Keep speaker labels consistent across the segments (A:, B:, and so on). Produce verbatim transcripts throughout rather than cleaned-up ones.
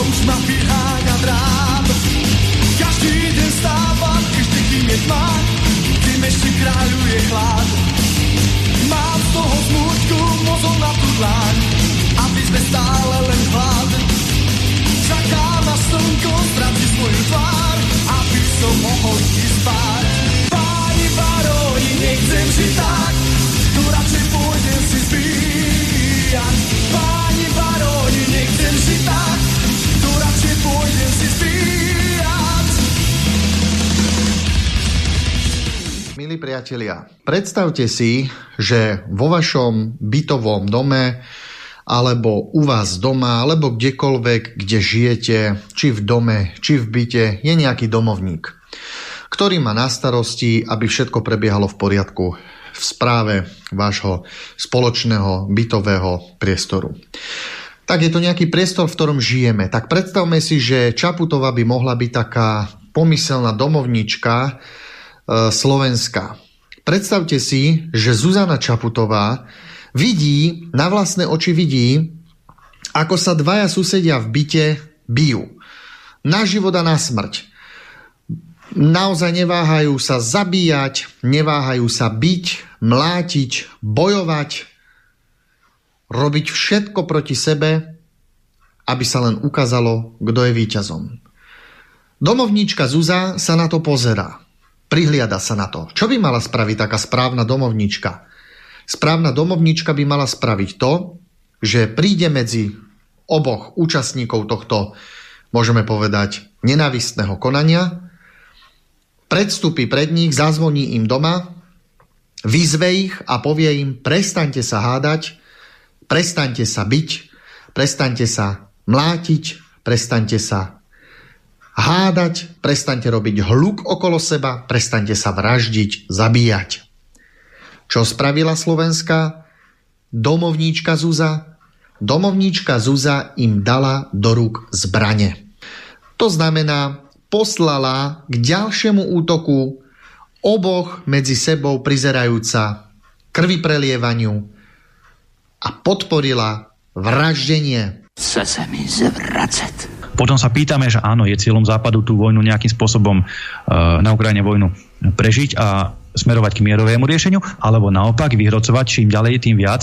A: už ma vyháňa drám. Každý deň stávam, každý kým je tma, tým ešte kráľuje chlad. Mám z toho smútku mozol na tú dlaň, aby sme stále len hlad. Čakám na slnko, stratí svoju tvár, aby som mohol ísť spať. Páni baroni, nechcem žiť tak, tu radšej pôjdem si zbíjať. Páni baroni, nechcem žiť tak, tu radšej pôjdem si zbíjať.
B: Milí priatelia, predstavte si, že vo vašom bytovom dome alebo u vás doma, alebo kdekoľvek, kde žijete, či v dome, či v byte, je nejaký domovník, ktorý má na starosti, aby všetko prebiehalo v poriadku v správe vášho spoločného bytového priestoru. Tak je to nejaký priestor, v ktorom žijeme. Tak predstavme si, že Čaputová by mohla byť taká pomyselná domovníčka e, Slovenska. Predstavte si, že Zuzana Čaputová vidí, na vlastné oči vidí, ako sa dvaja susedia v byte bijú. Na život a na smrť. Naozaj neváhajú sa zabíjať, neváhajú sa biť, mlátiť, bojovať, robiť všetko proti sebe, aby sa len ukázalo, kto je víťazom. Domovníčka Zuza sa na to pozerá. Prihliada sa na to. Čo by mala spraviť taká správna domovníčka? Správna domovníčka by mala spraviť to, že príde medzi oboch účastníkov tohto, môžeme povedať, nenávistného konania, predstúpi pred nich, zazvoní im doma, vyzve ich a povie im: prestaňte sa hádať, prestaňte sa byť, prestaňte sa mlátiť, prestaňte sa hádať, prestaňte robiť hluk okolo seba, prestaňte sa vraždiť, zabíjať. Čo spravila slovenská domovníčka Zuza? Domovníčka Zuza im dala do rúk zbrane. To znamená, poslala k ďalšiemu útoku oboch medzi sebou prizerajúca krvi prelievaniu a podporila vraždenie.
C: Chce sa mi zvracať.
D: Potom sa pýtame, že áno, je cieľom Západu tú vojnu nejakým spôsobom, na Ukrajine vojnu prežiť a smerovať k mierovému riešeniu, alebo naopak vyhrocovať čím ďalej, tým viac,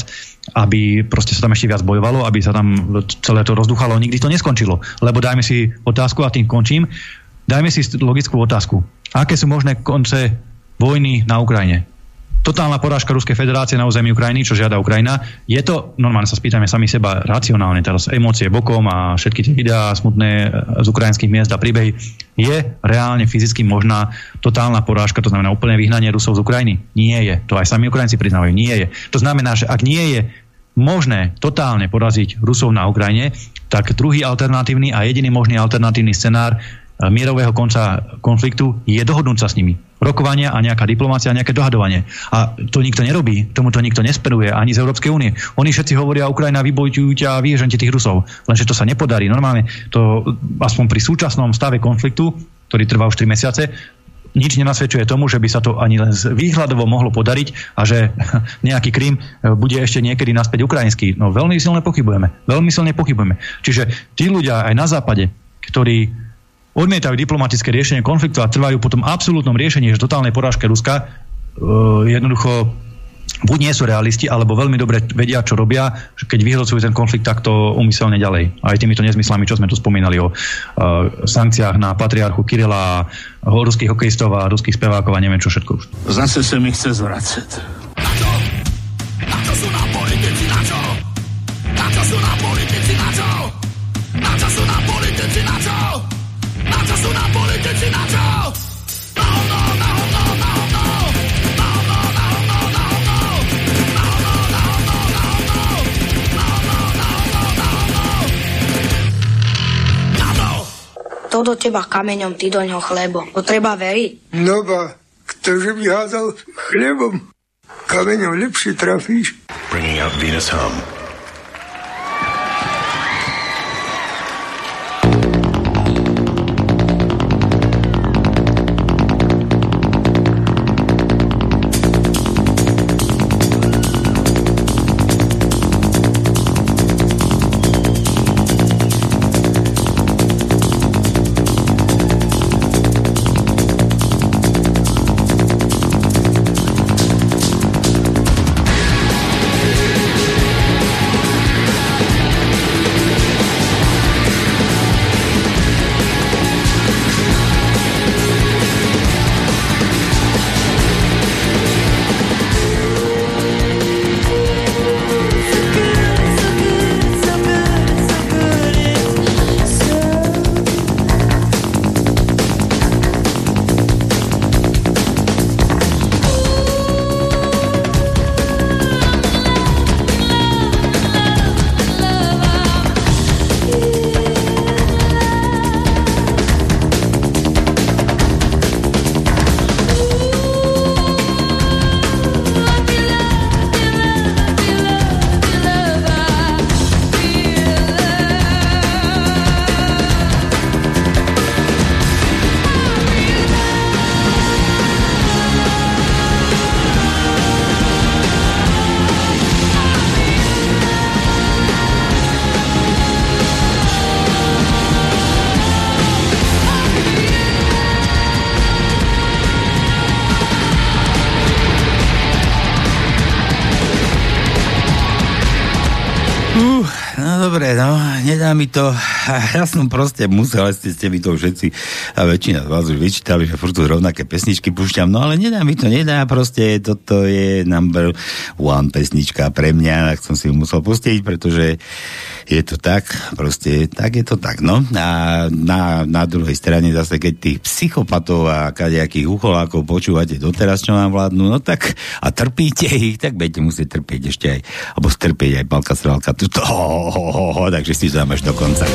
D: aby proste sa tam ešte viac bojovalo, aby sa tam celé to rozduchalo, nikdy to neskončilo. Lebo dajme si otázku, a tým končím, dajme si logickú otázku. Aké sú možné konce vojny na Ukrajine? Totálna porážka Ruskej federácie na území Ukrajiny, čo žiada Ukrajina. Je to, normálne sa spýtajme sami seba racionálne, teraz emócie bokom a všetky tie videá smutné z ukrajinských miest a príbehy. Je reálne fyzicky možná totálna porážka, to znamená úplné vyhnanie Rusov z Ukrajiny? Nie je. To aj sami Ukrajinci priznávajú. Nie je. To znamená, že ak nie je možné totálne poraziť Rusov na Ukrajine, tak druhý alternatívny a jediný možný alternatívny scenár mierového konca konfliktu je dohodnúť sa s nimi. Rokovania a nejaká diplomácia a nejaké dohadovanie. A to nikto nerobí, tomuto nikto nesperuje, ani z Európskej únie. Oni všetci hovoria: Ukrajina, vybojujte a vyježďte tých Rusov. Lenže to sa nepodarí. Normálne to aspoň pri súčasnom stave konfliktu, ktorý trvá už tri mesiace, nič nenasvedčuje tomu, že by sa to ani len výhľadovo mohlo podariť a že nejaký Krym bude ešte niekedy naspäť ukrajinský. No veľmi silne pochybujeme. Veľmi silne pochybujeme. Čiže tí ľudia aj na západe, ktorí odmietajú diplomatické riešenie konfliktu a trvajú po tom absolútnom riešení, že totálnej porážke Ruska, uh, jednoducho buď nie sú realisti, alebo veľmi dobre vedia, čo robia, keď vyhrocujú ten konflikt takto úmyselne ďalej. Aj týmito nezmyslami, čo sme tu spomínali o uh, sankciách na patriarchu Kirila, o ruských hokejistov a ruských spevákov a neviem čo všetko už.
C: Zase sa mi chce zvracať.
A: Na čo? Na čo sú nám politici? Na čo? Na čo sú nám politici? Na čo? Na čo sú nám politici? Na čo? Na čo sú nám politici? Na čo? No, no, no, no, no, no. No, no, no, no, no, no. No, no, no, no, no, no. No, no, no, no, no, no. Na to!
E: To do teba kameňom, ty do ňoho chlebom. To treba veriť.
F: No ba, ktože by házal chlebom, kameňom lepšie trafíš.
G: Bringing out Venus Hum. No dobre, no, nedá mi to. Ja som proste musel, ale ste, ste mi to všetci, a väčšina z vás už vyčítali, že furt tu rovnaké pesničky púšťam, no ale nedá mi to, nedá, proste toto je number one pesnička pre mňa, tak som si ju musel pustiť, pretože je to tak, proste, tak je to tak, no. A na, na druhej strane zase, keď tých psychopatov a kadejakých ucholákov počúvate doteraz, čo nám vládnu, no tak a trpíte ich, tak budete musieť trpieť ešte aj, alebo strpieť aj Palka Sralka, tuto, ho, ho, ho, ho, takže si to dáme až do konca.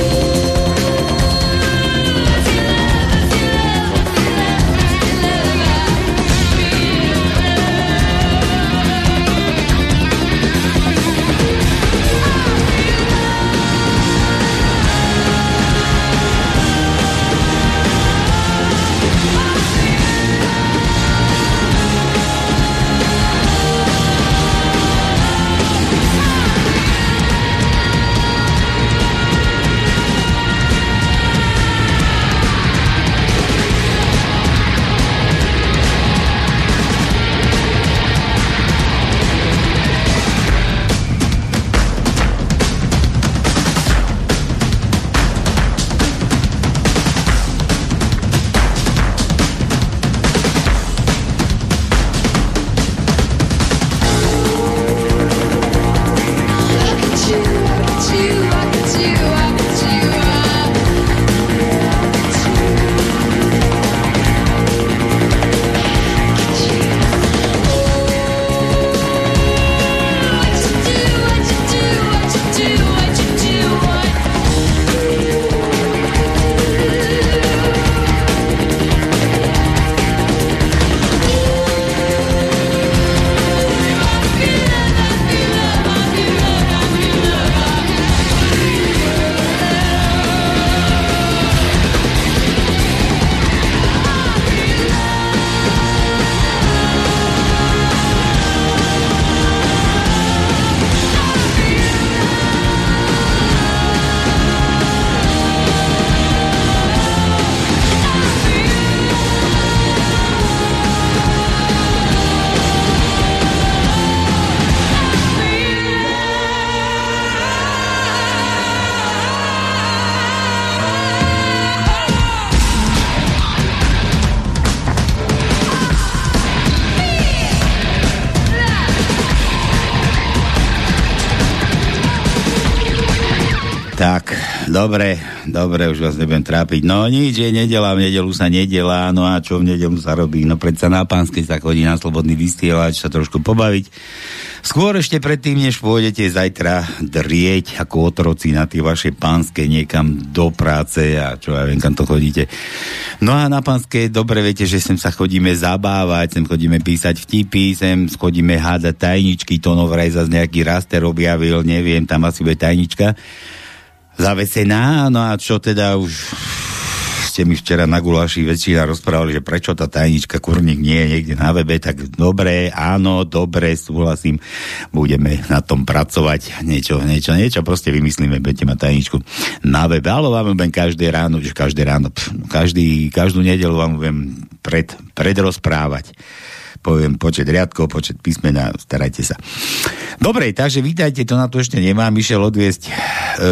G: Tak, dobre, dobre, už vás nebudem trápiť. No nič, je nedeľa, v nedeľu sa nedelá, no a čo v nedeľu sa robí? No predsa na Pánskej sa chodí na slobodný vysielač, sa trošku pobaviť. Skôr ešte predtým, než pôjdete zajtra drieť ako otroci na tie vaše Pánske niekam do práce a čo ja viem, kam to chodíte. No a na Pánskej dobre viete, že sem sa chodíme zabávať, sem chodíme písať vtipy, sem chodíme hádať tajničky, to no vraj zase nejaký raster objavil, neviem, tam asi bude tajnička zavesená, no a čo teda už ste mi včera na guláši väčšina rozprávali, že prečo tá tajnička kurník nie je niekde na webe, tak dobre, áno, dobre, súhlasím, budeme na tom pracovať, niečo, niečo, niečo, proste vymyslíme, budete mať tajničku na webe, ale vám budem každé ráno, že každé ráno, pf, každý, každú nedeľu vám budem pred, predrozprávať. Poviem počet riadkov, počet písmena, starajte sa. Dobre, takže vítajte, to na to ešte nemám, išiel odviesť e,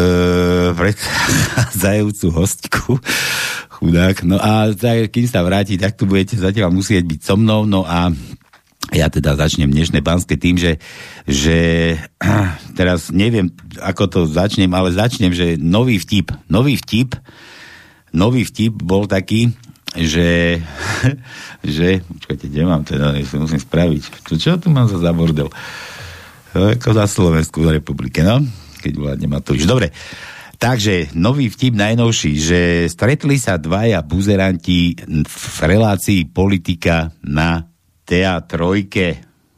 G: predchádzajúcu hostku, chudák, no a tak, kým sa vráti, tak tu budete zatiaľ musieť byť so mnou, no a ja teda začnem dnešné Pánske tým, že, že teraz neviem, ako to začnem, ale začnem, že nový vtip, nový vtip, nový vtip bol taký, že, že, počkajte, kde mám teda, ja musím spraviť, čo, čo tu mám za zabordel? Ako za Slovensku republike, no? Keď vládne Matovič. Dobre, takže nový vtip najnovší, že stretli sa dvaja buzeranti v relácii politika na té á tri.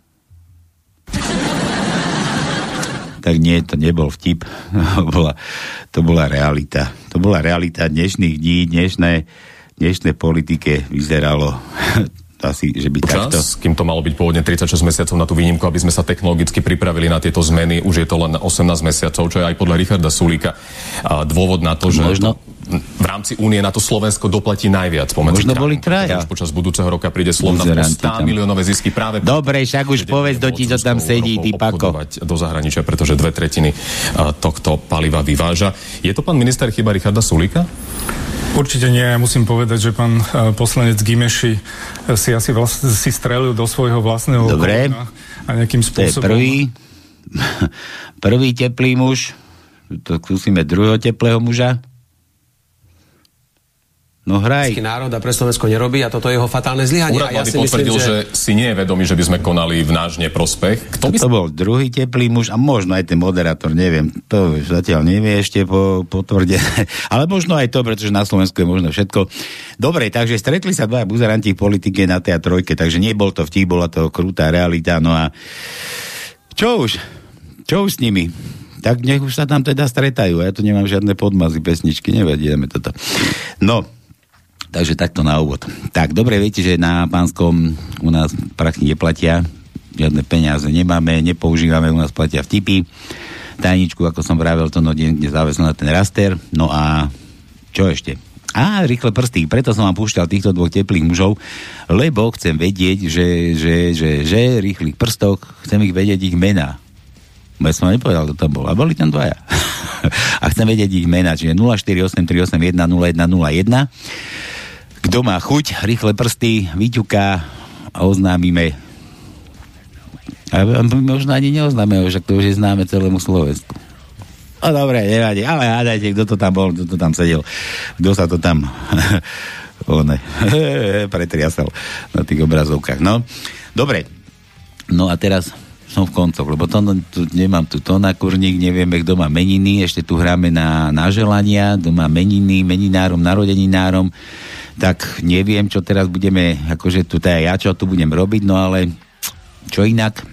G: Tak nie, to nebol vtip, to bola, to bola realita. To bola realita dnešných dní, dnešné dnešnej politike vyzeralo asi, že by
H: Čas,
G: takto...
H: kým to malo byť pôvodne tridsaťšesť mesiacov na tú výnimku, aby sme sa technologicky pripravili na tieto zmeny, už je to len osemnásť mesiacov, čo je aj podľa Richarda Sulíka a dôvod na to, že...
G: Možno,
H: v rámci únie na to Slovensko doplatí najviac.
G: Možno boli traja.
H: Už počas budúceho roka príde Slovna sto miliónové zisky práve...
G: Dobre, však už povedz, do ti, čo tam sedí, ty pako.
H: Do zahraničia, pretože dve tretiny tohto paliva vyváža. Je to pán minister chyba Richarda Sulíka?
I: Určite nie. Ja musím povedať, že pán poslanec Gimeši si asi vlast, si strelil do svojho vlastného kolena a nejakým spôsobom...
G: To je prvý, prvý teplý muž. To skúsime druhého teplého muža. No hraj.
J: Národ a pre Slovensko nerobí a toto je jeho fatálne zlyhanie.
H: Úrad vlády ja potvrdil, že... že si nie je vedomý, že by sme konali v náš neprospech. Kto by...
G: To bol druhý teplý muž a možno aj ten moderátor, neviem. To zatiaľ nevie ešte po, potvrdené. Ale možno aj to, pretože na Slovensku je možno všetko. Dobre, takže stretli sa dvaja buzeranti v politike na tej trojke, takže nebol to vtip, bola to krutá realita. No a čo už? Čo už s nimi? Tak nech už sa tam teda stretajú. Ja tu nemám žiadne podmazy, pesničky, nevedieme toto. No, takže takto na úvod. Tak, dobre, viete, že na Pánskom u nás prachy neplatia, žiadne peniaze nemáme, nepoužívame, u nás platia vtipy. Tajničku, ako som vravel, to no kde záväzlo na ten raster. No a čo ešte? Á, rýchle prsty. Preto som vám púšťal týchto dvoch teplých mužov, lebo chcem vedieť, že, že, že, že rýchlych prstok, chcem ich vedieť ich mená. Ja som nepovedal, kto tam bol. A boli tam dvaja. A chcem vedieť ich mená, čiže nula štyri osem tri osem jeden nula jeden nula jeden. Kto má chuť, rýchle prsty, vyťuká a oznámime. A možno ani neoznáme, však to už je známe celému Slovensku. No dobre, nevadí, ale hádajte, kto to tam bol, kto to tam sedel, kto sa to tam one, pretriasal na tých obrazovkách. No, dobre. No a teraz som v koncoch, lebo to, tu, nemám tu to na kurník, nevieme, kto má meniny, ešte tu hráme na, na želania, kto má meniny, meninárom, narodeninárom, tak neviem, čo teraz budeme, akože tu teda ja, čo tu budem robiť, no ale čo inak?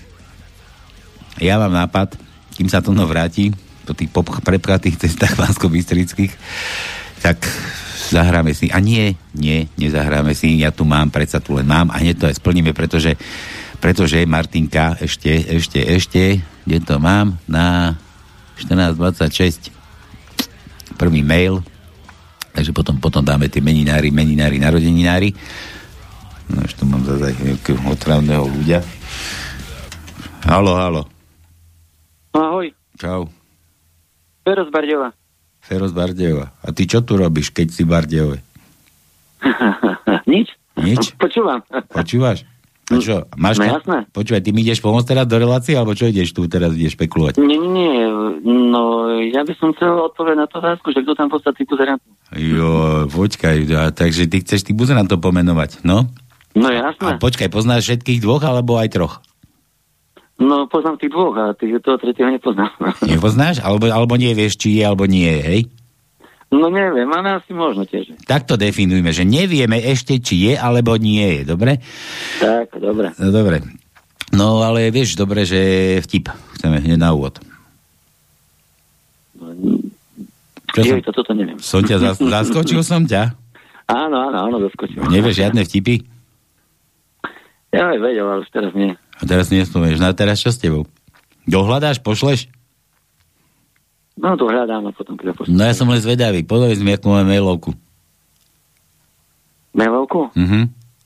G: Ja mám nápad, kým sa to no vráti, po tých prepchatých cestách Banskobystrických, tak zahráme si, a nie, nie, nezahráme si, ja tu mám, predsa tu len mám a hneď to aj splníme, pretože pretože Martinka ešte, ešte, ešte, kde to mám, na štrnásť dvadsaťšesť prvý mail, takže potom, potom dáme tie meninári, meninári, narodeninári. No už tu mám zase nejakého otravného ľudia. Haló, haló.
K: Ahoj.
G: Čau.
K: Fero z Bardejova.
G: Fero z Bardejova. A ty čo tu robíš, keď si v Bardejove?
K: Nič.
G: Nič?
K: Počúvam.
G: Počúvaš? A čo, máš
K: no,
G: ka-
K: jasné.
G: Počúvaj, ty mi ideš pomôcť teraz do relácie, alebo čo ideš tu teraz, ideš špekulovať?
K: Nie, nie, nie, no ja by som chcel odpovedať na to otázku, že kto tam poslal tých buzerantov.
G: Jo, počkaj, a, takže ty chceš tých buzerantov pomenovať, no?
K: No jasné.
G: A počkaj, poznáš všetkých dvoch, alebo aj troch?
K: No poznám tých dvoch, a tých, toho tretieho nepoznám.
G: Nepoznáš? Alebo, alebo nevieš, či je, alebo nie je, hej?
K: No neviem, ale asi možno tiež.
G: Tak to definujme, že nevieme ešte, či je, alebo nie je, dobre?
K: Tak, dobre.
G: No, dobre. No, ale vieš, dobre, že vtip. Chceme hneď na úvod.
K: Čo Jej, som... toto neviem.
G: Som ťa zas... zaskočil som ťa?
K: Áno, áno, áno, zaskočil.
G: Nevieš žiadne vtipy?
K: Ja aj vedel, ale už teraz nie.
G: A teraz nie spomíš. No a teraz čo s tebou? Dohľadáš, pošleš?
K: No to hľadám a potom keď pošlem.
G: No ja som len zvedavý. Povedz mi, akú máme mailovku.
K: Mailovku?
G: Mhm.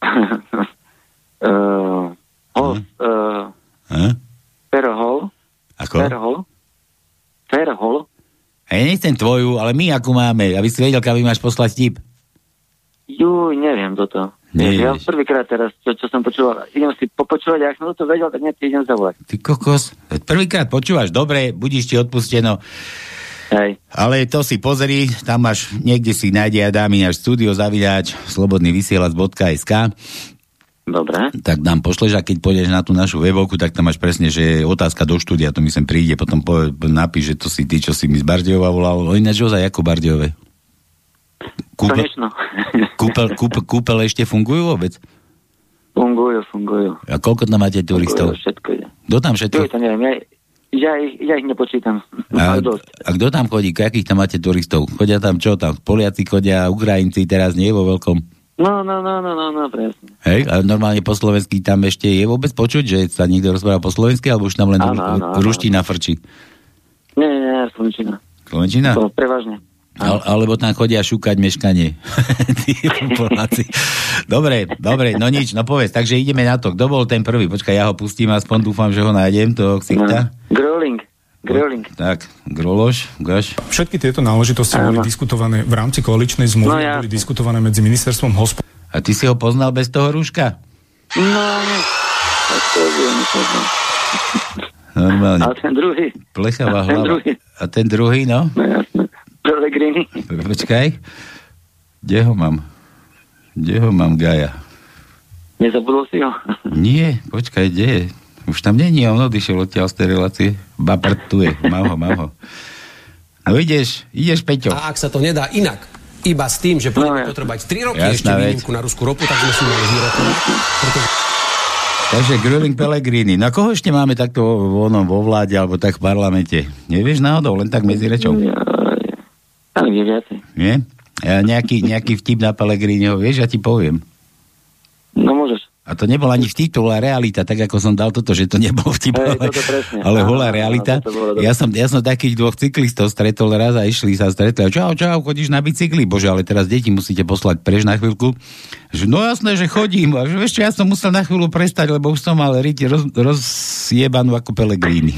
K: uh, hol, uh,
G: huh?
K: Ferhol.
G: Ako?
K: Ferhol. Ferhol.
G: Ja nechcem tvoju, ale my akú máme, aby si vedel, kam máš poslať tip.
K: Juj, neviem toto. Ja prvýkrát teraz, čo, čo som počúval, idem si popočúvať, ak som to vedel, tak nie, ty idem zavolať.
G: Ty kokos, prvýkrát počúvaš, dobre, budíš ti odpusteno.
K: Hej.
G: Ale to si pozri, tam máš, niekde si nájde a dá mi náš studio zavidáč slobodnyvysielac bodka es ká.
K: Dobre.
G: Tak nám pošleš a keď pôjdeš na tú našu webovku, tak tam máš presne, že otázka do štúdia, to mi sem príde, potom po, napíš, že to si ty, čo si mi z Bardejova volal. O ináč ozaj, ako Bardejove? Kúpel, kúpel, kúpel, kúpel ešte fungujú vôbec?
K: Fungujú, fungujú.
G: A koľko tam máte turistov?
K: Fungujú, všetko ide.
G: Kto tam všetko?
K: Jo, to neviem, ja, ja, ich, ja ich nepočítam.
G: A, a kto tam chodí? Akých tam máte turistov? Chodia tam čo? Tam Poliaci chodia, Ukrajinci, teraz nie vo veľkom?
K: No, no, no, no, no, no, presne.
G: Hej, a normálne po slovensky tam ešte je vôbec počuť, že sa niekto rozpráva po slovensky, alebo už tam len
K: áno, áno,
G: ruština frčí?
K: Nie, nie, nie, slovenčina.
G: Slovenčina?
K: To prevažne.
G: Al, alebo tam chodia šúkať meškanie. Dobre, dobre, no nič, no povedz, takže ideme na to. Kto bol ten prvý? Počkaj, ja ho pustím, aspoň dúfam, že ho nájdem, toho ksichta.
K: No, Gröling. Gröling.
G: Tak, Grološ, Gaš.
I: Všetky tieto náležitosti boli diskutované v rámci koaličnej zmluvy, no, ja. boli diskutované medzi ministerstvom hospodárstva.
G: A ty si ho poznal bez toho rúška?
K: No, nie.
G: Normálne.
K: A ten druhý.
G: Plechavá
K: a ten
G: hlava.
K: Druhý.
G: A ten druhý, no?
K: No jasne. Pellegrini.
G: Počkaj. Kde ho mám? Kde ho mám, Gaja?
K: Nezabudol si ho?
G: Nie, počkaj, kde je? Už tam není, on odišiel odtiaľ z tej relácie. Babr, tu je, mám ho, mám ho. No ideš, ideš, Peťo.
J: A ak sa to nedá inak, iba s tým, že budeme no, potrebovať tri roky ešte výnimku na ruskú ropu, tak sme si mali vyrokovať. Pretože...
G: Takže Gröling, Pellegrini. Na koho ešte máme takto vo, vo vláde alebo tak v parlamente? Nevieš náhodou, len tak medzi rečou?
K: Ja, ale nie viacej.
G: Nie? Ja, nejaký, nejaký vtip na Pellegriniho, vieš, ja ti poviem.
K: No môžeš.
G: A to nebol ani vtip, to bola realita, tak ako som dal toto, že to nebol vtip,
K: Hej,
G: ale, ale
K: áno,
G: holá realita. Áno, ja, som, ja som takých dvoch cyklistov stretol raz a išli sa stretli. Čau, čau, chodíš na bicykli? Bože, ale teraz deti musíte poslať preč na chvíľku. Že, no jasné, že chodím. A že, vieš čo, ja som musel na chvíľu prestať, lebo už som mal riť roz, rozjebanú ako Pellegrini.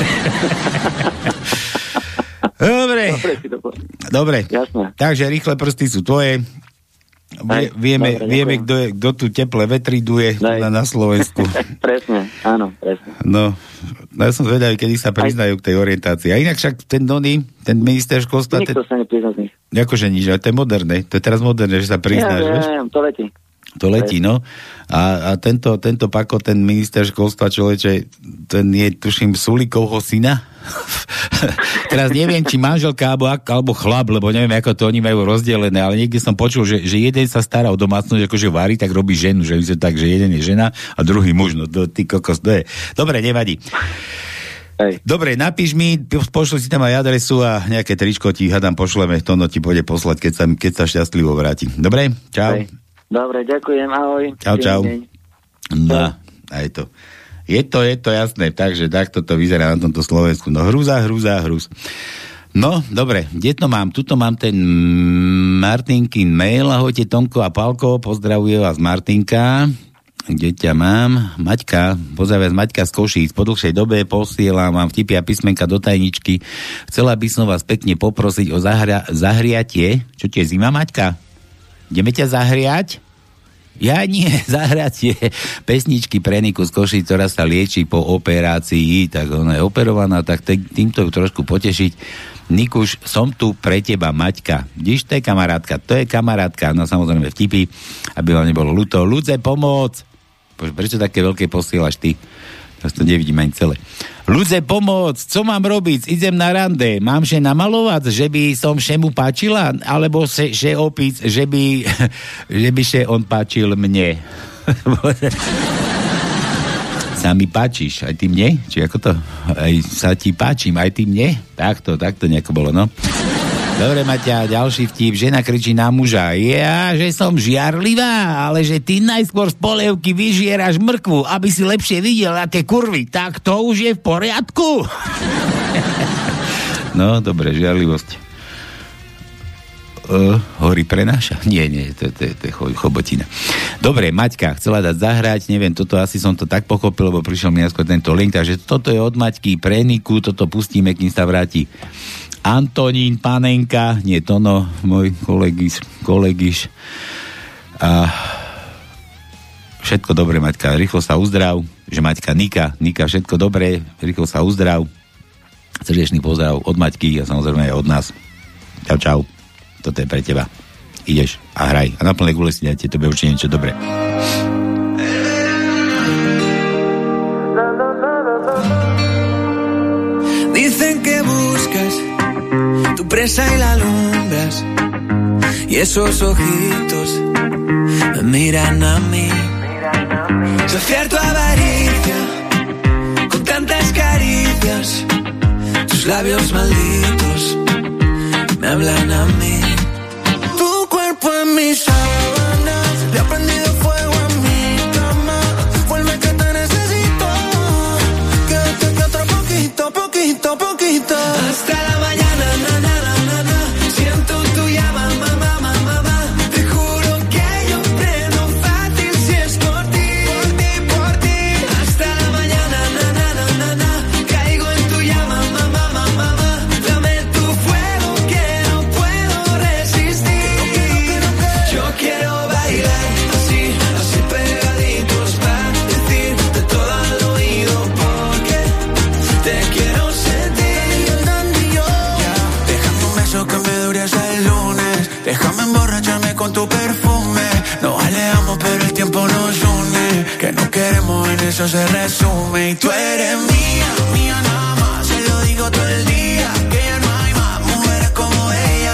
G: Dobre. Dobre.
K: Jasné.
G: Takže rýchle prsty sú tvoje. Vie, vieme, dobre, vieme kto, je, kto tu teple vetri duje na, na Slovensku.
K: Presne, áno, presne.
G: No, no ja som zvedavý, kedy sa priznajú k tej orientácii. A inak však ten Doni, ten minister školstva...
K: Nikto ten, sa neprizná z nich.
G: Akože nič, ale to je moderné. To je teraz moderné, že sa priznáš,
K: ja,
G: vieš?
K: Ja, ja, to letí.
G: To letí, no. A, a tento, tento Pako, ten minister školstva, človeče, ten je, tuším, Sulíkovho syna. Teraz neviem, či manželka alebo, alebo chlap, lebo neviem, ako to oni majú rozdelené, ale niekde som počul, že, že jeden sa stará o domácnosť, akože varí, tak robí ženu, že je tak, že jeden je žena a druhý muž, no to, ty kokos, to je. Dobre, nevadí. Hej. Dobre, napíš mi, pošli si tam aj adresu a nejaké tričko ti hádam pošleme, to no ti pôjde poslať, keď sa, keď sa šťastlivo vráti. Dobre, čau.
K: Hej. Dobre, ďakujem, ahoj.
G: Čau, čau. No, aj to. Je to, je to jasné, takže takto to vyzerá na tomto Slovensku. No hrúza, hrúza, hrúz. No, dobre, kde to mám? Tuto mám ten Martinkin mail. Ahojte, Tomko a Pálko, pozdravuje vás Martinka. Kde ťa mám? Maťka, pozdravujem Maťka z Košíc. Po dlhšej dobe posielam vám vtipy a písmenka do tajničky. Chcela by som vás pekne poprosiť o zahria- zahriatie. Čo ti je zima, Maťka? Ideme ťa zahriať? Ja nie, zahratie pesničky pre Niku z Košic, ktorá sa lieči po operácii, tak ona je operovaná, tak týmto ju trošku potešiť. Nikuš, som tu pre teba, Maťka. Vidíš, to je kamarátka, to je kamarátka, no samozrejme vtipy, aby vám nebolo ľúto. Ľudze, pomôcť! Prečo také veľké posielaš ty? Ja to nevidím ani celé. Ľudze, pomôcť, co mám robiť? Idem na rande, mám že namalovať, že by som všemu páčila? Alebo se, že opíc, že by, že by še on páčil mne? Sa mi páčiš, aj ty mne? Či ako to? Aj sa ti páčim, aj ty mne? Takto, takto nejako bolo, no. Dobre, Maťa, ďalší vtip. Žena kričí na muža. Ja, že som žiarlivá, ale že ty najskôr z polievky vyžieraš mrkvu, aby si lepšie videl na tie kurvy. Tak to už je v poriadku. No, dobre, žiarlivosť. Uh, hory prenáša? Nie, nie, to, to, to je chobotina. Dobre, Maťka, chcela dať zahrať, neviem, toto asi som to tak pochopil, lebo prišiel mi skôr tento link, takže toto je od Maťky pre Niku, toto pustíme, kým sa vráti Antonín, Panenka, nie Tono, môj kolegiš, kolegiš. A všetko dobré, Maťka, rýchlo sa uzdrav, že Maťka, Nika, Nika, všetko dobré, rýchlo sa uzdrav. Srdečný pozdrav od Maťky a samozrejme aj od nás. Čau, čau. Toto je pre teba. Ideš a hraj. A na plné gule si dajte, to bude určite niečo dobré.
A: Dicen que buscas tu presa y la alumbras y esos ojitos me miran a mí. Saciar tu avaricia con tantas caricias, tus labios malditos me hablan a mí. Tu cuerpo en mis sábanas, le ha prendido fuego a mi cama. Vuelve que te necesito, quédate que otro poquito, poquito, poquito. Hasta la mañana, na, na, na, na, na. Siento Déjame emborracharme con tu perfume. Nos alejamos pero el tiempo nos une. Que no queremos en eso se resume. Y tú eres mía, mía nada más. Se lo digo todo el día. Que ya no hay más mujeres como ella.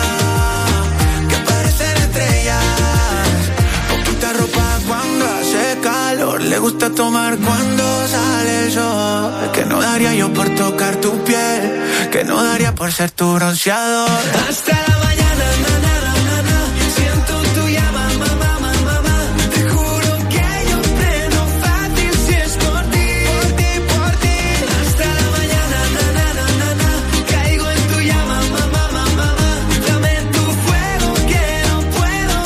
A: Que parecen estrellas. Poquita ropa cuando hace calor. Le gusta tomar cuando sale el sol. Que no daría yo por tocar tu piel. Que no daría por ser tu bronceador. Hasta la mañana, na, na, na, na, na. Siento tu llama, mamá, mamá, mamá. Te juro que yo freno fácil si es por ti, por ti, por ti. Hasta la mañana, na, na, na, na, na. Caigo en tu llama, mamá, mamá, mamá. Dame tu fuego que no puedo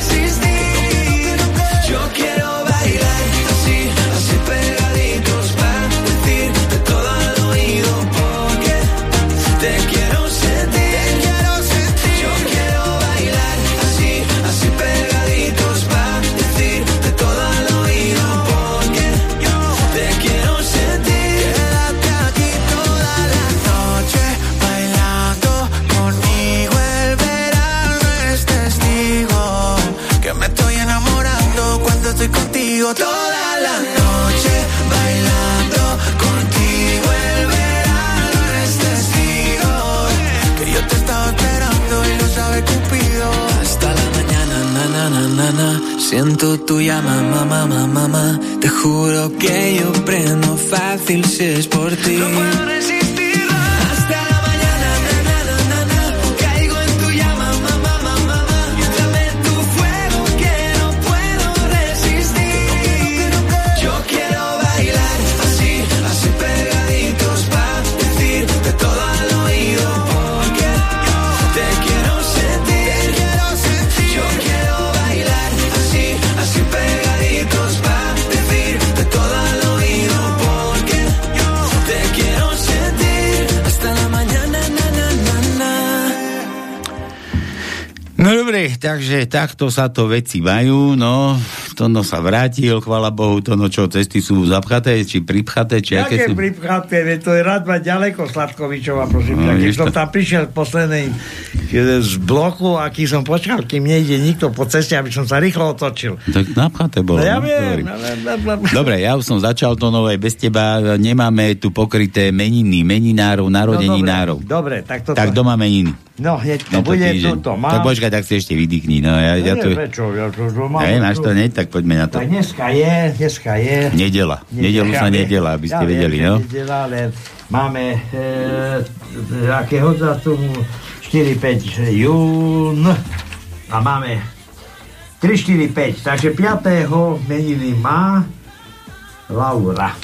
A: resistir. Yo quiero bailar así, así pegaditos para decirte todo al oído porque te quiero sentir, te quiero sentir. Yo quiero bailar así, así pegaditos para decirte todo al oído porque yo te quiero sentir. Quédate aquí toda la noche bailando conmigo. El verano es testigo que me estoy enamorando cuando estoy contigo. Toda la noche bailando contigo. El verano es testigo que yo te estaba esperando y lo sabe Cupido. Hasta la mañana, na, na, na, na, na. Siento tu llama, mamá, mamá, mamá. Te juro que yo prendo fácil si es por ti. No puedo resistirlo. Hasta la mañana, na, na, na, na, na. Caigo en tu llama, mamá, mamá, mamá. Dame tu fuego que no puedo resistir. Yo quiero bailar así, así pegaditos para decirte todo al oído porque te quiero sentir, te quiero sentir. Yo quiero bailar así, así pegaditos para decirte todo al oído porque te quiero sentir. Hasta la mañana, na, na, na, na.
G: No dobre, takže takto sa to veci majú, no, Tono sa vrátil, chvála Bohu, Tono čo, cesty sú zapchaté, či pripchaté, či aké
L: Jaké
G: sú?
L: pripchaté, to je rád mať ďaleko Sladkovičova, prosím,
G: No,
L: tak keď
G: to...
L: som tam prišiel v poslednej z bloku, aký som počkal, kým nejde nikto po ceste, aby som sa rýchlo otočil.
G: Tak napchaté bolo.
L: No ja
G: no,
L: viem.
G: Dobre, ja už som začal to nové bez teba, nemáme tu pokryté meniny, meninárov, narodeninárov.
L: No, dobre, dobre, tak toto...
G: Tak doma meniny.
L: No, hneď to
G: Tento
L: bude
G: týždeň.
L: tuto. Mám...
G: Tak počkaj, tak si ešte vydýchni. No, ja, ja,
L: No,
G: tu...
L: nie, čo, ja to, to mám...
G: Hej, máš to hneď, tak poďme na to.
L: Tak dneska je, dneska je...
G: Nedela. Nedelu sa nedela, aby ste
L: ja
G: vedeli,
L: viem,
G: no?
L: Nedela, ale máme e, akého dátumu štyri päť jún a máme tri štyri päť, takže piateho meniny má Laura.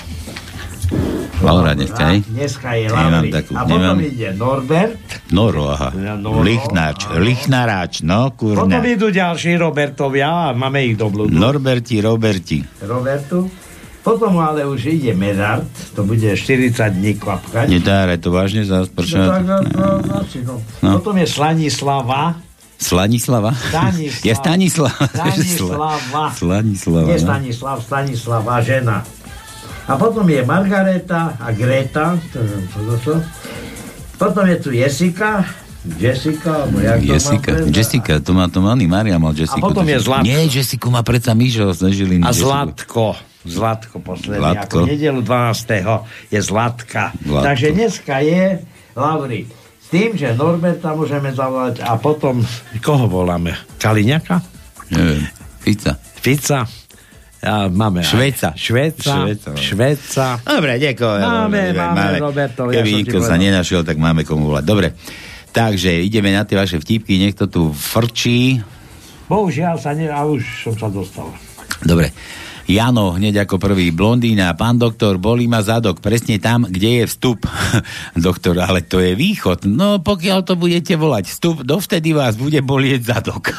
G: Laura dneska, hej?
L: Dneska je Laura. A potom nemám... ide Norbert.
G: Noro, aha.
L: Noro,
G: Lichnáč, Lichnaráč, no, kurňa.
L: Potom idú ďalší Robertovia a máme ich do blúdu.
G: Norberti, Roberti.
L: Robertu. Potom ale už ide Medard, to bude štyridsať dní klapkať.
G: Nedáre, to vážne zás, prečo?
L: No, tak, no, no, no. No. Potom je Slanislava.
G: Slanislava?
L: Stanislav.
G: Je Stanislava.
L: Stanislava.
G: Slanislava.
L: Nie Stanislav, Stanislava, žena. A potom je Margareta a Greta. To, to, to, to. Potom je tu Jessica. Jessica, alebo jak to
G: Jessica,
L: mám
G: Jessica, to má to malý Maria mal Jessica.
L: A potom je Zlatko.
G: Nie, Jessica má predsa Mišo z Nežiliny.
L: A Zlatko. Zlatko posledný.
G: Zlatko.
L: Ako nedelu dvanásteho je Zlatka.
G: Zlatko.
L: Takže dneska je Lauri. S tým, že Norberta môžeme zavolať a potom koho voláme? Kaliňaka?
G: Neviem. Fica.
L: Fica? Ja, máme
G: Šveca.
L: Šveca. Šveca. Šveca.
G: Dobre, ďakujem.
L: Máme, máme, máme Roberto.
G: Keby ja nikto sa nenašiel, tak máme komu volať. Dobre. Takže ideme na tie vaše vtipky, nech to tu frčí.
L: Bohužiaľ sa ne... A už som sa dostal.
G: Dobre. Jano, hneď ako prvý, blondína, pán doktor, bolí ma zadok, presne tam, kde je vstup. Doktor, ale to je východ. No, pokiaľ to budete volať vstup, dovtedy vás bude bolieť zadok.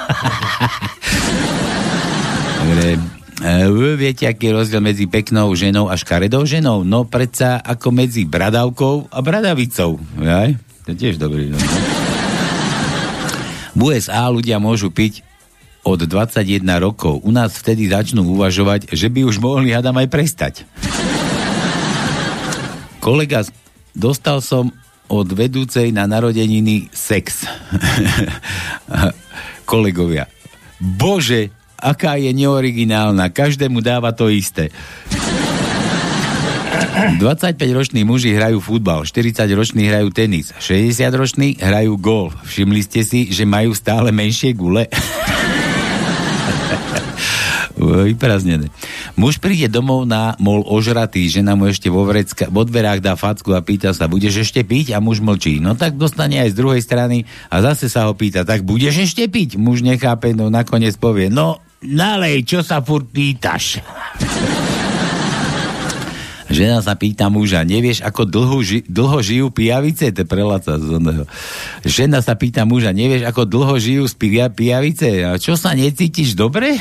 G: Dobre. Vy viete, aký je rozdiel medzi peknou ženou a škaredou ženou? No, predsa ako medzi bradavkou a bradavicou. Jaj? To je tiež dobrý. No. V ú es á ľudia môžu piť od dvadsaťjeden rokov. U nás vtedy začnú uvažovať, že by už mohli, hádam, aj prestať. Kolega, dostal som od vedúcej na narodeniny sex. Kolegovia, bože, aká je neoriginálna, každému dáva to isté. dvadsaťpäťroční muži hrajú futbal, štyridsaťroční hrajú tenis, šesťdesiatroční hrajú golf. Všimli ste si, že majú stále menšie gule? Vyprázdnené. Muž príde domov na mol ožratý, žena mu ešte vo, vrecka, vo dverách dá facku a pýta sa, budeš ešte piť? A muž mlčí. No tak dostane aj z druhej strany a zase sa ho pýta, tak budeš ešte piť? Muž nechápe, no nakoniec povie, no nalej, čo sa furt pýtaš? Žena sa pýta muža, nevieš, ako dlho, ži- dlho žijú pijavice? To je preláca z oného. Žena sa pýta muža, nevieš, ako dlho žijú pija- pijavice? A čo sa, necítiš dobre?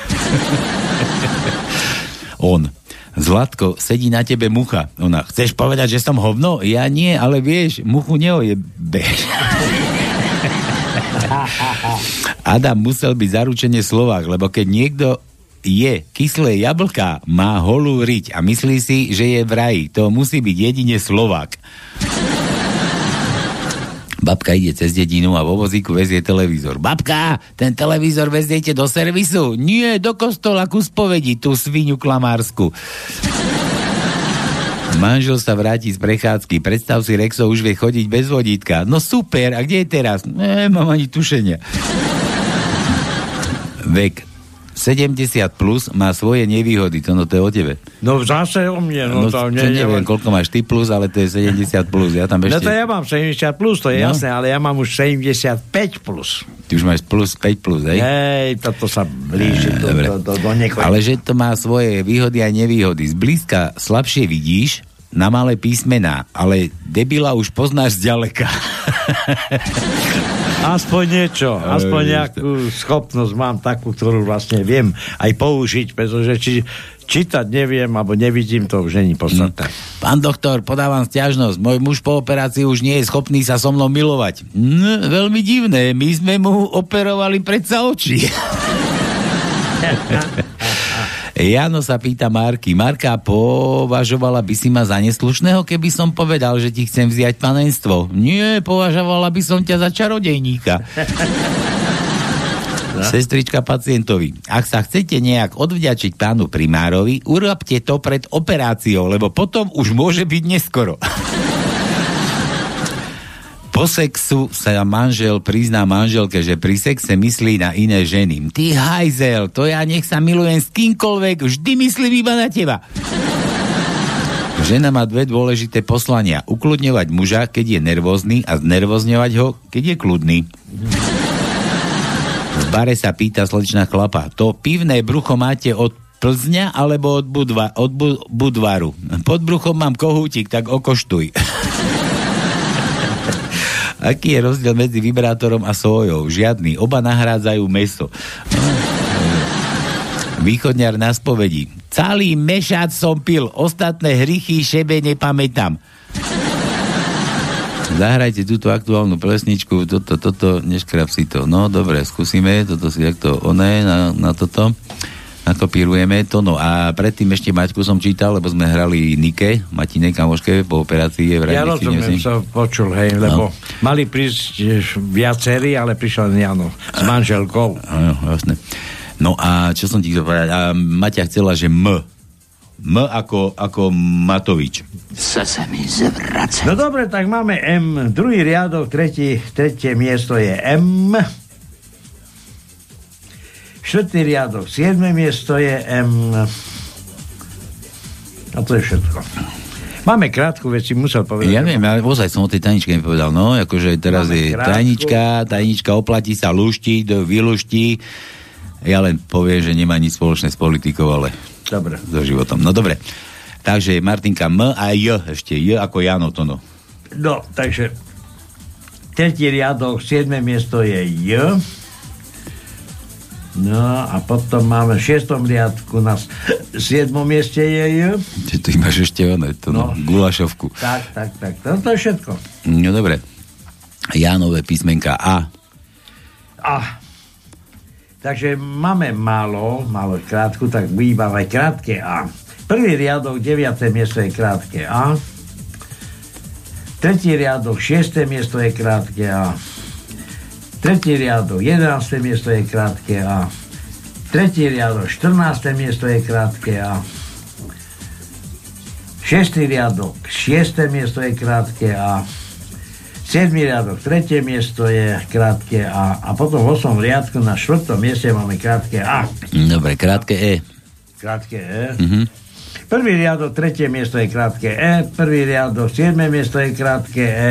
G: On. Zlatko, sedí na tebe mucha. Ona, chceš povedať, že som hovno? Ja nie, ale vieš, muchu neojebeš. Adam musel byť zaručene Slovák, lebo keď niekto je kyslé jablká, má holú riť a myslí si, že je v raji. To musí byť jedine Slovák. Babka ide cez dedinu a vo vozíku vezie televízor. Babka, ten televízor veziete do servisu? Nie, do kostola ku spovedi, tú svinu klamársku. Manžel sa vráti z prechádzky. Predstav si, Rexo už vie chodiť bez vodítka. No super, a kde je teraz? Nemám ani tušenia. Vek. sedemdesiat plus má svoje nevýhody, to no to je o tebe.
L: No zase o mne, no,
G: no
L: to
G: ne,
L: neviem.
G: neviem, koľko máš ty plus, ale to je sedemdesiat plus, ja tam ešte...
L: No to ja mám sedemdesiat plus, to je
G: no?
L: jasné, ale ja mám už sedemdesiatpäť plus.
G: Ty už máš plus päť plus, hej?
L: Hej, toto sa blíži do, do, do, do niekoho.
G: Ale že to má svoje výhody a nevýhody. Zblízka slabšie vidíš, na malé písmená, ale debila už poznáš zďaleka.
L: Aspoň niečo, aspoň nejakú schopnosť mám takú, ktorú vlastne viem aj použiť, pretože či, čítať neviem, alebo nevidím, to už není podstatné.
G: Pán doktor, podávam sťažnosť. Môj muž po operácii už nie je schopný sa so mnou milovať. No, veľmi divné, my sme mu operovali predsa oči. Jano sa pýta Marky. Marka, považovala by si ma za neslušného, keby som povedal, že ti chcem vziať panenstvo? Nie, považovala by som ťa za čarodejníka. Sestrička pacientovi. Ak sa chcete nejak odvďačiť pánu primárovi, urobte to pred operáciou, lebo potom už môže byť neskoro. Po sexu sa manžel prizná manželke, že pri sexe myslí na iné ženy. Ty hajzel, to ja nech sa milujem s kýmkoľvek, vždy myslím iba na teba. Žena má dve dôležité poslania. Ukludňovať muža, keď je nervózny, a znervozňovať ho, keď je kľudný. V bare sa pýta slečná chlapa, to pivné brucho máte od Plzňa alebo od, Budva, od bu, Budvaru? Pod bruchom mám kohútik, tak okoštuj. Aký je rozdiel medzi vibrátorom a sojou? Žiadny. Oba nahrádzajú mäso. Východňar na spovedi. Celý mešac som pil. Ostatné hrychy šebe nepamätám. Zahrajte túto aktuálnu plesničku. Toto, toto, neškrap si to. No, dobre, skúsime. Toto si takto oné na, na toto. Nakopírujeme to, no a predtým ešte Maťku som čítal, lebo sme hrali Nike, Matine kamoške po operácii je vraj.
L: Ja rozumiem, som počul, hej, lebo no. Mali prísť viacerí, ale prišiel Jano s manželkou.
G: Áno, jasné. No a čo som ti chcel povedať? A Maťa chcela, že M. M ako, ako Matovič.
C: Chce sa mi zvracať.
L: No dobre, tak máme M. Druhý riadok, tretí, tretie miesto je M. Štvrtý riadok, siedme miesto je M. A to je všetko. Máme krátku vec, si musel povedať.
G: Ja viem, ale ozaj som o tej tajničke nepovedal. No, akože teraz Máme je krátku. tajnička, tajnička oplatí sa, luští, vyluští. Ja len poviem, že nemá nič spoločné s politikou, ale
L: dobre.
G: So životom. No dobre. Takže Martinka M a J ešte. J ako Jano to no.
L: No, takže tretí riadok, siedme miesto je J. No a potom máme v šiestom riadku na siedmom mieste je J.
G: Čiže tu máš ešte ono, to no. no, gulašovku.
L: Tak, tak, tak. To, to je všetko.
G: No dobre. Jánové písmenka A.
L: A. Takže máme málo, málo krátku, tak býva aj krátke A. Prvý riadok, deviate miesto je krátke A. Tretí riadok, šiesté miesto je krátke A. Tretí riadok, jedenáste miesto je krátke A. Tretí riadok, štrnáste miesto je krátke A. Šiestý riadok, šiesté miesto je krátke A. Siedmy riadok, tretie miesto je krátke A. A potom v osmom riadku na štvrtom mieste máme krátke A.
G: Dobre, krátke E.
L: Krátke E.
G: Mhm.
L: Prvý riadok, tretie miesto je krátke E. Prvý riadok, siedme miesto je krátke E.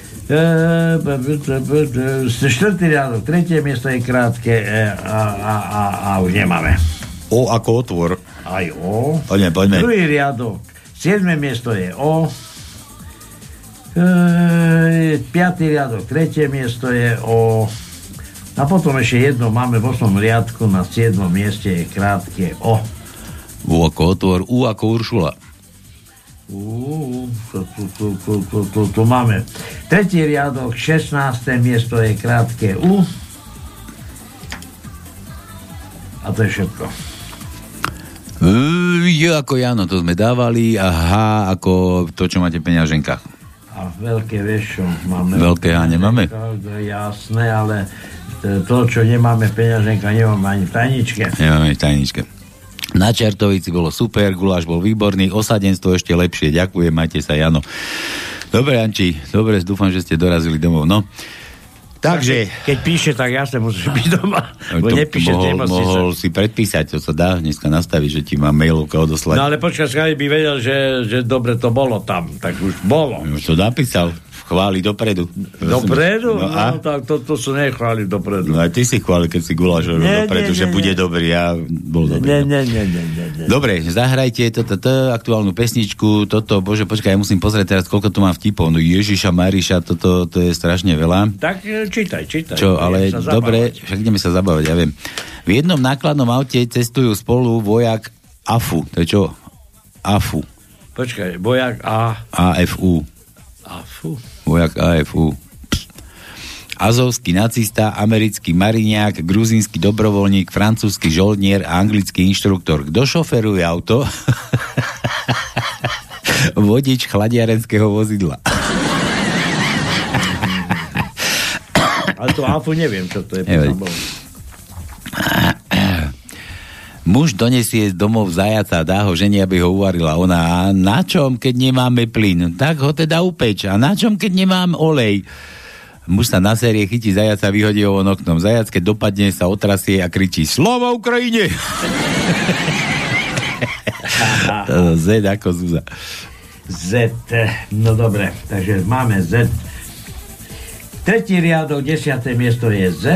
L: Štvrtý riadok, tretie miesto je krátke E. A, a, a, a už nemáme.
G: O ako otvor.
L: Aj O.
G: Poďme, poďme.
L: Druhý riadok, siedme miesto je O. E, piatý riadok, tretie miesto je O. A potom ešte jedno máme v osmom riadku, na siedmom mieste je krátke O.
G: U ako otvor, U ako Uršula.
L: U, tu, tu, tu, tu, tu, tu, tu máme. Tretí riadok, šestnáste miesto je krátke U. A to je všetko.
G: J ako Jano, to sme dávali, a H ako to, čo máte v peňaženkách.
L: A veľké, vieš čo, máme...
G: Veľké H nemáme?
L: Jasné, ale to, čo nemáme v peňaženkách, nemáme ani v tajničke.
G: Nemáme v tajničke. Na Čertovici bolo super, guláš bol výborný, osadenstvo ešte lepšie. Ďakujem, majte sa, Jano. Dobre, Janči, dobre, dúfam, že ste dorazili domov. No, takže...
L: Keď píše, tak jasne musíš byť doma.
G: To,
L: nepíše,
G: mohol, mohol si predpísať, to sa dá dneska nastaviť, že ti má mailovka odoslať.
L: No ale počkaj, Skali by vedel, že, že dobre to bolo tam, tak už bolo.
G: Už to napísal, chváli dopredu.
L: Dopredu?
G: No,
L: no tak to, to sú nechváli dopredu.
G: No aj ty si chváli, keď si guláš dopredu, nie, že nie, bude nie. Dobrý, ja bol dobrý.
L: Nie, nie, nie, nie, nie, nie.
G: Dobre, zahrajte toto, to, aktuálnu pesničku, toto, bože, počkaj, ja musím pozrieť teraz, koľko tu mám vtipov. No Ježiša, Mariša, toto to je strašne veľa.
L: Tak čítaj, čítaj.
G: Čo, ale dobre, však ideme sa zabávať, ja viem. V jednom nákladnom aute cestujú spolu vojak á ef ú. To je čo? á ef ú.
L: Počkaj, vojak A...
G: á ef ú.
L: á ef ú?
G: Vojak á ef ú. Azovský nacista, americký mariňák, gruzínsky dobrovoľník, francúzsky žoldnier a anglický inštruktor. Kto šoferuje auto? Vodič chladiarenského vozidla.
L: Ale to á ef ú neviem, čo to je.
G: Muž donesie z domov zajaca a dá ho ženi, aby ho uvarila. Ona, a na čom, keď nemáme plyn? Tak ho teda upeč. A na čom, keď nemám olej? Muž sa na série chytí zajaca a vyhodí ho von oknom. Zajac, keď dopadne, sa otrasie a kričí Slava Ukrajine! Z ako Zúza.
L: Z, no dobre, takže máme Z. Tretí riadok, desiate miesto je Z.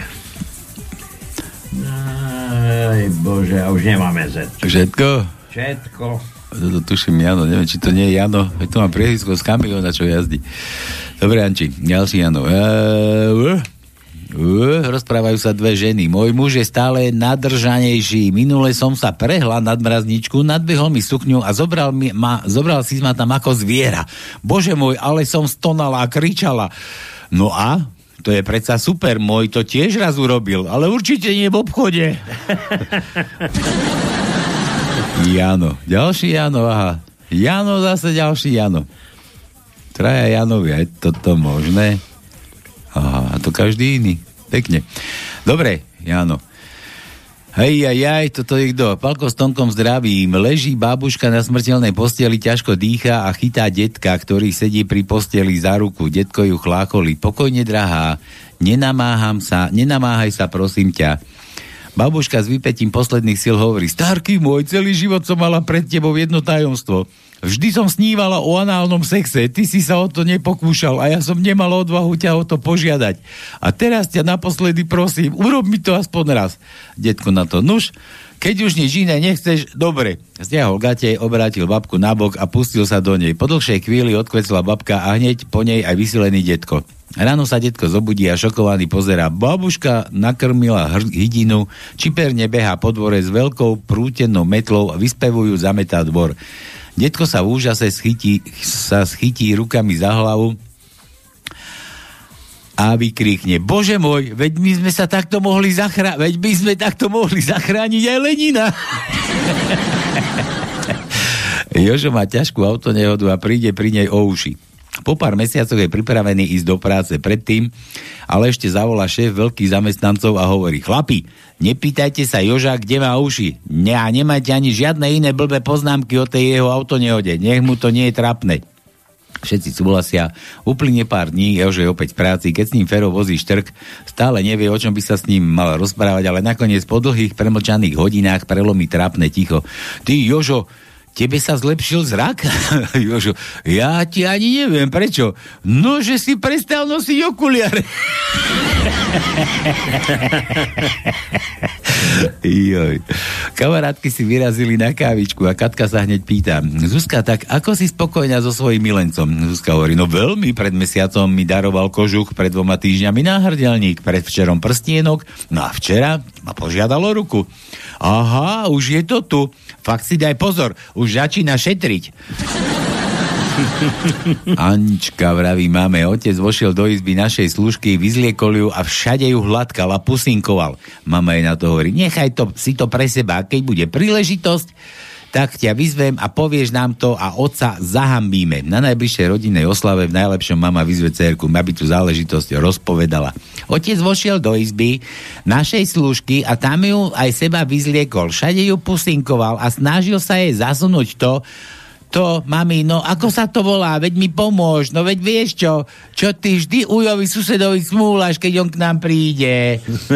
L: Aj bože, a už nemáme Z.
G: Všetko?
L: Všetko.
G: To tuším Jano, neviem, či to nie je Jano. Veď to mám priezvisko z kamióna, čo jazdí. Dobre, Janči, ďalší Jano. Uh, uh, rozprávajú sa dve ženy. Môj muž je stále nadržanejší. Minule som sa prehla nad mrazničku, nadbehol mi sukňu a zobral, mi, ma, zobral si ma tam ako zviera. Bože môj, ale som stonala a kričala. No a? To je predsa super, môj to tiež raz urobil, ale určite nie v obchode. Jano. Ďalší Jano, aha. Jano, zase ďalší Jano. Traja Janovi, je toto možné? Aha, a to každý iný. Pekne. Dobre, Jano. Hej, aj, aj, toto je kto? Palko s Tonkom zdravím. Leží bábuška na smrteľnej posteli, ťažko dýcha a chytá detka, ktorý sedí pri posteli za ruku. Detko ju chlácholí. Pokojne, drahá. Nenamáham sa, nenamáhaj sa, prosím ťa. Babuška s vypätím posledných síl hovorí, starky môj, celý život som mala pred tebou jedno tajomstvo. Vždy som snívala o análnom sexe, ty si sa o to nepokúšal a ja som nemala odvahu ťa o to požiadať. A teraz ťa naposledy prosím, urob mi to aspoň raz. Detko na to, nuž, keď už nič iné nechceš, dobre. Stiahol gate, obrátil babku na bok a pustil sa do nej. Po dlhšej chvíli odkvecla babka a hneď po nej aj vysilený detko. Ráno sa detko zobudí a šokovaný pozerá. Babuška nakrmila hr- hydinu, čiperne behá po dvore s veľkou prútennou metlou a vyspevujú zametá dvor. Detko sa v úžase schytí, sa schytí rukami za hlavu a vykríkne, Bože môj, veď my sme sa takto mohli zachrániť, veď my sme takto mohli zachrániť aj Lenina. Jožo má ťažkú autonehodu a príde pri nej o uši. Po pár mesiacoch je pripravený ísť do práce predtým, ale ešte zavolá šéf veľkých zamestnancov a hovorí: chlapi, nepýtajte sa Joža, kde má uši. Ne, a nemáte ani žiadne iné blbé poznámky o tej jeho autonehode. Nech mu to nie je trápne. Všetci súhlasia, uplynie pár dní, Jožo je opäť v práci, keď s ním Fero vozí štrk, stále nevie, o čom by sa s ním mal rozprávať, ale nakoniec po dlhých premlčaných hodinách prelomí trápne ticho. Ty, Jožo, tebe sa zlepšil zrak? Jožo, ja ti ani neviem, prečo? No, že si prestal nosiť okuliare. Joj. Kamarátky si vyrazili na kávičku a Katka sa hneď pýta: Zuzka, tak ako si spokojná so svojím milencom? Zuzka hovorí: no veľmi, pred mesiacom mi daroval kožuch, pred dvoma týždňami náhrdelník, pred včerom prstienok, no a včera ma požiadalo ruku. Aha, už je to tu. Fakt si daj pozor, už začína šetriť. Anička, vraví, máme, otec vošiel do izby našej služky, vyzliekol ju a všade ju hladkal a pusinkoval. Mama jej na to hovorí: nechaj to, si to pre seba, keď bude príležitosť, tak ťa vyzvem a povieš nám to a otca zahambíme. Na najbližšej rodinnej oslave v najlepšom mama vyzve dcérku, aby tú záležitosť rozpovedala. Otec vošiel do izby našej služky a tam ju aj seba vyzliekol. Všade ju pusinkoval a snažil sa jej zasunúť to, To, mami, no ako sa to volá? Veď mi pomôž, no veď vieš čo? Čo ty vždy ujovi susedovi smúlaš, keď on k nám príde?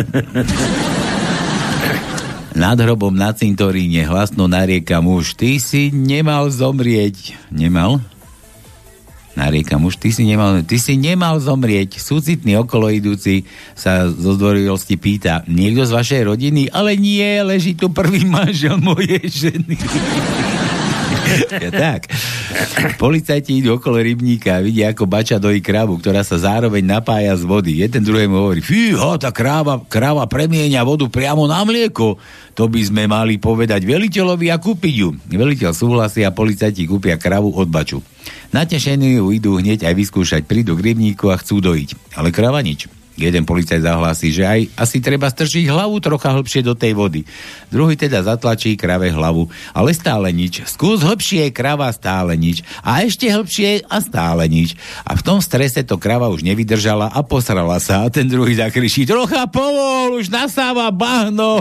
G: Nad hrobom na cintoríne hlasno narieka muž: ty si nemal zomrieť. Nemal? Narieka muž: ty si nemal, ty si nemal zomrieť. Súcitný okoloidúci sa zo zdvorilosti pýta: niekto z vašej rodiny? Ale nie, leží tu prvý manžel mojej ženy. Ja, tak. Policajti idú okolo rybníka a vidia, ako bača dojí krávu, ktorá sa zároveň napája z vody. Jeden druhému hovorí: fíha, tá kráva, kráva premieňa vodu priamo na mlieko. To by sme mali povedať veliteľovi a kúpiť ju. Veliteľ súhlasí a policajti kúpia krávu od baču. Natešení ju idú hneď aj vyskúšať. Prídu k rybníku a chcú dojiť. Ale kráva nič. Jeden policajt zahlási, že aj asi treba strčiť hlavu trocha hlbšie do tej vody. Druhý teda zatlačí krave hlavu, ale stále nič. Skús hlbšie, krava, stále nič. A ešte hlbšie a stále nič. A v tom strese to krava už nevydržala a posrala sa. A ten druhý zakričí: trocha povol, už nasáva bahno.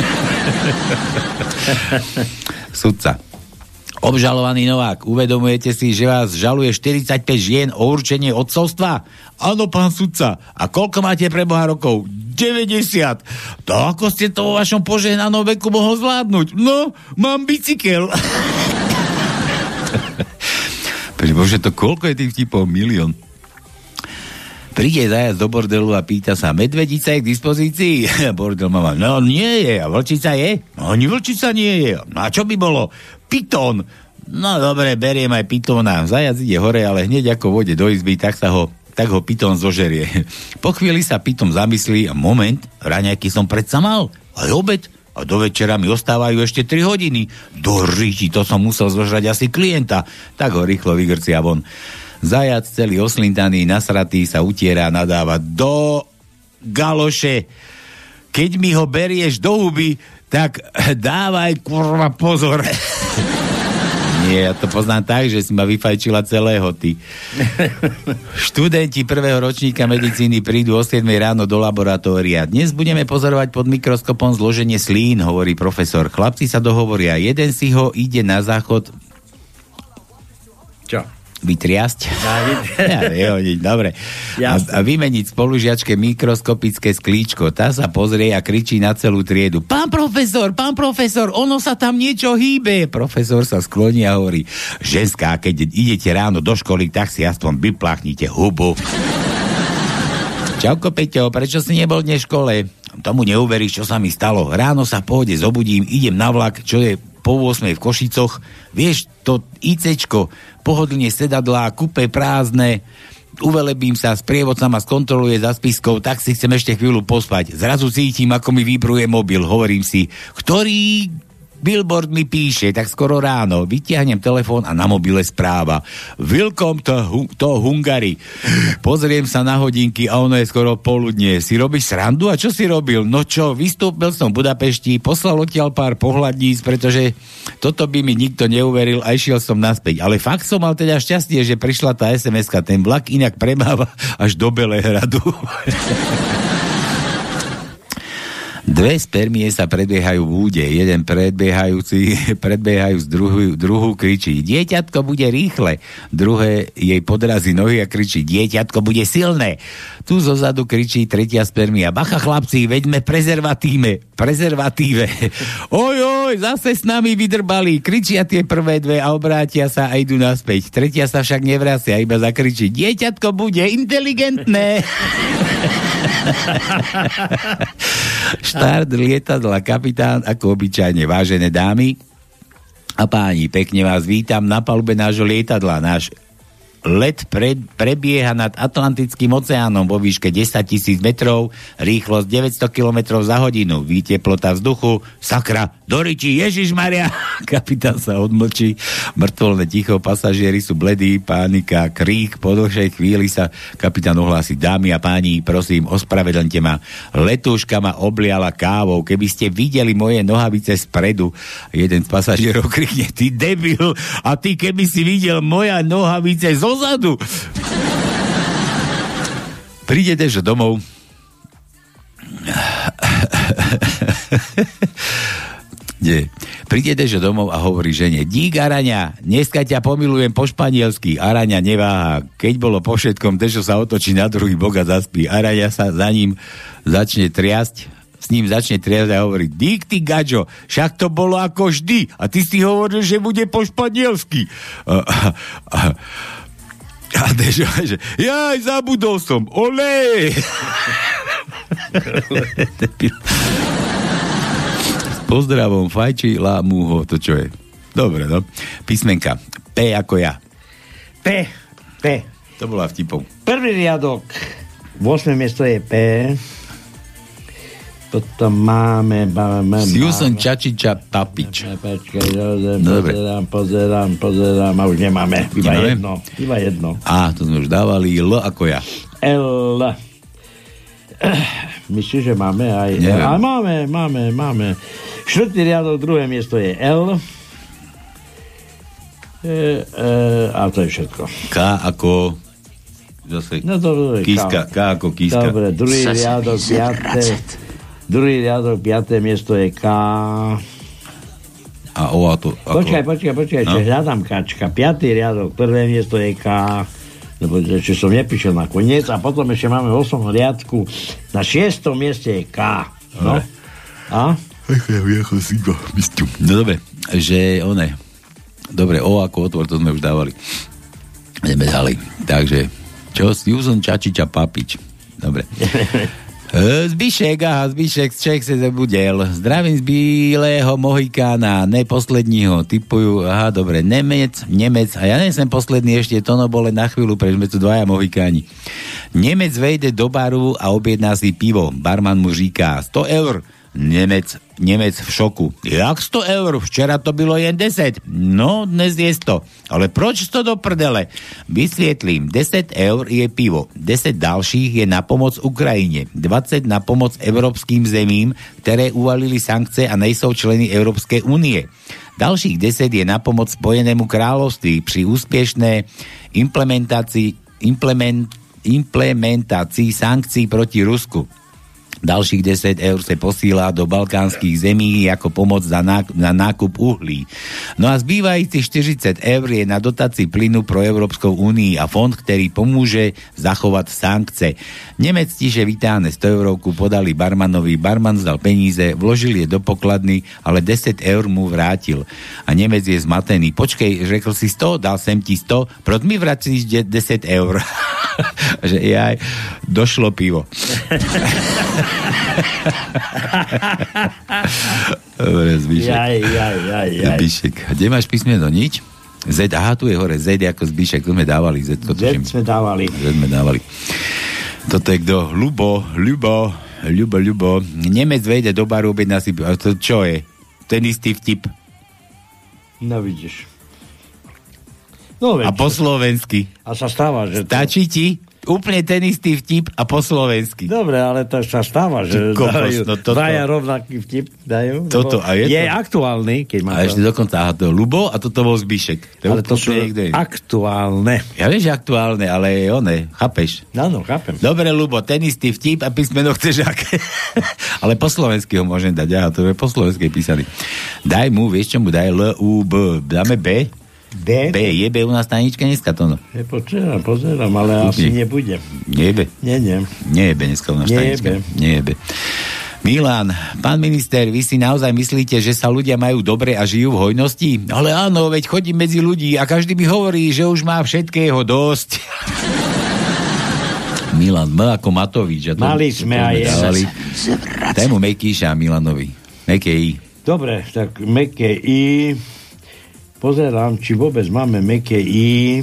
G: Sudca: obžalovaný Novák, uvedomujete si, že vás žaluje štyridsaťpäť žien o určenie otcovstva? Áno, pán sudca. A koľko máte pre Boha rokov? deväťdesiat. To ako ste to vo vašom požehnanom veku mohol zvládnuť? No, mám bicykel. Bože, to koľko je tých vtipov? Milión. Príde zajac do bordelu a pýta sa: medvedica je k dispozícii? Bordel mama: no nie je. A vlčica je? No ani vlčica nie je. No a čo by bolo? Pytón. No dobre, beriem aj pytóna. Zajac ide hore, ale hneď ako vôjde do izby, tak sa ho, tak ho pytón zožerie. Po chvíli sa pytón zamyslí: moment, raňajky som predsa mal. Aj obed. A do večera mi ostávajú ešte tri hodiny. Do ríti, to som musel zožrať asi klienta. Tak ho rýchlo vygrcia von. Zajac celý oslintaný, nasratý sa utiera a nadáva: do galoše, keď mi ho berieš do huby, tak dávaj kurva pozor. Nie, ja to poznám tak, že si ma vyfajčila celého, ty. Študenti prvého ročníka medicíny prídu o siedmej ráno do laboratória. Dnes budeme pozorovať pod mikroskopom zloženie slín, hovorí profesor. Chlapci sa dohovoria. Jeden si ho ide na záchod...
L: Čo?
G: Vytriasť. Ja, vyhodiť, dobre. A, a vymeniť spolužiačke mikroskopické sklíčko. Tá sa pozrie a kričí na celú triedu: pán profesor, pán profesor, ono sa tam niečo hýbe. Profesor sa skloní a hovorí: ženská, keď idete ráno do školy, tak si aspoň vypláchnite hubu. Čauko, Peťo, prečo si nebol dnes v škole? Tomu neuveríš, čo sa mi stalo. Ráno sa v pohode zobudím, idem na vlak, čo je po ôsmej v Košicoch. Vieš, to ICčko, pohodlne sedadlá, kupe prázdne, uvelebím sa, sprievodca ma skontroluje za spiskou, tak si chcem ešte chvíľu pospať. Zrazu cítim, ako mi vibruje mobil. Hovorím si: ktorý Billboard mi píše, tak skoro ráno, vytiahnem telefón a na mobile správa. Welcome to, to Hungary. Pozriem sa na hodinky a ono je skoro poludnie. Si robíš srandu? A čo si robil? No čo, vystúpil som v Budapešti, poslal odtiaľ pár pohľadníc, pretože toto by mi nikto neuveril a išiel som naspäť. Ale fakt som mal teda šťastie, že prišla tá es em eska. Ten vlak inak premáva až do Belehradu. Dve spermie sa predbiehajú v úde. Jeden predbiehajúci, predbiehajúc druhú, druhú kričí: dieťatko bude rýchle. Druhé jej podrazí nohy a kričí: dieťatko bude silné. Tu zozadu kričí tretia spermia: bacha chlapci, veďme prezervatíve. Prezervatíve. Oj, oj, zase s nami vydrbali. Kričia tie prvé dve a obrátia sa a idú naspäť. Tretia sa však nevracia, iba zakričí: dieťatko bude inteligentné. Štart lietadla, kapitán, ako obyčajne. Vážené dámy a páni, pekne vás vítam na palube nášho lietadla. Náš let pre, prebieha nad Atlantickým oceánom vo výške desaťtisíc metrov, rýchlosť deväťsto kilometrov za hodinu, teplota vzduchu, sakra, do riči, Ježišmaria. Kapitán sa odmlčí, mŕtvolné ticho, pasažieri sú bledí, pánika, krík, po dlhšej chvíli sa kapitán ohlási: dámy a páni, prosím, ospravedlňte ma, letúška ma obliala kávou, keby ste videli moje nohavice spredu. Jeden z pasažierov krikne: ty debil, a ty keby si videl moja nohavice zo zadu. Príde Dežo domov. Nie. Príde Dežo domov a hovorí žene: dík, Araňa, dneska ťa pomilujem po španielsky. Araňa neváha. Keď bolo po všetkom, Dežo sa otočí na druhý bok a zaspí. Araňa sa za ním začne triasť. S ním začne triasť a hovorí: dík, ty gaďo, však to bolo ako vždy. A ty si hovoril, že bude po španielsky. A, a, a, a Dežo, že jaj, zabudol som. Olé! S pozdravom, fajči lámúho, to čo je. Dobre, no. Písmenka. P ako ja.
L: P. P.
G: To bola vtipom.
L: Prvý riadok. ôsme miesto je P. Potom máme... máme
G: Susan Čačiča Papič.
L: Počkaj, pozerám, pozerám, pozerám a už nemáme. Iba nemáme? jedno. Iba jedno.
G: Á, to sme už dávali. L ako ja.
L: L. Myslíš, že máme aj... Neviem. Ale máme, máme, máme. Štvrtý riadok, druhé miesto je L. E, e, a to je všetko.
G: K ako... Zase...
L: No to je
G: Kíska. K. K ako kíska.
L: Dobre, druhý riadok, piaté... Druhý riadok, piaté miesto je K.
G: A O a to... Ako...
L: Počkaj, počkaj, počkaj, no? Čo hľadám Kačka. Piatý riadok, prvé miesto je K. Lebo čo som nepíšel na koniec. A potom ešte máme v osmom riadku. Na šiestom mieste je K. No? A?
G: No dobre, že one... Dobre, O ako otvor, to sme už dávali. Ideme ďalej. Takže, čo? Susan Čačiča Papič. Dobre. Zbyšek, aha, Zbyšek z Čech se zabudel. Zdravím z bílého Mohikána, ne posledního, typujú, aha, dobre, Nemec, Nemec, a ja nesem posledný ešte, to no bole na chvíľu, pretože sme tu dvaja Mohikáni. Nemec vejde do baru a objedná si pivo. Barman mu říká: sto eur. Nemec, Nemec v šoku. Jak sto eur? Včera to bylo jen deset. No, dnes je sto. Ale proč to do prdele? Vysvietlím. deset eur je pivo. deset dalších je na pomoc Ukrajine. dvadsať na pomoc európskym zemím, ktoré uvalili sankcie a nejsou členy Európskej únie. Dalších deset je na pomoc Spojenému kráľovství pri úspešnej implementácii, implement, implementácii sankcií proti Rusku. Dalších deset eur sa posílá do balkánskych zemí ako pomoc za nákup, na nákup uhlí. No a zbývajúci štyridsať eur je na dotácii plynu pro Európskou únii a fond, ktorý pomôže zachovať sankcie. Nemec tiše vytáhne sto eurovku, podali barmanovi, barman zdal peníze, vložil je do pokladny, ale desať eur mu vrátil. A Nemec je zmatený. Počkej, řekl si sto, dal sem ti sto, proč mi vracíš desať eur? Že jaj, došlo pivo. Dobre, Zbyšek.
L: Jaj, jaj, jaj, jaj.
G: Zbyšek. Kde máš písmeno? Nič? Z, aha, tu je hore. Z ako Zbyšek. Tu sme dávali. Z,
L: to Z sme dávali.
G: Z sme dávali. Toto je kto? Ľubo, Ľubo, Ľubo, Ľubo. Nemec vejde do baru, objedná si... A to čo je? ten istý vtip.
L: No vidíš. No,
G: a po slovensky.
L: A sa stáva, že...
G: Stačí ti úplne ten istý vtip a po slovensky.
L: Dobre, ale to sa stáva, že
G: kokos,
L: dajú,
G: no toto,
L: dajú rovnaký vtip. Dajú,
G: toto, a je,
L: je
G: to,
L: aktuálny. Keď má
G: a ešte dokonca aha, to Lubo a toto bol Zbišek. To
L: ale to sú aktuálne.
G: Ja viem, že aktuálne, ale je one, chápeš?
L: Áno, chápem.
G: Dobre, Lubo, ten istý vtip a písmeno chceš aké. Ale po slovensky ho môžem dať, aha, to je po slovensky písaný. Daj mu, vieš čo mu daj, L, U, B, dáme B?
L: B?
G: B, je B u nás tajnička dneska, to no.
L: Je, pozerám, pozerám, ale Úplne. Asi nebude.
G: Nie je B?
L: Nie, nie.
G: Nie je B dneska u nás tajnička. Nie je B. Milan, pán minister, vy si naozaj myslíte, že sa ľudia majú dobre a žijú v hojnosti? Ale áno, veď chodím medzi ľudí a každý mi hovorí, že už má všetkého dosť. Milan, M ako Matovič. To,
L: Mali sme aj
G: Daj mu Mekíša Milanovi. Meké I.
L: Dobre, tak Meké I... Pozerám, či vôbec máme meké I.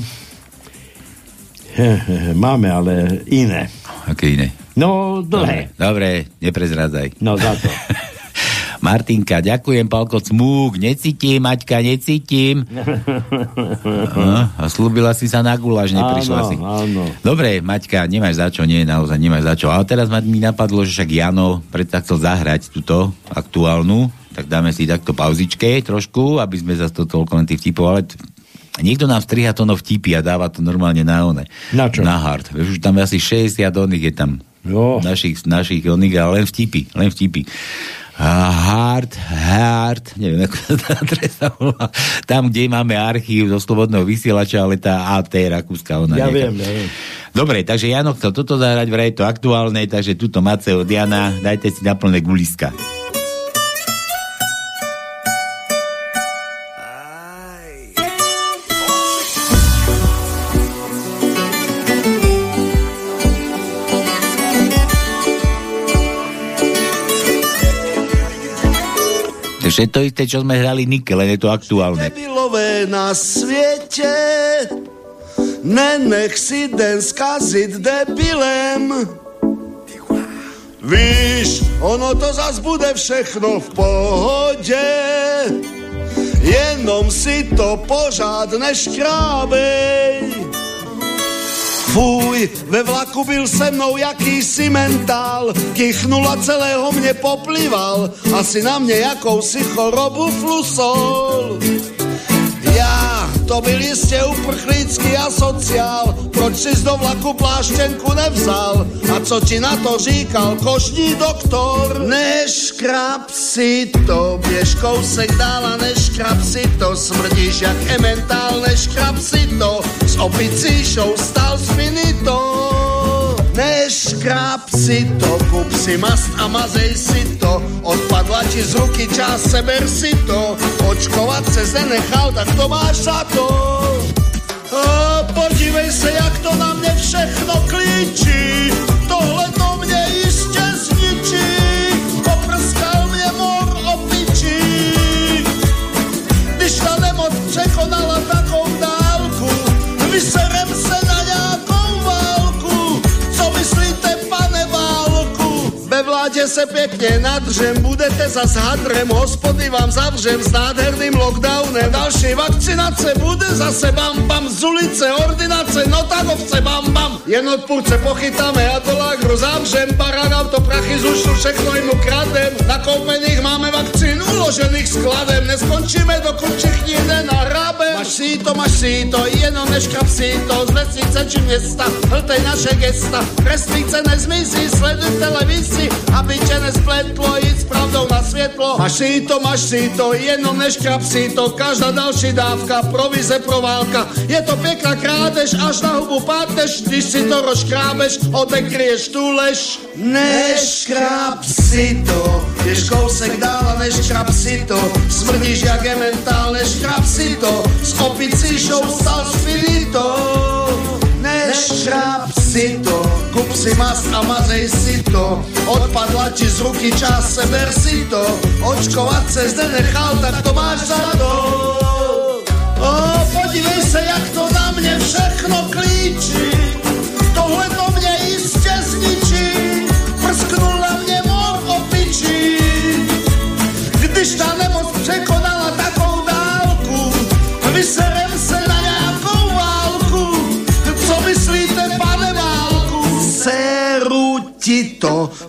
L: Máme, ale iné.
G: Aké iné?
L: No, dlhé.
G: Dobre, dobre, neprezrádzaj.
L: No, za to.
G: Martinka, ďakujem, Pálko, cmúk, necítim, Maťka, necítim. No, a slúbila si sa na guláš, neprišla
L: áno,
G: si.
L: Áno.
G: Dobre, Maťka, nemáš za čo, nie, naozaj nemáš za čo. Ale teraz ma mi napadlo, že však Jano predsa chcel zahrať túto aktuálnu, tak dáme si takto pauzičke trošku, aby sme zase to toľko len tých vtipov, ale t- niekto nám striha to no vtipy a dáva to normálne na one.
L: Na čo?
G: Na hard. Vieš, už tam asi šesťdesiat oných je tam.
L: Jo.
G: Našich, našich oných, ale len vtipy, len vtipy. A hard, hard, neviem, ako tá adresa volá. Tam, kde máme archív zo Slobodného vysielača, ale tá á té Rakúska, ona
L: Ja
G: nejaká.
L: viem, ja viem.
G: Dobre, takže Jano chcel toto zahrať, vraj je to aktuálne, takže tuto Mace od Jana, dajte si na plné guliska. To je to isté, čo sme hrali Nike, len je to aktuálne.
A: Debilové na svete, nenech si den skazit debilem. Víš, ono to zas bude všechno v pohodě, jenom si to pořád neškrábej. Fuj, ve vlaku byl se mnou jakýsi mentál, kýchnul a celého mě poplival, asi na mě jakousi chorobu flusol. Já, to byl jistě uprchlícký asociál, proč jsi do vlaku pláštěnku nevzal? A co ti na to říkal kožní doktor? Neškrab si to, běž kousek dál a neškrab si to, smrdíš jak ementál, neškrab si to, s opicí show stal finito. Neškrab si to, kup si mast a mazej si to, odpadla ti z ruky čas, seber si to, očkovat se zanechal, tak to máš za to. O, podívej se, jak to na mě všechno klíčí, tohle to mě jistě zničí, poprskal mě mor opičí. Když ta nemoc překonala takovou dálku, vyserem se na nějakou válku. Co myslíte, pane Válku? Ve vládě se pěkně nadřem, budete zas hadrem, hospody vám zavřem s nádherným lockdownem. Další vakcinace bude zase bam bam, z ulice ordinace, no tak ovce bam bam. Jen odpůrce pochytáme a do lágru zavřem, barán autoprachy zušnu, všechno jim ukradem. Nakoupených máme vakcín uložených skladem, neskončíme dokud všichni nenahrábem. Máš si to, máš si to, jenom neškrab si to, z vesnice či města, hltej naše gesta. Trestnice nezmizí, sleduj televizi, aby tě nespletlo jít s pravdou na světlo. Máš si to, máš si to, jenom neškrab si to, každá další dávka, provize pro válka. Je to pěkná krádež, až na hubu pátneš, když si to rozškrábeš, odekryješ tu lež. Neškrab si to, běž kousek dál a neškrab si to, smrdíš jak ementál, neškrab si to, s opicí show stal finito. Neškrab si to, kup si mast a mazej si to, odpadla ti z ruky čas, seber si to, očkovat se zde nechal, tak to máš za to. O, podívej se, jak to na mě všechno klíčí, tohle to mě jistě zničí, prsknul na mě mor opičí, když ta nemoc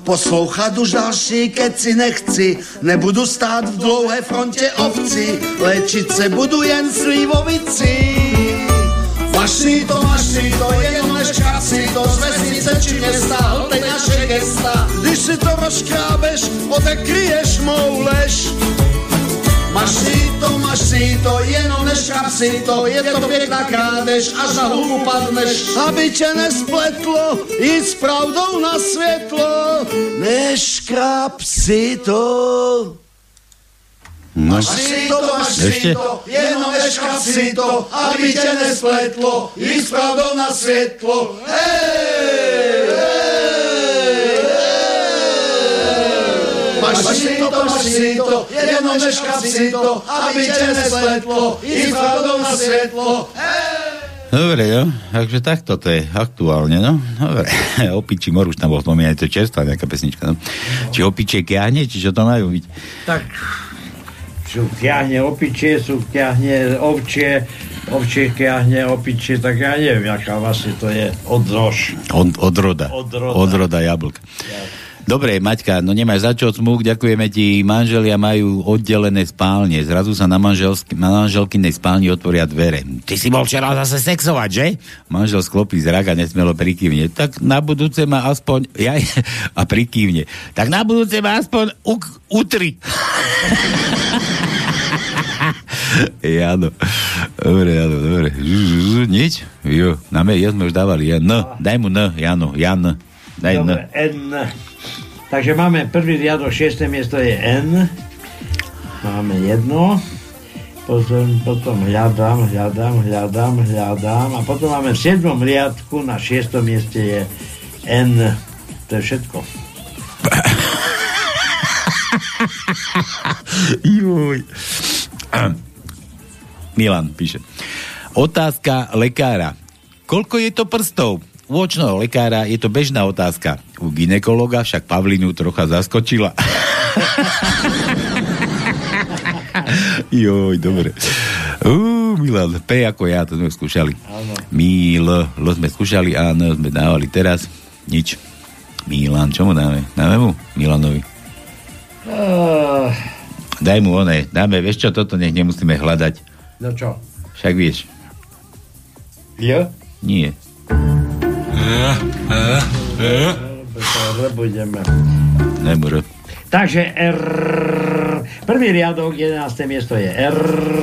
A: Poslouchat už další keci nechci, nebudu stát v dlouhé frontě ovci, léčit se budu jen slivovici. Maši to, maši to, jenom neškráp si to, z vesnice či města, hltej naše gesta. Když si to rozkrábeš, odekryješ mou lež. Maši to, maši to, jenom neškráp si to, je to pěkná krádež, až na hubu padneš. Aby tě nespletlo, jít s pravdou na světlo, neškráp si to.
G: No.
A: Máš si to, máš si to, jenom neškráp si to, aby tě nespletlo, jít s pravdou na světlo. Hej, hej, hej. Máš si to, máš si to, jenom neškráp si to, aby tě nespletlo, jít s pravdou na světlo. Hej.
G: Dobre, jo, takže takto to je aktuálne, no. Dobre, opičí mor, už tam bol spomínaný, to čerstvá nejaká pesnička, no. Či opičie kiahne, či čo to majú byť?
L: Tak, sú kiahne opičie, sú kiahne ovčie, ovčie kiahne opičie, tak ja neviem, aká vlastne to je odrož.
G: Od, odroda.
L: Odroda.
G: Odroda jablka. Ja. Dobre, Maťka, no nemáš za čo smúk, ďakujeme ti. Manželia majú oddelené spálne. Zrazu sa na, manželsky, na manželkynej spálni otvoria dvere. Ty si bol včera zase sexovať, že? Manžel sklopí zrak a nesmelo prikývne. Tak na budúce ma aspoň... Ja, a prikývne. Tak na budúce ma aspoň u, utri. Jano. Dobre, Jano, dobre. Nič? Jo, na me, ja sme už dávali. Ja, no, daj mu N, Jano, Jan. Daj
L: dobre, N. Takže máme prvý riadok, šieste miesto je N. Máme jedno. Potom, potom hľadám, hľadám, hľadám, hľadám. A potom máme v siedmom riadku na šiestom mieste je N. To je všetko.
G: Juj. Milan píše. Otázka lekára. Koľko je to prstov? U očného lekára je to bežná otázka. U gynekologa však Pavlinu trocha zaskočila. Joj, dobre. Uuu, Milan, P ako ja, to sme skúšali. Mil, L sme skúšali, A N sme dávali teraz. Nič. Milan, čo mu dáme? Dáme mu? Milanovi. Uh... Daj mu oné, dáme, vieš čo, toto nech nemusíme hľadať.
L: No čo?
G: Však vieš.
L: Jo?
G: Nie.
L: Budeme.
G: Nebudem.
L: Takže R. Prvý riadok, jedenáste miesto je R.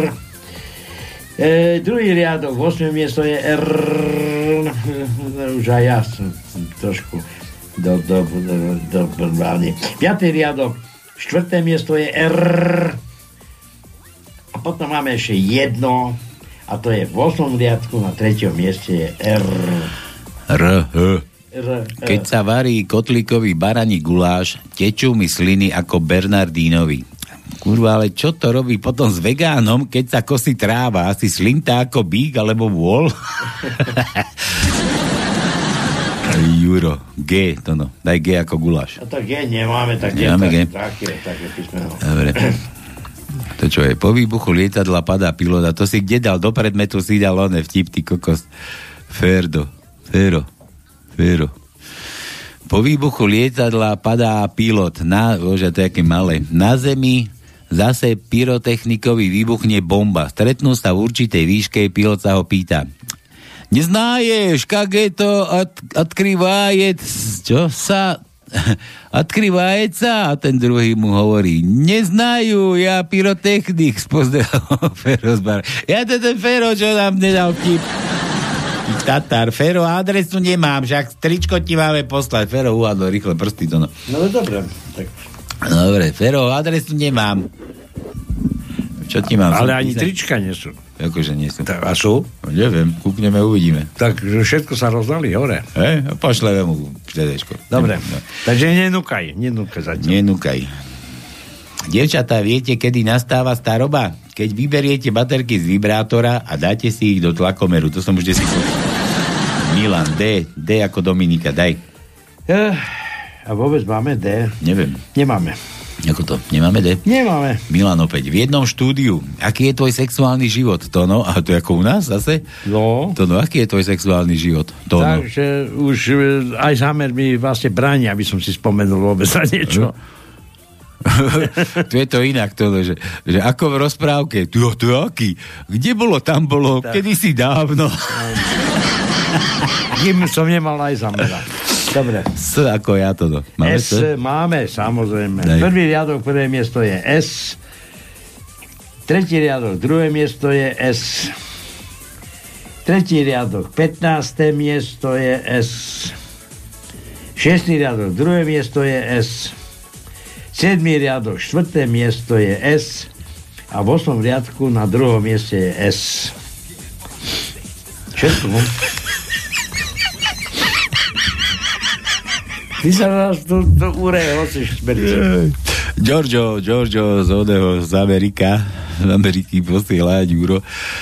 L: E, druhý riadok, ôsme miesto je R. Už aj ja som trošku do, do, do, do, do brány. Piatý riadok, štvrté miesto je R. A potom máme ešte jedno, a to je v ôsmom riadku, na treťom mieste je R.
G: R, H. R, Keď sa varí kotlíkový baraní guláš, tečú mi sliny ako Bernardínovi. Kurva, ale čo to robí potom s vegánom, keď sa kosí tráva? Asi slintá ako bík alebo vôl? Juro, G, to no. Daj G ako guláš.
L: A to G nemáme, tak je také, také písmeno.
G: Dobre. To čo je? Po výbuchu lietadla padá pilot a to si kde dal? Do predmetu si dal oné vtip, ty kokos. Ferdo. Fero, Fero. Po výbuchu lietadla padá pilot na, bože, to je aké malé, na zemi zase pyrotechnikovi vybuchne bomba. Stretnú sa v určitej výške, pilot sa ho pýta. Neznáješ, kak je to od, odkrývajec, čo sa odkrývajec sa? A ten druhý mu hovorí, neznajú, ja pyrotechnik, spozdravom Fero zbar. Ja to ten Fero, čo nám nedal vtip. Tatar, Fero, adresu nemám, však tričko ti máme poslať. Fero uhádol rýchle prsty to no.
L: No dobre. Tak.
G: Dobre, Fero, adresu nemám. Čo ti mám?
L: Ale ani trička nie sú.
G: Akože nie sú.
L: A sú?
G: No, neviem, kúkneme, uvidíme.
L: Tak všetko sa rozdali hore.
G: Hej, pošleme mu cedečko.
L: Dobre, no. Takže nenúkaj, nenúkaj zatiaľ.
G: Nenúkaj. Dievčatá, viete, kedy nastáva staroba? Keď vyberiete baterky z vibrátora a dáte si ich do tlakomeru. To som už desi povedal. Milan, D. D ako Dominika, daj.
L: Uh, a vôbec máme D?
G: Neviem.
L: Nemáme.
G: Ako to? Nemáme D?
L: Nemáme.
G: Milan opäť. V jednom štúdiu. Aký je tvoj sexuálny život? Tono? A to je ako u nás zase?
L: No.
G: Tono, aký je tvoj sexuálny život? Tono.
L: Takže už aj zámer mi vlastne bráni, aby som si spomenul vôbec za niečo.
G: Tu je to inak, to, že, že ako v rozprávke. Tu, tu aký? Kde bolo, tam bolo, tak. Kedysi dávno.
L: Kým som nemal aj zamera. Dobre.
G: S ako ja to.
L: Máme S, S? Máme, samozrejme. Daj. Prvý riadok, prvé miesto je S. Tretí riadok, druhé miesto je S. Tretí riadok, pätnáste miesto je S. Šiestý riadok, druhé miesto je S. Siedmý riadok, štvrté miesto je S. A v osmom riadku na druhom mieste je S. Všetko. Ty sa nás tu, tu ureho, si šmerce.
G: Giorgio, Giorgio z oného z Amerika, z Ameriky posiela Ďuro.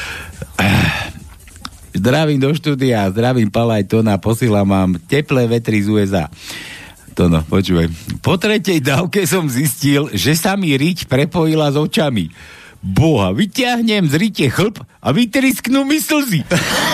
G: Zdravím do štúdia, zdravím Pala aj Tona, posielam vám teplé vetry z ú es á. Tono, počúvaj. Po tretej dávke som zistil, že sa mi riť prepojila s očami. Boha, vyťahnem z rite chlp a vytrisknú mi slzy.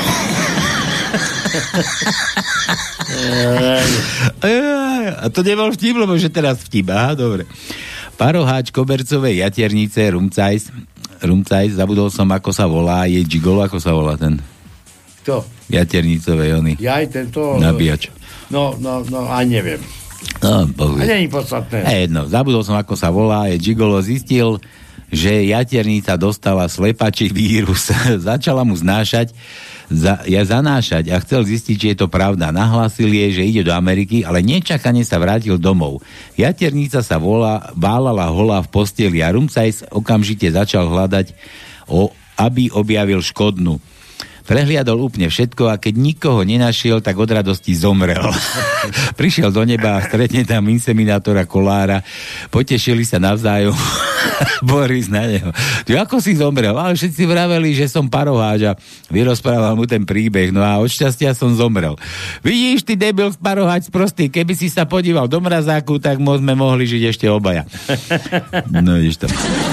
G: A to nebol vtip, lebo že teraz vtip. Aha, dobre. Paroháč kobercovej jaternice Rumcajs, Rumcajs, zabudol som, ako sa volá, je Gigolo, ako sa volá ten?
L: Kto?
G: Jaternicovej, ony.
L: Ja aj tento...
G: Nabíjač.
L: No, no, no, aj neviem.
G: No, bohu.
L: A nie je podstatné.
G: A jedno, zabudol som, ako sa volá, je Gigolo, zistil, že jaternica dostala slepačí vírus. Začala mu znášať, za, ja zanášať a chcel zistiť, či je to pravda. Nahlásil jej, že ide do Ameriky, ale nečakane sa vrátil domov. Jaternica sa volá, válala holá v posteli a Rumcajs okamžite začal hľadať, o, aby objavil škodnú. Prehliadol úplne všetko a keď nikoho nenašiel, tak od radosti zomrel. Prišiel do neba a stretne tam inseminátora Kolára. Potešili sa navzájom. Boris na neho. Ty ako si zomrel? Ale všetci vraveli, že som paroháč a vyrozprával mu ten príbeh. No a od šťastia som zomrel. Vidíš, ty debil paroháč prostý, keby si sa podíval do mrazáku, tak sme mohli žiť ešte obaja. No vidíš to.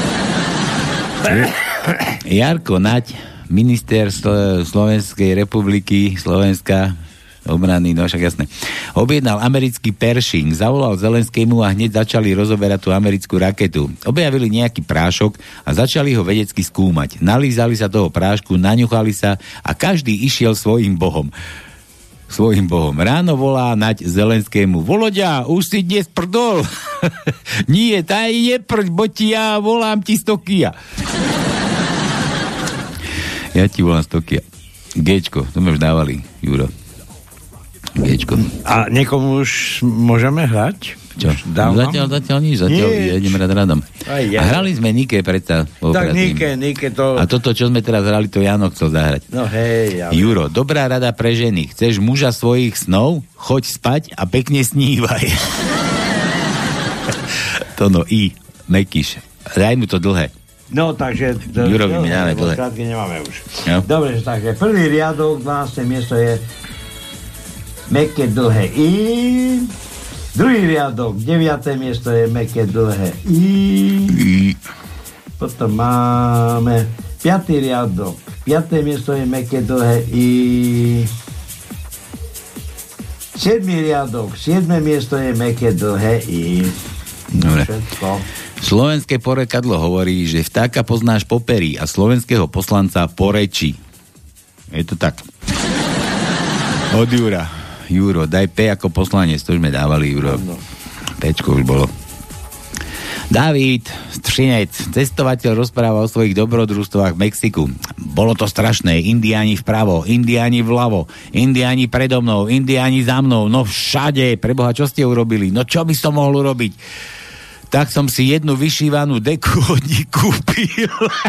G: Jarko Naď, minister Slo- Slovenskej republiky, Slovenska obrany, no však jasné. Objednal americký Pershing, zavolal Zelenskému a hneď začali rozoberať tú americkú raketu. Objavili nejaký prášok a začali ho vedecky skúmať. Nalízali sa toho prášku, naňuchali sa a každý išiel svojím bohom. Svojím bohom. Ráno volá Naď Zelenskému. Voloďa, už si dnes prdol. Nie, taj neprď, bo ti ja volám ti z Tokia. Ja ti volám z Tokia. Géčko, to sme už dávali, Juro. Géčko.
L: A niekomu už môžeme hrať?
G: Čo? Zatiaľ, zatiaľ nič, zatiaľ idem rád radom. Aj, ja. A hrali sme Nike predsa.
L: Tak Nike, Nike to...
G: A toto, čo sme teraz hrali, to Jano chcel zahrať.
L: No hej. Ja
G: Juro, dobrá rada pre ženy. Chceš muža svojich snov? Choď spať a pekne snívaj. To no, I, Mekyš. Daj mu to dlhé.
L: No, takže...
G: Jurovi mi dáme dlhé.
L: Krátky nemáme už.
G: No.
L: Dobre, takže prvý riadok, dvanáste miesto je meké dlhé I. Druhý riadok, deviate miesto je meké dlhé I.
G: I.
L: Potom máme piatý riadok, piaté miesto je meké dlhé I. Siedmý riadok, siedme miesto je meké dlhé I.
G: Dobre.
L: Všetko.
G: Slovenské porekadlo hovorí, že vtáka poznáš po peri a slovenského poslanca po reči. Je to tak. Od Jura. Juro, daj P ako poslanec, to už sme dávali, Juro. No. Pčko už bolo. David Střinec, cestovateľ, rozpráva o svojich dobrodružstvách v Mexiku. Bolo to strašné. Indiáni vpravo, Indiáni vľavo, Indiáni predo mnou, Indiáni za mnou. No všade. Preboha, čo ste urobili? No čo by som mohol urobiť? Tak som si jednu vyšívanú deku od nich kúpil.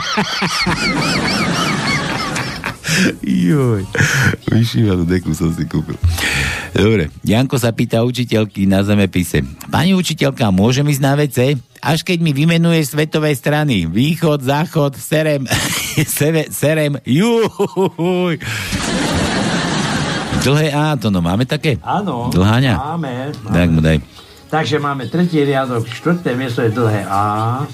G: Joj, vyšívanú deku som si kúpil. Dobre, Janko sa pýta učiteľky na zemepise. Pani učiteľka, môžem ísť na vé cé? Až keď mi vymenuje svetové strany. Východ, záchod, serem, seve, serem, juj. Dlhé A, to no, máme také?
L: Áno,
G: Dlháňa?
L: máme, máme.
G: Tak mu daj.
L: Takže máme tretí riadok, štvrté miesto je dlhé A.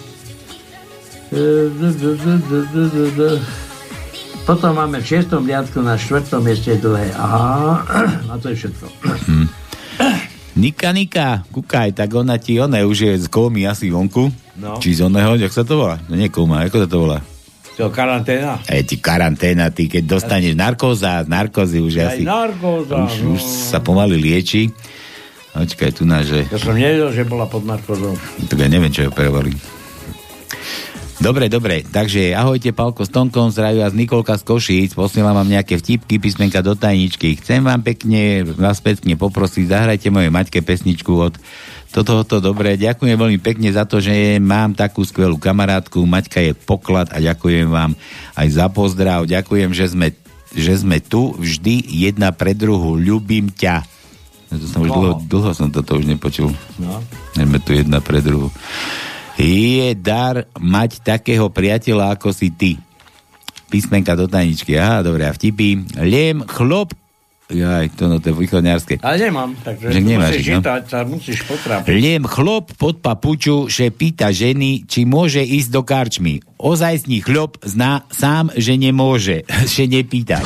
L: Potom máme v šiestom riadku na štvrtom mieste dlhé A. A to je všetko.
G: Hm. Nika, Nika, kúkaj, tak ona ti, ona už je z komy asi vonku. No. Či z oného, jak sa to volá? No nie koma, ako sa to volá?
L: To karanténa.
G: E, ty karanténa, ty keď dostaneš narkóza, narkózy už
L: aj
G: asi...
L: narkóza,
G: už, no. Už sa pomaly lieči. Očkaj, tu na, že...
L: Ja som nevedel, že bola pod narkózou.
G: Tak ja neviem, čo je operovali. Dobre, dobre, takže ahojte, Pálko s Tonkom, zdravím vás Nikolka z Košíc, posielam vám nejaké vtipky, písmenka do tajničky. Chcem vám pekne, vás pekne poprosiť, zahrajte mojej Maťke pesničku od toto, to dobre. Ďakujem veľmi pekne za to, že mám takú skvelú kamarátku, Maťka je poklad a ďakujem vám aj za pozdrav. Ďakujem, že sme, že sme tu vždy jedna pre druhu. Ľubím ťa. To som už dlho, dlho som toto už nepočul. No. Sme tu jedna pre druhu. Je dar mať takého priateľa ako si ty. Písmenka do tajničky. Aha, dobre, a vtipy. Liem, chlop. Jaj, to no, to je východňarské.
L: Ale nemám, takže
G: že nemáš,
L: musíš čítať, no? Musíš potrápiť.
G: Liem, chlop pod papuču, že pýta ženy, či môže ísť do karčmy. Ozajstný chlop zná sám, že nemôže. Že nepýtaj.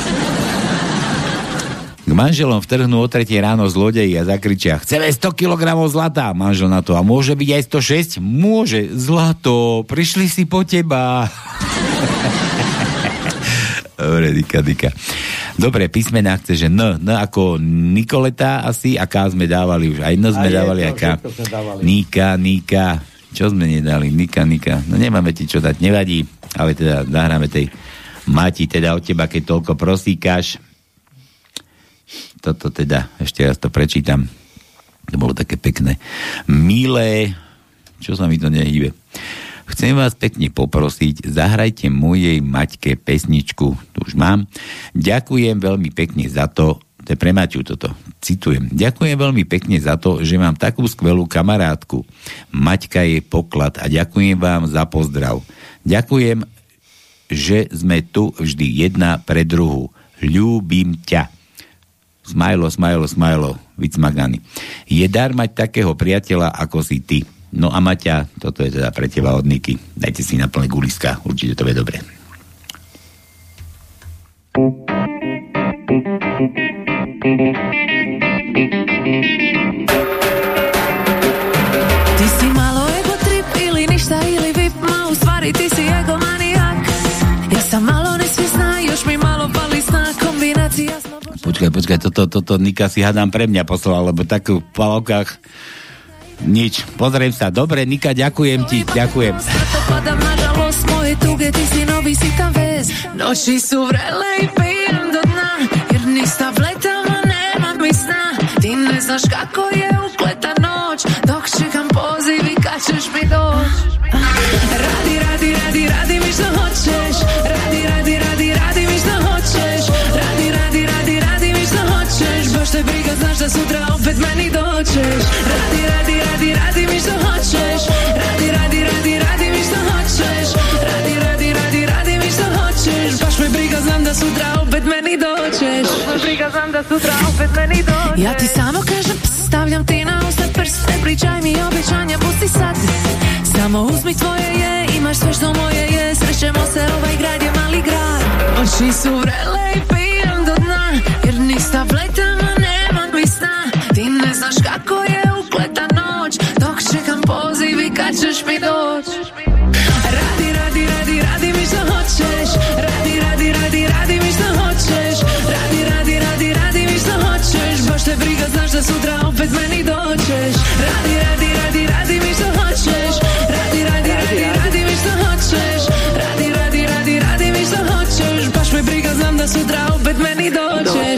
G: K manželom vtrhnú o tretej ráno zlodeji a zakričia: chceme sto kilogramov zlata. Manžel na to: a môže byť aj sto šesť? Môže. Zlato, prišli si po teba. Dobre, Dika, Dika. Dobre, písmená chce, že N. N ako Nikoleta asi, a K sme dávali už. Aj N sme a dávali, a K. Nika, Nika. Čo sme nedali? Nika, Nika. No nemáme ti čo dať, nevadí. Ale teda zahráme tej Mati, teda od teba, keď toľko prosíkaš. Toto teda, ešte raz to prečítam. To bolo také pekné. Milé, čo sa mi to nehýbe. Chcem vás pekne poprosiť, zahrajte mojej Maťke pesničku, tu už mám. Ďakujem veľmi pekne za to, to je pre Maťu toto, citujem. Ďakujem veľmi pekne za to, že mám takú skvelú kamarátku. Maťka je poklad a ďakujem vám za pozdrav. Ďakujem, že sme tu vždy jedna pre druhu. Ľúbim ťa. Smajlo, smajlo, smajlo, Vicmagany. Je dar mať takého priateľa, ako si ty. No a Maťa, toto je teda pre teba od Niky. Dajte si na plné guliska, určite to je dobre.
M: Ty si malo ego trip, ili ništa, ili vip, ma u stvari ti si ego manijak. Ja sam malo nesvjesna, još mi malo pali sna, kombinacija smo...
G: Počkaj, počkaj, toto, toto Nika si hádam pre mňa poslala, lebo tak v palovkách nič. Pozriem sa. Dobre, Nika, ďakujem ti, ďakujem.
M: Padam na žalost moje tuge, ty si nový, si tam vez. Noći su vrele i pijem do dna, jer ni s tabletama nema mi sna. Ti ne znaš kako je upleta noć, dok čekam poziv i kad ćeš mi doć. Radi, radi, radi, radi mi što hoćeš. Radi, radi, radi, radi mi što hoćeš. Radi, radi, radi, radi mi što hoćeš. Baš te briga, znaš da sutra opet meni doćeš. Radi, radi, radi, radi mi što hoćeš. Radi, radi, radi, radi mi što hoćeš. Radi, radi, radi, radi mi što hoćeš. Baš me briga, znam da sutra opet meni doćeš. Baš me briga, znam da sutra opet meni doćeš. Ja ti samo kažem, stavljam ti na usta prst. Ne pričaj mi obećanja, pusti sad. Samo uzmi tvoje je, imaš sve što moje je. Srećemo se, ovaj grad je mali grad. Oči su vrele i pijem do dna, jer ni s tabletama nema mi sna. Ti ne znaš kako je upleta noć, dok čekam poziv i kad ćeš mi doć. Radi, radi, radi, radi mi što hoćeš. Radi, radi, radi, radi mi što hoćeš. Radi, radi, radi, radi mi što hoćeš. Baš te briga, znaš da sutra opet meni doćeš. Radi, radi, radi, radi mi što hoćeš. Radi, radi, radi, radi mi što hoćeš. Radi, radi, radi, radi mi što hoćeš. Baš me briga, znam da sutra opet meni doćeš.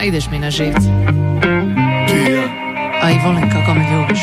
M: ideš mi na živce. A i volim kako me ljubiš.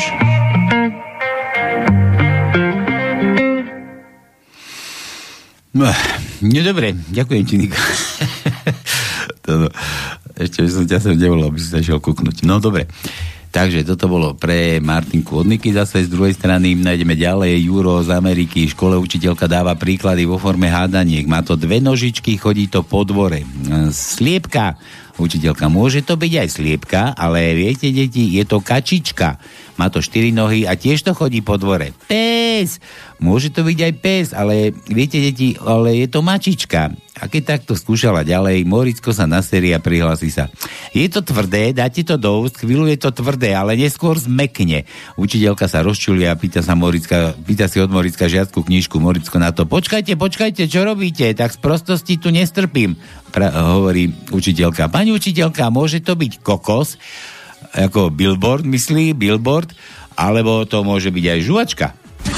G: No, no dobre, ďakujem ti, Niko. to, ešte by som ťa sem nevolal, aby si sa išiel kúknuť. No dobre. Takže toto bolo pre Martinku od Niky. Zase z druhej strany nájdeme ďalej. Juro z Ameriky. V škole učiteľka dáva príklady vo forme hádaniek. Má to dve nožičky, chodí to po dvore. Sliepka. Učiteľka, môže to byť aj sliepka, ale viete, deti, je to kačička. Má to štyri nohy a tiež to chodí po dvore. Pes! Môže to byť aj pes, ale viete, deti, ale je to mačička. A keď takto skúšala ďalej, Moricko sa naserí a prihlási sa. Je to tvrdé, dáte to do úst, chvíľu je to tvrdé, ale neskôr zmekne. Učiteľka sa rozčulia a pýta sa Moricka, pýta si od Moricka žiackú knižku. Moricko na to, počkajte, počkajte, čo robíte? Tak z prostosti tu nestrpím. Pra, hovorí učiteľka. Pani učiteľka, môže to byť kokos, ako billboard, myslí, billboard, alebo to môže byť aj žuvačka.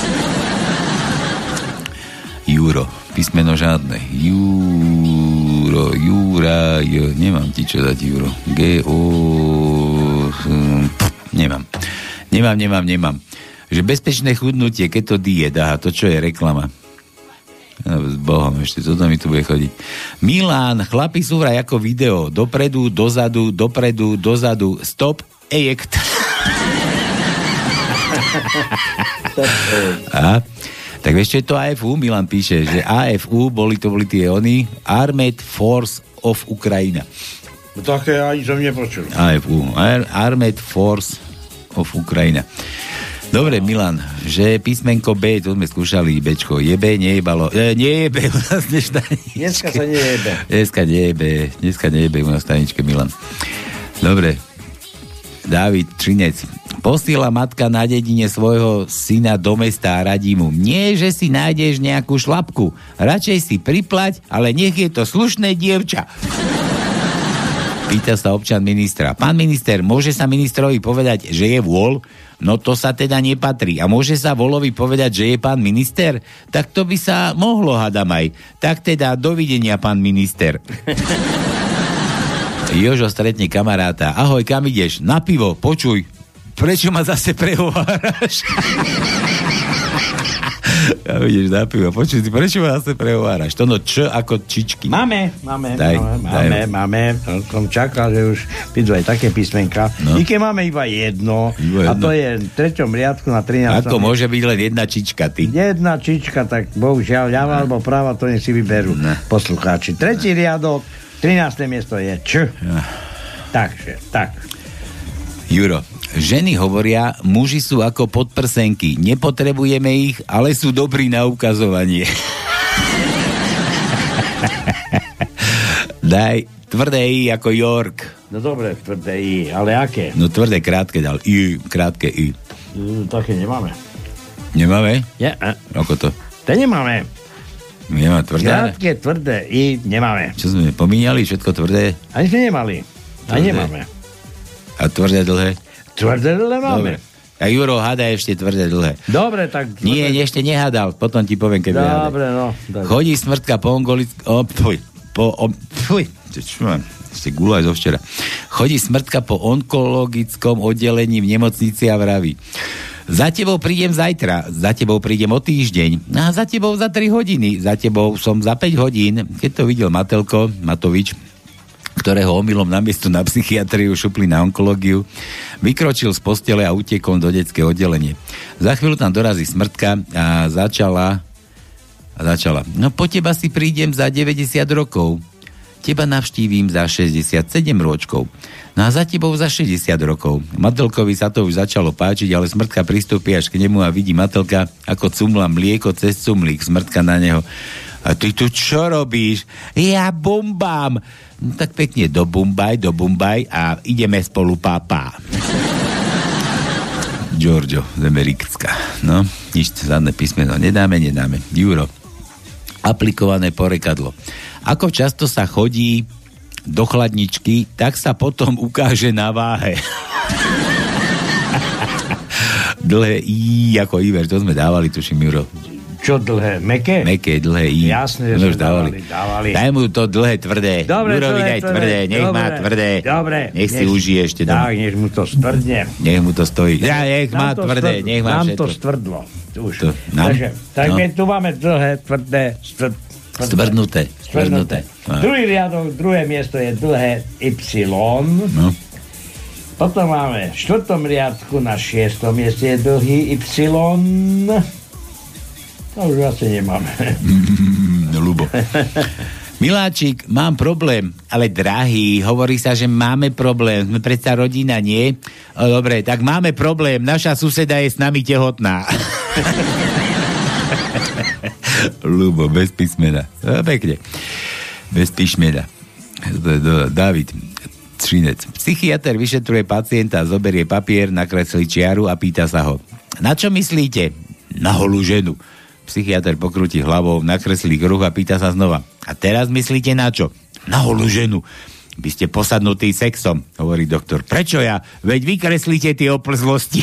G: Juro, písmeno žiadne. Juro, Jura, J, nemám ti čo dať, Juro. G, O, nemám. Nemám, nemám, nemám. Že bezpečné chudnutie, keď to diet, aha, to čo je reklama. No, s Bohom, ešte toto mi tu bude chodiť. Milan, chlapi sú vraj ako video. Dopredu, dozadu, dopredu, dozadu, stop, ejekt. A, tak vieš, čo je to á ef ú? Milan píše, že á ef ú boli to boli tie oni Armed Force of Ukraina.
L: No také ani som nepočul.
G: á ef ú, Armed Force of Ukraina. Dobre, Milan, že písmenko B, to sme skúšali, Bčko, jebe, nejebalo, e, nejebe u nás dnešná staničke.
L: Dneska sa nejebe.
G: Dneska nejebe, dneska nejebe u nás staničke, Milan. Dobre, Dávid Trinec. Posíla matka na dedine svojho syna do mesta a radí mu, nie, že si nájdeš nejakú šlapku, radšej si priplať, ale nech je to slušné dievča. Pýta sa občan ministra. Pán minister, môže sa ministrovi povedať, že je vôľ? No to sa teda nepatrí. A môže sa volovi povedať, že je pán minister? Tak to by sa mohlo, hadam aj. Tak teda, dovidenia, pán minister. Jožo stretne kamaráta. Ahoj, kam ideš? Na pivo, počuj. Prečo ma zase prehováraš? Ja ideš na pivo. Počuj, ty prečo ma zase prehováraš? To no Č ako čičky.
L: Máme, máme,
G: daj,
L: máme,
G: daj.
L: máme, máme. Som čakal, že už prídu aj také písmenka. No. I keď máme iba jedno, iba jedno, a to je v treťom riadku na trinástom.
G: Ako môže byť len jedna čička, ty?
L: Jedna čička, tak bohužiaľ, ľava alebo práva, to nech si vyberú no. poslucháči. Tretí riadok, trináste miesto je Č. No. Takže, tak.
G: Juro, ženy hovoria, muži sú ako podprsenky. Nepotrebujeme ich, ale sú dobrí na ukazovanie. Daj tvrdé I ako York.
L: No dobre, tvrdé I, ale aké?
G: No tvrdé, krátke dal. I, krátke I.
L: Mm, také nemáme.
G: Nemáme?
L: Nie. Ja,
G: ako to?
L: To nemáme.
G: Nemáme tvrdé?
L: Krátke, tvrdé I nemáme.
G: Čo sme pomíňali? Všetko tvrdé?
L: Ani sme nemali. Ani nemáme.
G: A tvrdé dlhé?
L: Tvrdé dlhé máme. Dobre.
G: A Juro, hádaj ešte tvrdé dlhé.
L: Dobre, tak... Tvrdé...
G: Nie, ešte nehádal, potom ti poviem, keby hádaj.
L: Dobre, no. Dobre.
G: Chodí smrtka po onkolickom... Oh, fuj, po... Oh, fuj, čo mám? Ešte gulaj zo včera. Chodí smrtka po onkologickom oddelení v nemocnici a vraví. Za tebou prídem zajtra, za tebou prídem o týždeň, a za tebou za tri hodiny, za tebou som za päť hodín. Keď to videl Matelko, Matovič, ktorého omylom namiesto na psychiatriu šupli na onkológiu, vykročil z postele a utiekol do detského oddelenie. Za chvíľu tam dorazí smrtka a začala a začala. No po teba si prídem za deväťdesiat rokov. Teba navštívim za šesťdesiatsedem ročkov. No a za tebou za šesťdesiat rokov. Matelkovi sa to už začalo páčiť, ale smrtka pristúpi až k nemu a vidí Matelka, ako cumla mlieko cez cumlík. Smrtka na neho. A ty tu čo robíš? Ja bumbám. No tak pekne do bumbaj, do bumbaj a ideme spolu pápá. Giorgio z Americka. No, nič, zadné písmeno nedáme, nedáme. Juro. Aplikované porekadlo. Ako často sa chodí do chladničky, tak sa potom ukáže na váhe. Dlhé I ako Iver, to sme dávali, tuším, Juro.
L: Č, Čo dlhé? Meké?
G: Meké, dlhé I.
L: Jasne, že sme dávali, dávali.
G: Daj mu to dlhé, tvrdé.
L: Dobre,
G: Jurovi
L: tvrdé,
G: daj tvrdé, nech
L: dobre,
G: má tvrdé.
L: Dobre.
G: Nech si užije ešte doma.
L: Tak, nech mu to stvrdne.
G: Nech mu to stojí. Ja, nech má tvrdé, nech má
L: všetko. Nám to stvrdlo. Už. To, Takže, tak no. my tu máme dlhé, tvrdé, stvr, tvrdé.
G: Stvrdnuté. Stvrdnuté.
L: No. Druhý riadok, druhé miesto je dlhé Y. No. Potom máme v štvrtom riadku na šiestom mieste je dlhý Y. To už asi nemáme.
G: Mm, ľubo. Miláčik, mám problém, ale drahý, hovorí sa, že máme problém. Sme predsa rodina, nie? O, dobre, tak máme problém. Naša suseda je s nami tehotná. Ľubo, bez písmena. No, pekne. Bez písmena. David Třinec. Psychiatr vyšetruje pacienta, zoberie papier, nakreslí čiaru a pýta sa ho. Na čo myslíte? Na holú ženu. Psychiatr pokrúti hlavou, nakreslí kruh a pýta sa znova. A teraz myslíte na čo? Na holú ženu. Vy ste posadnutí sexom, hovorí doktor. Prečo ja? Veď vykreslíte tie oplzlosti.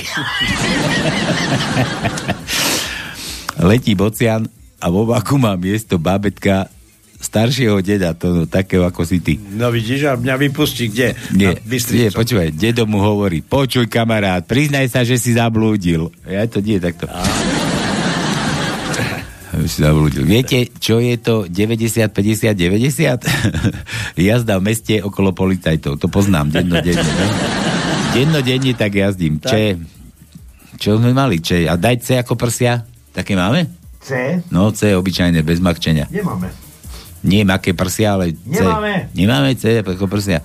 G: Letí bocian a vo vaku má miesto bábetka staršieho deda, to no, takého ako si ty.
L: No vidíš, a mňa vypustí kde?
G: Nie, nie, počúvaj, dedo mu hovorí, počuj kamarát, priznaj sa, že si zablúdil. Ja to nie takto. Si zablúdil. Viete, čo je to deväťdesiat päťdesiat deväťdesiat? Jazda v meste okolo policajtov. To poznám dennodenne. Ne? Dennodenne tak jazdím. Tak. Če, čo sme mali? Če, a daj C ako prsia? Také máme?
L: C?
G: No, C obyčajné, bez makčenia.
L: Nemáme.
G: Nie maké prsia, ale C.
L: Nemáme.
G: Nemáme C ako prsia.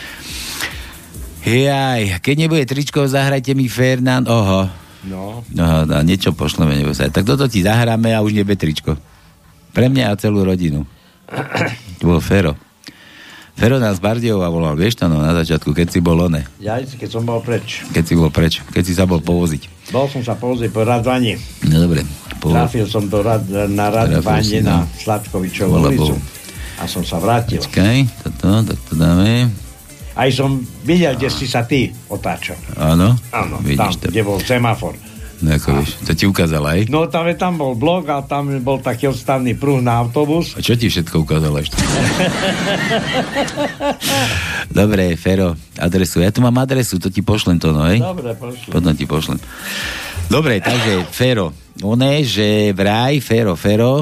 G: Jaj, keď nebude tričko, zahrajte mi Fernand. Oho.
L: No.
G: No, no, niečo pošleme, nebo sa. Tak toto ti zahráme a už nebe tričko. Pre mňa a celú rodinu. To bol Fero. Fero nás Bardejova volal, vieš to, no, na začiatku, keď si bol one.
L: Ja, keď som bol preč.
G: Keď si bol preč, keď si sa bol povoziť.
L: Bol som sa povoziť po Radvani.
G: No, dobre.
L: Po... Trafil som do rad, na Radvani na no. Sladkovičovú ulicu. A som sa vrátil.
G: Počkaj, toto, tak to dáme.
L: Aj som videl, kde si sa ty otáčal.
G: Áno?
L: Áno, tam, to. Kde bol semafor.
G: No ako vieš, to ti ukázal aj?
L: No tam, tam bol blok a tam bol taký odstavný pruh na autobus.
G: A čo ti všetko ukázal ešte? Dobre, Fero, adresu. Ja tu mám adresu, to ti pošlem to, no hej?
L: Dobre, pošlem.
G: Potom ti pošlem. Dobre, takže Fero, one, že vraj, Fero, Fero,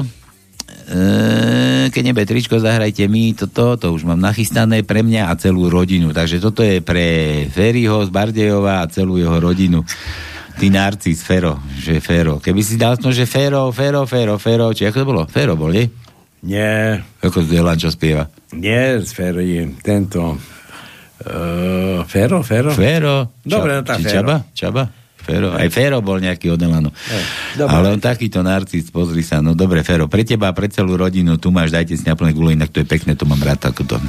G: e, keď nebe tričko, zahrajte mi toto, to už mám nachystané pre mňa a celú rodinu. Takže toto je pre Feriho z Bardejova a celú jeho rodinu. Ty Narcis, Fero, že Fero. Keby si dal to, že Fero, Fero, Fero, Fero, či ako to bolo? Fero bol, nie?
L: Nie.
G: Ako z Delan, čo spieva?
L: Nie, z Fero je tento... Uh, Fero, Fero?
G: Fero.
L: Dobre, no tá Fero.
G: Čaba? Čaba? Fero. Aj Fero bol nejaký od Delanu. Ale on takýto Narcis, pozri sa. No dobre, Fero, pre teba, pre celú rodinu, tu máš, dajte si naplné gule, inak to je pekné, to mám rád, ako to...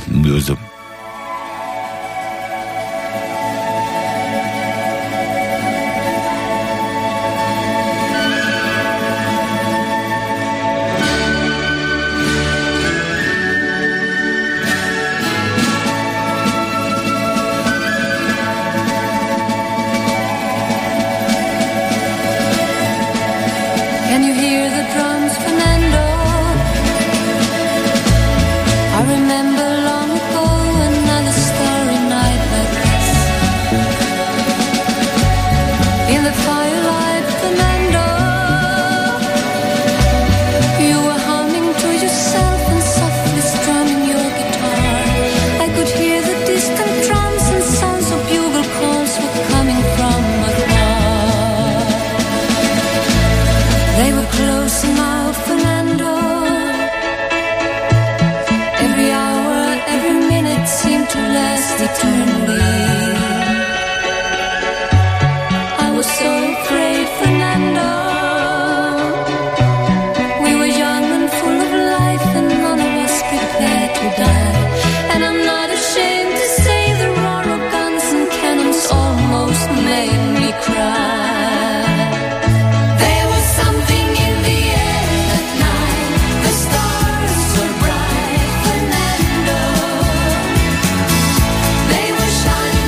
M: Shining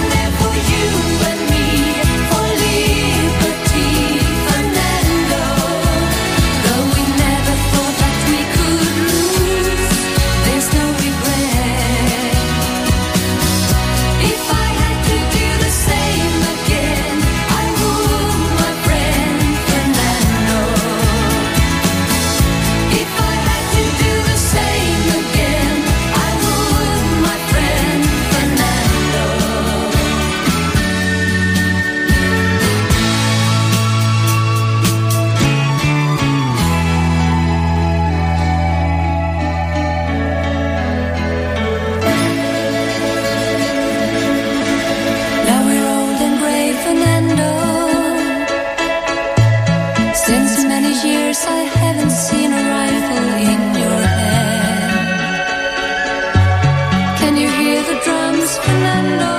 M: Can you hear the drums, Fernando?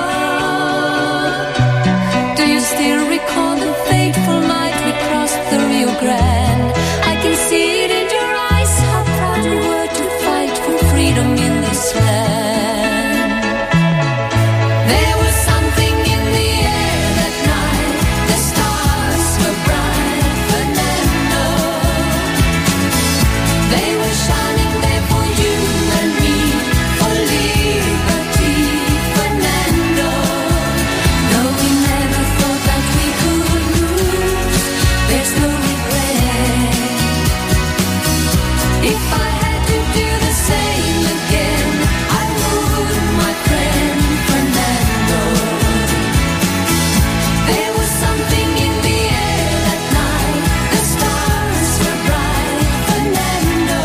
M: Do you still recall the fateful night we crossed the Rio Grande? I can see it in your eyes, how proud you were to fight for freedom in this land. There was something in the air that night, the stars were bright, Fernando. They were shining there for you and me, for liberty, Fernando. Though we never thought that we could lose, there's no regret. If I had to do the same again, I would, my friend Fernando. There was something in the air that night, the stars were bright, Fernando.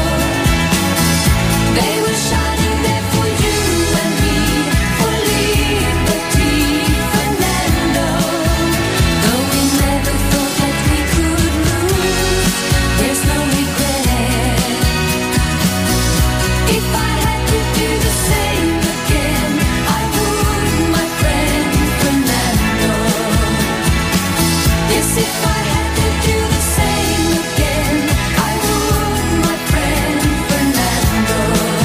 M: They were shining there for you and me, for liberty, Fernando. Though we never thought that we could lose, there's no regret. If I had to do the same again, I would, my friend Fernando. Yes, if I had to do the same again, I would, my friend Fernando.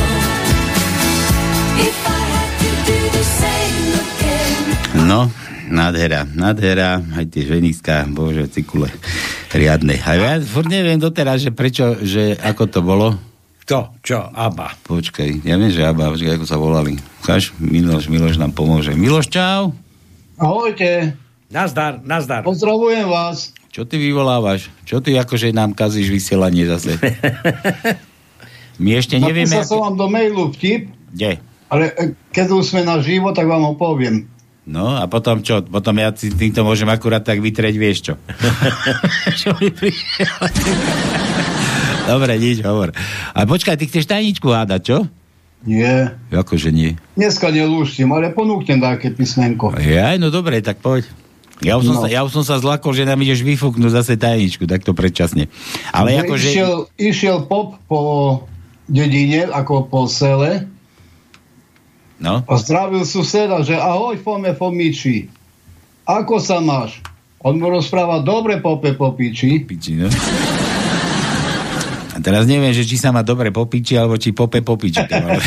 M: If I had to do the same again.
G: No, nádhera, nádhera, aj tie ženiska, bože, cikule, riadne. A ja furt neviem doteraz, že prečo, že ako to bolo.
L: To, čo, Abba.
G: Počkaj, ja viem, že Abba, počkaj, ako sa volali. Cháš, Miloš, Miloš nám pomôže. Miloš, čau.
N: Ahojte.
L: Nazdar, nazdar.
N: Pozdravujem vás.
G: Čo ty vyvolávaš? Čo ty akože nám kazíš vysielanie zase? My ešte nevieme...
N: Napísal som vám do mailu vtip.
G: Kde?
N: Ale keď už sme na živo, tak vám ho poviem.
G: No a potom čo? Potom ja si týmto môžem akurát tak vytrieť, vieš čo? Čo mi prišiel? Dobre, nič, hovor. A počkaj, ty chceš tajničku hádať, čo?
N: Nie.
G: Akože nie.
N: Dneska nelúštim, ale ponúknem také písmenko.
G: Jaj, no dobre, tak poď. Ja už, som
N: No.
G: sa, ja už som sa zlakol, že nám ideš vyfúknúť zase tajničku, takto predčasne. Ale
N: Že
G: akože...
N: Išiel, išiel pop po dedine, ako po sele.
G: No.
N: A zdravil suseda, že ahoj, Fome Fomiči. Ako sa máš? On mu rozpráva, dobre, Pope Popiči.
G: Piči, no. A teraz neviem, že či sa má dobre popiči, alebo či pope popiči.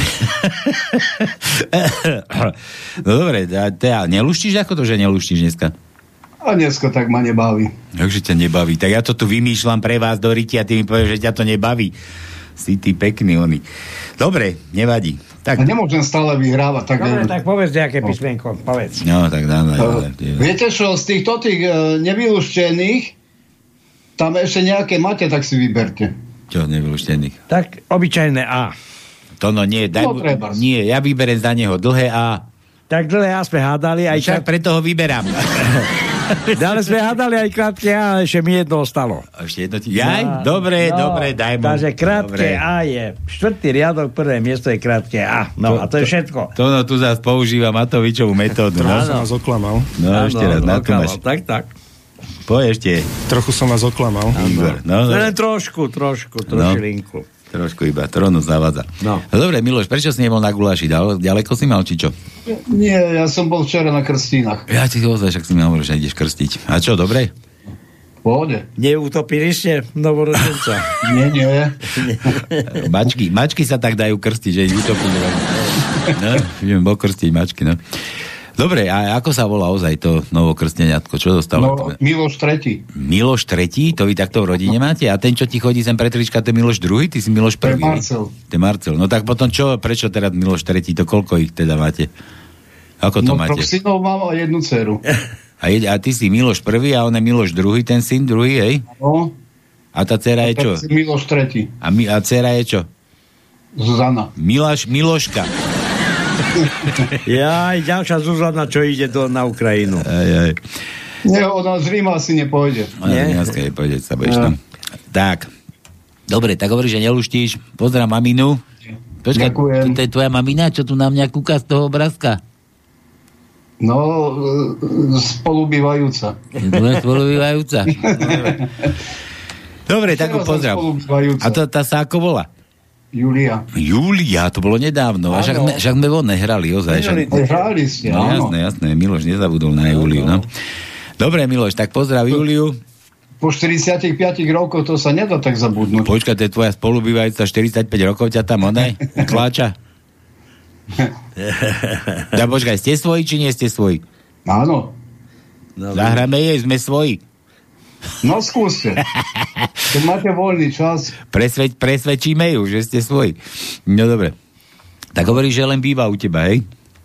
G: No dobre, teda neluštíš, ako to, že neluštíš dneska?
N: A dneska tak ma nebaví.
G: Takže ťa nebaví. Tak ja to tu vymýšľam pre vás do ryti a ty mi povieš, že ťa to nebaví. Si ty pekný, oni. Dobre, nevadí. Tak.
N: A nemôžem stále vyhrávať. Tak
L: Dobre,
N: neviem.
L: tak povedz nejaké písmenko, povedz.
G: No, tak dáme.
N: Uh, viete čo, z týchto tých uh, nevylúštených, tam ešte nejaké máte, tak si vyberte.
G: Čo nevylúštených?
L: Tak obyčajné A.
G: To no nie, daj
N: No,
G: mu,
N: trebárs.
G: nie, ja vyberiem za neho dlhé A.
L: Tak dlhé A sme hádali, aj
G: Však
L: tak...
G: preto ho vyberám.
L: Ale sme hádali aj krátke A, ale ešte mi jedno ostalo.
G: A ešte jedno ti... Jaj, dobre,
L: no,
G: dobre, daj mu.
L: Takže krátke
G: Dobre.
L: A je štvrtý riadok, prvé miesto je krátke A. No
G: To-
L: a to je všetko.
G: To no, tu zás používa Matovičovú metódu. No,
I: Som vás oklamal.
G: no ešte raz, na to máš.
L: Tak, tak.
G: Poď ešte.
I: Trochu som vás oklamal.
G: Igor, no, no,
L: Len trošku, trošku, trošilinku.
G: trošku iba, trónu zavádza.
L: No.
G: Dobre, Miloš, prečo si nebol na guláši? Dal- Ďaleko si mal, či čo?
N: Nie, ja som bol včera na krstínach.
G: Ja ti to ozvaj, však si mi hovoril, že ideš krstiť. A čo, dobre?
N: Pôjde.
L: Neutopili ste novorodenca?
N: Nie, nie.
G: Mačky, mačky sa tak dajú krstiť, že ich utopili. No, ideme pokrstiť mačky, no. Dobre, a ako sa volá ozaj to novokrsteniatko? Čo dostalo?
N: No, Miloš tretí.
G: Miloš tretí? To vy takto v rodine máte? A ten, čo ti chodí sem pre trička, to je Miloš druhý? Ty si Miloš prvý?
N: To je Marcel.
G: To je Marcel. No tak potom čo? Prečo teraz Miloš tretí? To koľko ich teda máte? Ako to
N: No,
G: máte?
N: troch synov mám a jednu dceru.
G: A, je, a ty si Miloš prvý a on je Miloš druhý, ten syn druhý, hej?
N: No,
G: A tá dcera je čo?
N: tak si Miloš tretí.
G: A, mi, a dcera je čo?
N: Zuzana.
G: Miláš, Miloška.
L: Jaj, ďalšia Zuzana, čo ide do, na Ukrajinu.
G: Aj, aj.
N: Nie, ona z Ríma asi nepôjde.
G: Ona z Rímska nepôjde, sa budeš tam. Tak. Dobre, tak hovoríš, že neluštíš. Pozdrav maminu. Počkaj,
N: Ďakujem.
G: to je tvoja mamina, čo tu na mňa kúka z toho obrázka?
N: No, e, spolubývajúca.
G: To je spolubývajúca. Dobre, tak ju
N: Teraz som
G: pozdrav.
N: spolubývajúca.
G: A to, tá sa ako volá?
N: Julia.
G: Julia, to bolo nedávno. A však sme, však sme von nehrali, ozaj.
N: Nehrali ste,
G: no,
N: áno.
G: Jasné, jasné. Miloš nezabudol na Juliu, no. Dobre, Miloš, tak pozdrav Juliu.
N: Po štyridsiatich piatich rokoch to sa nedá tak zabudnúť.
G: Počkaj, to je tvoja spolubývajúca štyridsaťpäť rokov, ťa tam onaj tláča? Ja počkaj, ste svoji, či nie ste svoji?
N: Áno.
G: Zahráme jej, sme svoji.
N: No skúste. Keď máte voľný čas.
G: Presveď, presvedčíme ju, že ste svoji. No dobre. Tak hovoríš, že len býva u teba, hej?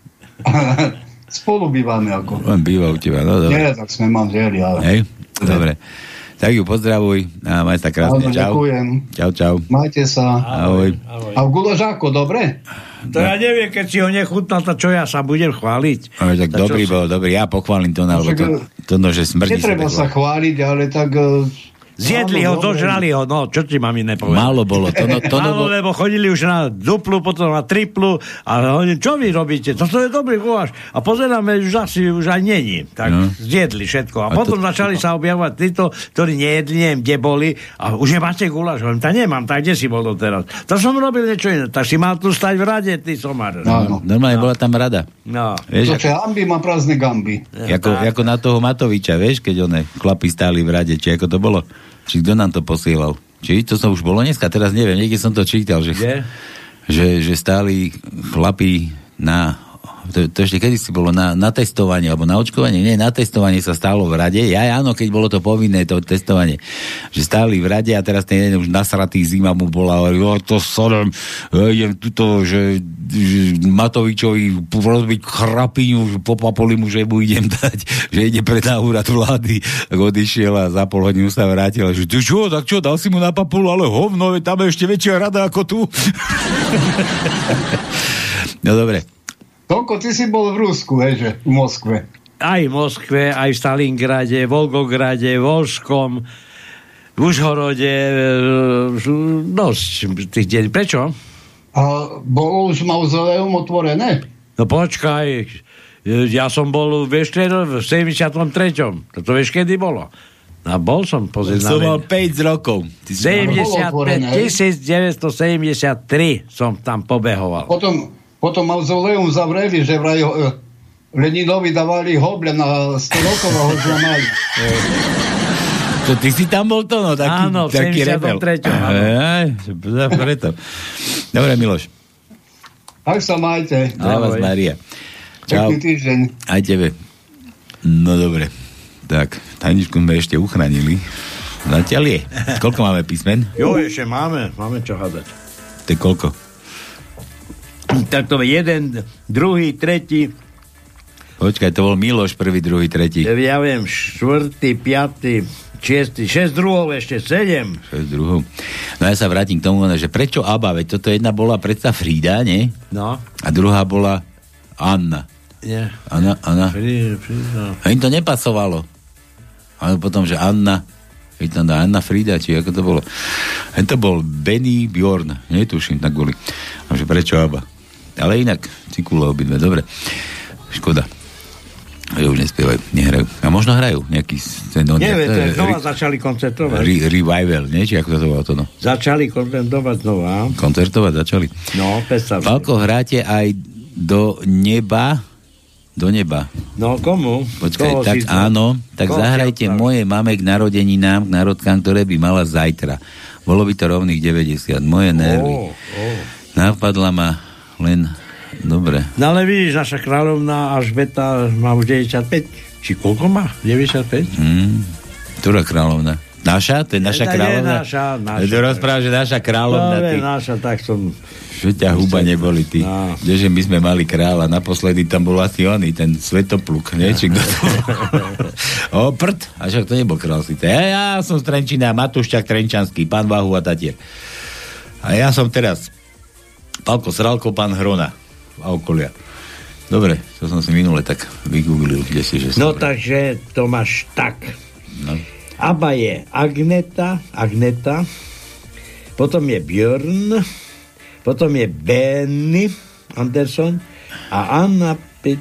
N: Spolu bývame ako.
G: Len býva u teba, no dobre.
N: Nie, tak sme manželi, ale...
G: Hej? Dobre. Tak ju pozdravuj a maj sa krásne.
N: Áno,
G: čau.
N: Ďakujem.
G: Čau, čau.
N: Majte sa.
G: Ahoj.
N: Ahoj. A v guložáku, dobre?
L: To ja neviem, keď si ho nechutnal, to čo ja sa budem chváliť.
G: Ale tak
L: to
G: dobrý bol, dobrý. Ja pochválim to, na, lebo to, to, no, že smrdí.
N: Netreba sa chváliť, ale tak...
L: Zjedli ho, zožrali ho, no, čo ti mám iné povedať?
G: Málo bolo. To, no, to
L: Málo,
G: no,
L: lebo chodili už na duplu, potom na triplu a oni, čo vy robíte? To je dobrý guláš. A pozeráme, už asi už aj není. Tak no. Zjedli všetko. A, a potom to... začali sa objavovať títo, ktorí nejedli, neviem, kde boli. A už nemáte guláš. Hovorím, tak nemám, tak kde si bol doteraz? To som robil niečo iné. Tak si mal tu stať v rade, ty somar.
G: No, no. Normálne no. Bola tam rada.
L: No.
G: Vieš,
N: to, čo Ambi má prázdne gamby.
G: Ako, ako na toho Matoviča, vieš, keď one chlapi stáli v rade, či ako to bolo? Či kto nám to posielal? Či to som už bolo dneska, teraz neviem, niekde som to čítal, že, že, že stáli chlapi na, to, to ešte kedysi bolo na, na testovanie, alebo na očkovanie, nie, na testovanie sa stálo v rade, ja áno, keď bolo to povinné, to testovanie, že stáli v rade a teraz ten jeden už nasratý zima mu bola, hovorí, o to sorem, idem tuto, že, že Matovičovi rozbiť chrapiňu, že po papoli mu, že mu idem dať, že ide pred na úrad vlády, tak odišiel a za pol hodinu sa vrátil a že ty čo, tak čo, dal si mu na papulu, ale hovno, tam je ešte väčšia rada ako tu. No dobre.
N: Toľko, ty si bol v Rusku, hej, že? V Moskve.
L: Aj v Moskve, aj v Stalingrade, Volgograde, Volžskom, v Užhorode, dosť tých deň. Prečo?
N: A bolo už mauzoleum otvorené?
L: No počkaj, ja som bol, vieš, v sedemdesiatom treťom. To vieš, kedy bolo? A bol som pozrieť na
G: som mal päť rokov.
L: sedemdesiatpäť, devätnásťsedemdesiattri som tam pobehoval.
N: Potom Potom mauzoleum zavreli, že vraj e, Leninovi dávali hoble na sto rokov a ho zlamali.
G: To ty si tam bol to, no? Taký,
L: áno, v
G: taký
L: sedemdesiatom treťom
G: Aj, preto. Dobre, Miloš.
N: Tak sa majte.
G: Ahoj. Maria. Čau.
N: Pekný týždeň.
G: Aj tebe. No dobre. Tak, tajničku sme ešte uchránili. Zatiaľ je. Koľko máme písmen?
L: Jo, ešte máme. Máme čo hádať.
G: To je koľko?
L: Tak to je jeden, druhý, tretí.
G: Počkaj, to bol Miloš, prvý, druhý, tretí.
L: Ja viem, štvrtý, piatý, šiestý, šesť druhov, ešte sedem.
G: šesť druhov. No ja sa vrátim k tomu, že prečo ABBA? Veď toto jedna bola predsa Frida, nie?
L: No.
G: A druhá bola Anna.
L: Nie.
G: Anna, Anna.
L: Frida, Frida.
G: A im to nepasovalo. A potom, že Anna, keď tam dá Anna Frida, či ako to bolo. A to bol Benny Bjorn, netuším, tak boli. A že prečo ABBA? Ale inak, Cikula obidve, dobre. Škoda. Že už nespievajú, nehrajú. A možno hrajú nejaký... No,
L: Neviem, to je znova začali koncertovať.
G: Re, revival, nie? Či ako sa to volá to, no?
L: Začali koncertovať znova.
G: Koncertovať začali.
L: No, predstavte.
G: Falko, hráte aj do neba... Do neba.
L: No, komu?
G: Počkaj, koho tak áno, tak koho zahrajte mojej mame k narodeninám, k narodkám, ktoré by mala zajtra. Bolo by to rovných deväťdesiat. Moje nervy. Oh, oh. Napadla ma len... Dobre.
L: No ale vidíš, naša kráľovná Alžbeta má už deväťdesiatpäť. Či koľko má? deväťdesiatpäť?
G: Hmm. Ktorá kráľovná? Naša? To je naša
L: Teda
G: kráľovná?
L: Je naša, naša.
G: To rozpráva, že naša kráľovná.
L: To je naša, tak som...
G: Že ťa huba neboli, ty. No. Že my sme mali kráľa. Naposledy tam bol asi oný, ten Svetopluk, nie? Či kto to O, prd. A však to nebol kráľ síce. Ja, ja som z Trenčína, Matúšťak Trenčanský, pán Vahu a Tatier. A ja som teraz Palko Sralko, pán Hrona a okolia. Dobre, to som si minule tak vygooglil, kde si, že
L: No
G: dobre.
L: takže to máš tak.
G: No.
L: Abba je Agneta, Agneta, potom je Björn, potom je Benny Anderson a Anna Pitt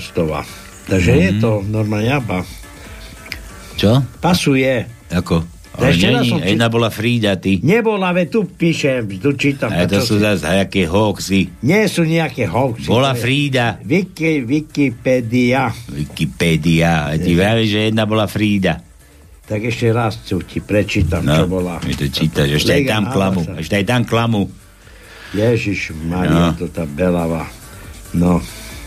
L: Ringvarstová. Takže mm. je to normálne Abba.
G: Čo?
L: Pasuje.
G: Ako?
L: Ešte raz som
G: Jedna bola Frida, ty.
L: Nebola, veď tu píšem, tu čítam.
G: A to sú zase nejaké hoaxy.
L: Nie sú nejaké hoaxy.
G: Bola Frida.
L: Wiki, Wikipedia.
G: Wikipedia. A ti vraví, že jedna bola Frida.
L: Tak ešte raz ti prečítam,
G: no,
L: čo bola.
G: My to čítaš, ešte aj tam klamu. Ešte aj tam klamu.
L: Ježiš Maria, no. To tá belava. No.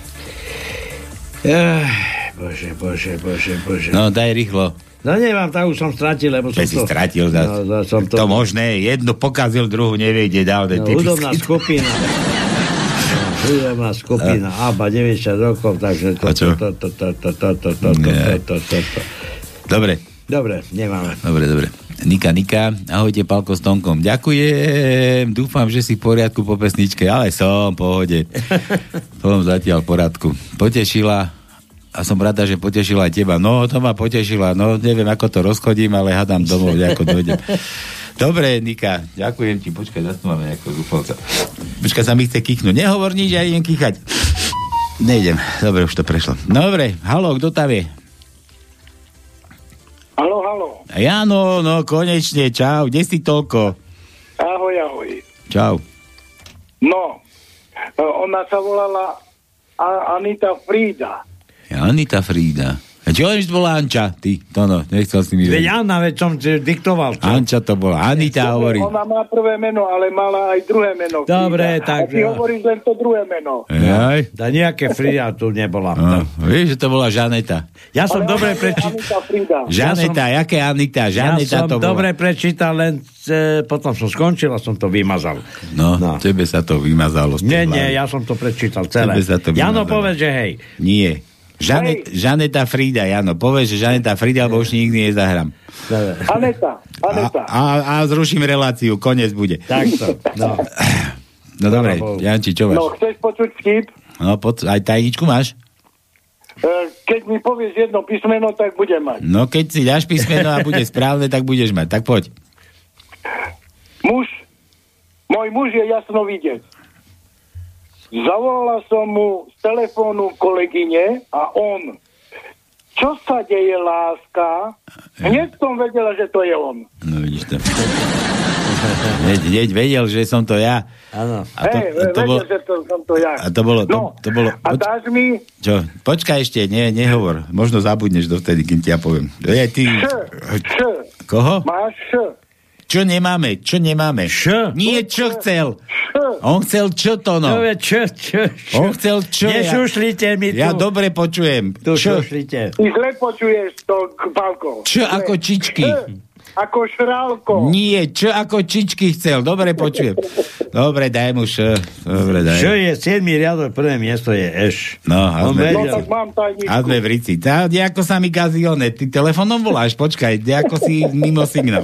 L: Ech, bože, bože, bože, bože.
G: No, daj rýchlo.
L: No nemám, tak už som stratil, lebo som
G: to...
L: si
G: stratil,
L: no, no, som
G: to... to možné, jednu pokazil, druhú nevie, kde dal.
L: No, hudobná skupina. Hudobná skupina, ABBA, deväťdesiat rokov, takže to, to, to, to, to, to, to, to, to, to, to, to.
G: Dobre.
L: Dobre, nemáme.
G: Dobre, dobre. Nika, Nika, ahojte, Pálko s Tonkom. Ďakujem, dúfam, že si v poriadku po pesničke, ale som, pohode. Som zatiaľ v poriadku. Potešila a som rada, že potešila aj teba. No, to ma potešila, no, neviem, ako to rozchodím, ale hádam domov, ako dojdem. Dobre, Nika, ďakujem ti, počkaj, zase tu máme nejakého zúfalca. Počkaj, sa mi chce kýchnuť. Nehovor nič, ja idem kýchať. Nejdem, dobre, už to prešlo. Dobre, haló, kto tam je?
O: Haló, haló.
G: Jano, no konečne, čau, kde si toľko?
O: Ahoj, ahoj.
G: Čau.
O: No, ona sa volala Anita Frida.
G: Anita Frida. A čo len bola Anča, ty? To no, nechcel si mi...
L: Veď Anna, veď som diktoval. Čo?
G: Anča to bola, Anita hovorí.
O: Ona má prvé meno, ale mala aj druhé meno.
L: Dobre,
O: Frida.
L: tak...
O: A ty ja. hovoríš len to druhé meno.
G: Aj.
L: Da nejaké Frida tu nebola.
G: No, vieš, že to bola Žaneta.
L: Ja som
O: ale
L: dobre prečítal...
G: Žaneta, ja som... jaké Anita? Žaneta
L: ja som
G: to bola.
L: dobre prečítal, len e, potom som skončil a som to vymazal.
G: No, no. Tebe sa to vymazalo.
L: Nie, nie, ja som to prečítal celé.
G: Tebe sa to vymazalo.
L: Jano, povedz, že hej.
G: Nie. Žanet, Žaneta Frida, Jano, povedz, že Žaneta Frida, alebo už nikdy nezahrám.
O: Aneta, Aneta.
G: A, a, a zruším reláciu, koniec bude.
L: Takto, no.
G: No dobre, Janči, čo máš?
O: No, chceš počuť vtip?
G: No, poď, aj tajničku máš?
O: Keď mi povieš jedno písmeno, tak budem mať.
G: No, keď si dáš písmeno a bude správne, tak budeš mať. Tak poď.
O: Muž, môj muž je jasno vidieť. Zavolala som mu z telefónu kolegyne a on, čo sa deje, láska? Hneď som vedela, že to je on.
G: No vidíš to. Hneď vedel, že som to ja.
L: Áno.
O: Hej, vedel, bol... že to som to ja.
G: A to bolo...
O: No,
G: to, to bolo
O: a dáš mi...
G: Čo? Počkaj ešte, nie, nehovor. Možno zabudneš dovtedy, kým ti ja poviem. Je, ty...
O: Š, š.
G: Koho?
O: Máš š.
G: Čo nemáme? Čo nemáme?
L: Š.
G: Nie, čo chcel?
O: Š.
G: On chcel čo to, no?
L: No, čo, čo, čo?
G: On chcel čo?
L: Nešušlite mi tu.
G: Ja dobre počujem.
L: Tu
G: čo?
L: šušlite.
O: Ty zle počuješ to, Pálko.
G: Čo ako čičky?
O: Š. Ako šrálko.
G: Nie, čo ako čičky chcel. Dobre počujem. Dobre, daj mu š. Dobre, daj.
L: Š je siedmy riadok, prvé miesto je eš.
G: No, a sme...
O: No, tak mám tajničku.
G: A sme v rici. Tá, ako sa mi kazí one. Ty telefónom voláš, počkaj. Ako si mimo signál.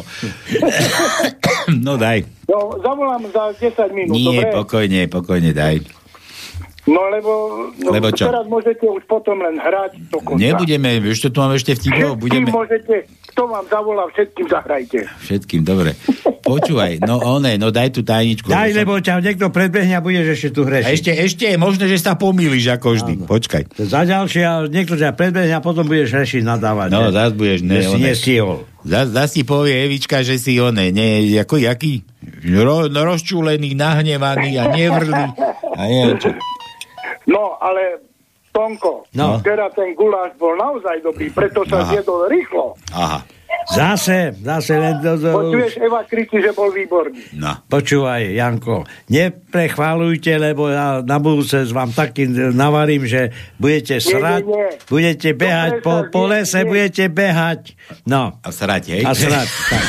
G: No, daj.
O: No, zavolám za desať minút,
G: Nie,
O: dobre?
G: pokojne, pokojne, daj.
O: No, lebo, no,
G: lebo čo?
O: teraz môžete už potom len hrať do konca.
G: Nebudeme, ešte tu máme ešte vtipov.
O: Všetkým
G: Budeme...
O: môžete, kto vám zavolá, všetkým zahrajte.
G: Všetkým, dobre. Počúvaj, no one, no daj tú tajničku.
L: Daj,
G: som...
L: lebo ťa niekto predbehne a budeš ešte tu hrešiť.
G: A ešte, ešte je možné, že sa pomýliš ako vždy. Áno. Počkaj.
L: Za ďalšie, a niekto ťa predbehne a potom budeš hrešiť, nadávať.
G: No, zás budeš, ne,
L: si nestihol.
G: Zás, zás si povie Evička, že si one, ne, ako jaký? Ro, no, rozčúlený, nahnevaný a nevrlý. A neviem čo.
O: No, ale Tonko,
G: no.
O: teda ten guláš bol naozaj dobrý, preto sa zjedol rýchlo.
G: Aha.
L: Zase, zase len... Do, do...
O: Počuješ, Eva kričí, že bol výborný.
G: No.
L: Počúvaj, Janko, neprechválujte, lebo ja na budúce vám taký navarím, že budete srať, nie, nie, nie. budete behať po, po lese, nie. budete behať. No.
G: A srať, hej?
L: A srať, tak.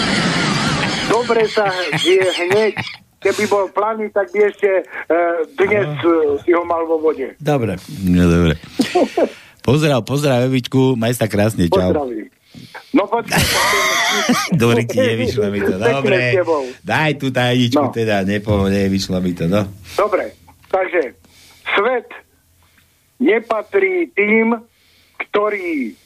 O: Dobre sa je hneď. Keby bol planý, tak by ešte uh, dnes uh, si ho mal vo vode.
L: Dobre.
G: No, dobre. Pozdrav, pozdrav, Evičku, maj sa krásne, čau.
O: Pozdraví. No počkaj.
G: Dobre, ti nevyšlo mi to. Dobre, daj tú tajničku, no. teda, nepo, nevyšlo mi to, no.
O: Dobre, takže svet nepatrí tým, ktorí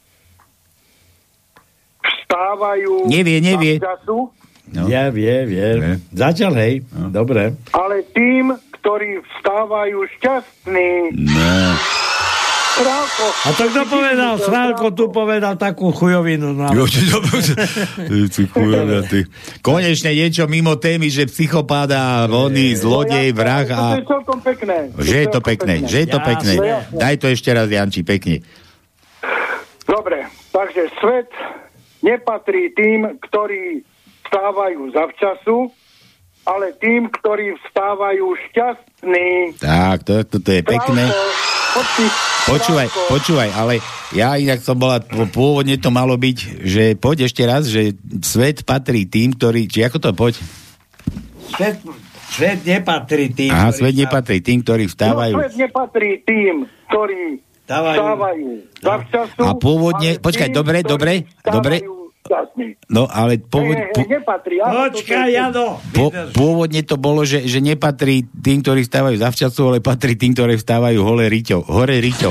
O: vstávajú
G: nevie, nevie.
O: na času,
L: No. Ja vie, vie. vie. Zatiaľ, hej. No. Dobre.
O: Ale tým, ktorí vstávajú šťastní.
G: No.
O: Srálko.
L: A to kto povedal? Srálko tu povedal takú chujovinu. No.
G: Jo, ty, ty, chujovia, ty. Konečne niečo mimo témy, že psychopát a oný, zlodej, vrah a...
O: To je celkom pekné.
G: Že je to pekné, že je to pekné. Daj to ešte raz, Janči, pekne.
O: Dobre, takže svet nepatrí tým, ktorí vstávajú zavčasu, ale tým, ktorí vstávajú šťastní.
G: Tak, to, to, to je pekné. Počúvaj, počúvaj, ale ja inak som bola, pôvodne to malo byť, že poď ešte raz, že svet patrí tým, ktorí, či ako to poď?
L: Svet, svet nepatrí tým,
G: Aha,
L: ktorí
G: svet nepatrí tým, ktorí vstávajú.
O: No, svet nepatrí tým, ktorí vstávajú zavčasu.
G: A pôvodne, počkaj, dobre, dobre, dobre. No, ale pôvodne...
O: Po, nepatrí.
L: Počkaj, Jano.
G: Po, pôvodne to bolo, že, že nepatrí tým, ktorí vstávajú zavčasu, ale patrí tým, ktorí vstávajú hore riťou. Hore riťou.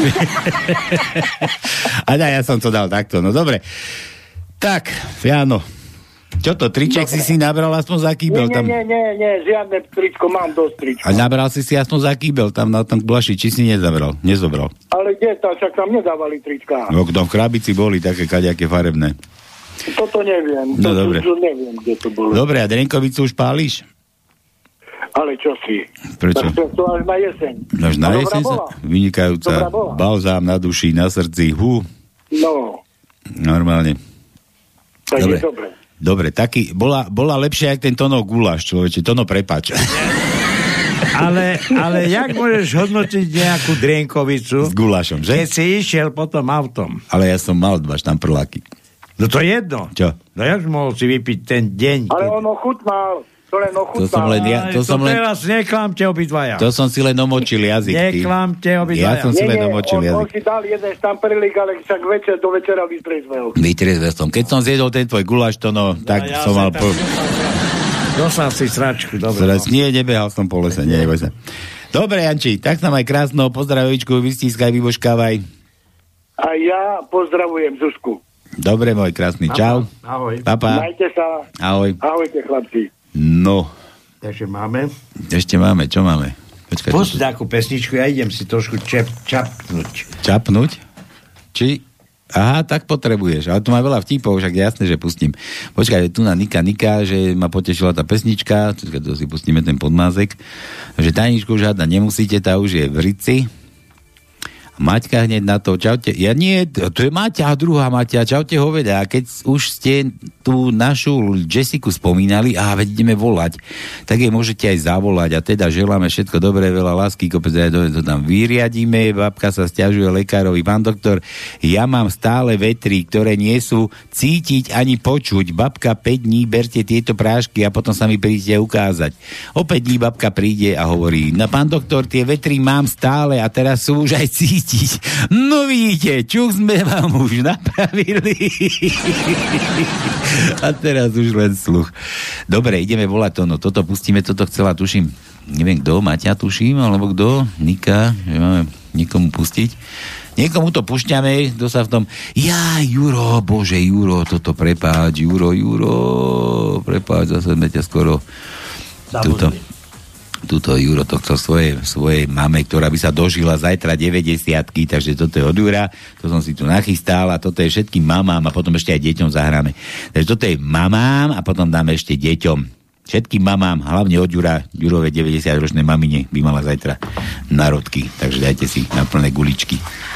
G: A daj, ja som to dal takto. No dobre. Tak, Jano. Čo to, triček dobre. Si si nabral aspoň za kýbel?
O: Nie,
G: tam...
O: nie, nie, nie, žiadne tričko, mám dosť tričko.
G: A nabral si si aspoň za kýbel tam na tom blaši, či si nezabral? Nezobral.
O: Ale kde to, však tam nedávali trička.
G: No, tam v krabici boli také kaďaké farebné.
O: Toto neviem.
G: No,
O: to,
G: dobre.
O: To, neviem, kde to bolo.
G: Dobre, a drenkovicu už pálíš?
O: Ale čo si?
G: Prečo?
O: Tak to až na jeseň.
G: Až na jeseň sa? Vynikajúca. Balzám na duši, na srdci. Hú.
O: No.
G: Normálne.
O: Tak
G: dobre.
O: Je dobre.
G: Dobre, taký, bola, bola lepšia jak ten Tono guláš, človeče. Tono, prepáč.
L: Ale, ale jak môžeš hodnotiť nejakú drenkovicu?
G: S gulášom, že?
L: Keď si išiel potom autom.
G: Ale ja som mal dva štamprláky.
L: No to jedno.
G: Čo?
L: No jak mohol si vypiť ten deň?
O: Ale on ochutnal. To len ochutnal.
G: To som len ja, to
L: to
G: som len...
L: teraz neklamte obidvaja.
G: To som si len omočil jazyk.
L: Neklamte obidvaja.
G: Ja som si
O: nie,
G: len
O: nie,
G: omočil
O: on,
G: jazyk.
O: on si dal jeden štamperlík, ale však večer do večera vytrezvel.
G: Vytrezvel som. Keď som zjedol ten tvoj guláš, to no, tak
L: ja
G: som mal...
L: Tak... Dostal si sračku, dobre.
G: Srač, no. Nie, nebehal som po lese, nie, neboj sa. Dobre, Janči, tak sa maj krásno, pozdravujičku, vystískaj, vybožkávaj.
O: A ja pozdravujem Zuzku.
G: Dobre, môj krásny, čau.
L: Ahoj.
G: Papa.
O: Majte sa.
G: Ahoj.
O: Ahojte, chlapci.
G: No.
L: Takže máme?
G: Ešte máme, čo máme? Počkaj.
L: Pust takú pesničku, ja idem si trošku čep, čapnúť.
G: Čapnúť? Či... Aha, tak potrebuješ. Ale tu má veľa vtipov, však jasné, že pustím. Počkaj, tu na Nika Nika, že ma potešila tá pesnička, počkaj, to si pustíme ten podmázek, že tajničku žiadna nemusíte, tá už je v Rici. Maťka hneď na to, čaute. Ja nie, to je Maťa, druhá Maťa, čaute hoveda. A keď už ste tú našu Jessiku spomínali, a veď ideme volať, tak jej môžete aj zavolať. A teda želáme všetko dobré, veľa lásky, kopec aj to tam vyriadíme. Babka sa sťažuje lekárovi. Pán doktor, ja mám stále vetry, ktoré nie sú cítiť ani počuť. Babka päť dní, berte tieto prášky a potom sa mi prídete ukázať. O päť dní babka príde a hovorí, no pán doktor, tie vetry mám stále a teraz sú už aj cítiť. No vidíte, čuch sme vám už napravili. A teraz už len sluch. Dobre, ideme volať to, no toto pustíme, toto chcela, tuším, neviem kto, Maťa tuším, alebo kto, Nika, že máme niekomu pustiť. Niekomu to pušťame, kto sa v tom, ja, Juro, bože, Juro, toto prepáč, Juro, Juro, prepáč, zase sme ťa skoro tuto. Tuto Juro to chcel svojej, svojej mame, ktorá by sa dožila zajtra deväťdesiatky, takže toto je od Jura, to som si tu nachystal a toto je všetkým mamám a potom ešte aj deťom zahráme. Takže toto je mamám a potom dáme ešte deťom. Všetkým mamám, hlavne od Jura, Jurove deväťdesiatročnej mamine by mala zajtra narodky, takže dajte si na plné guličky.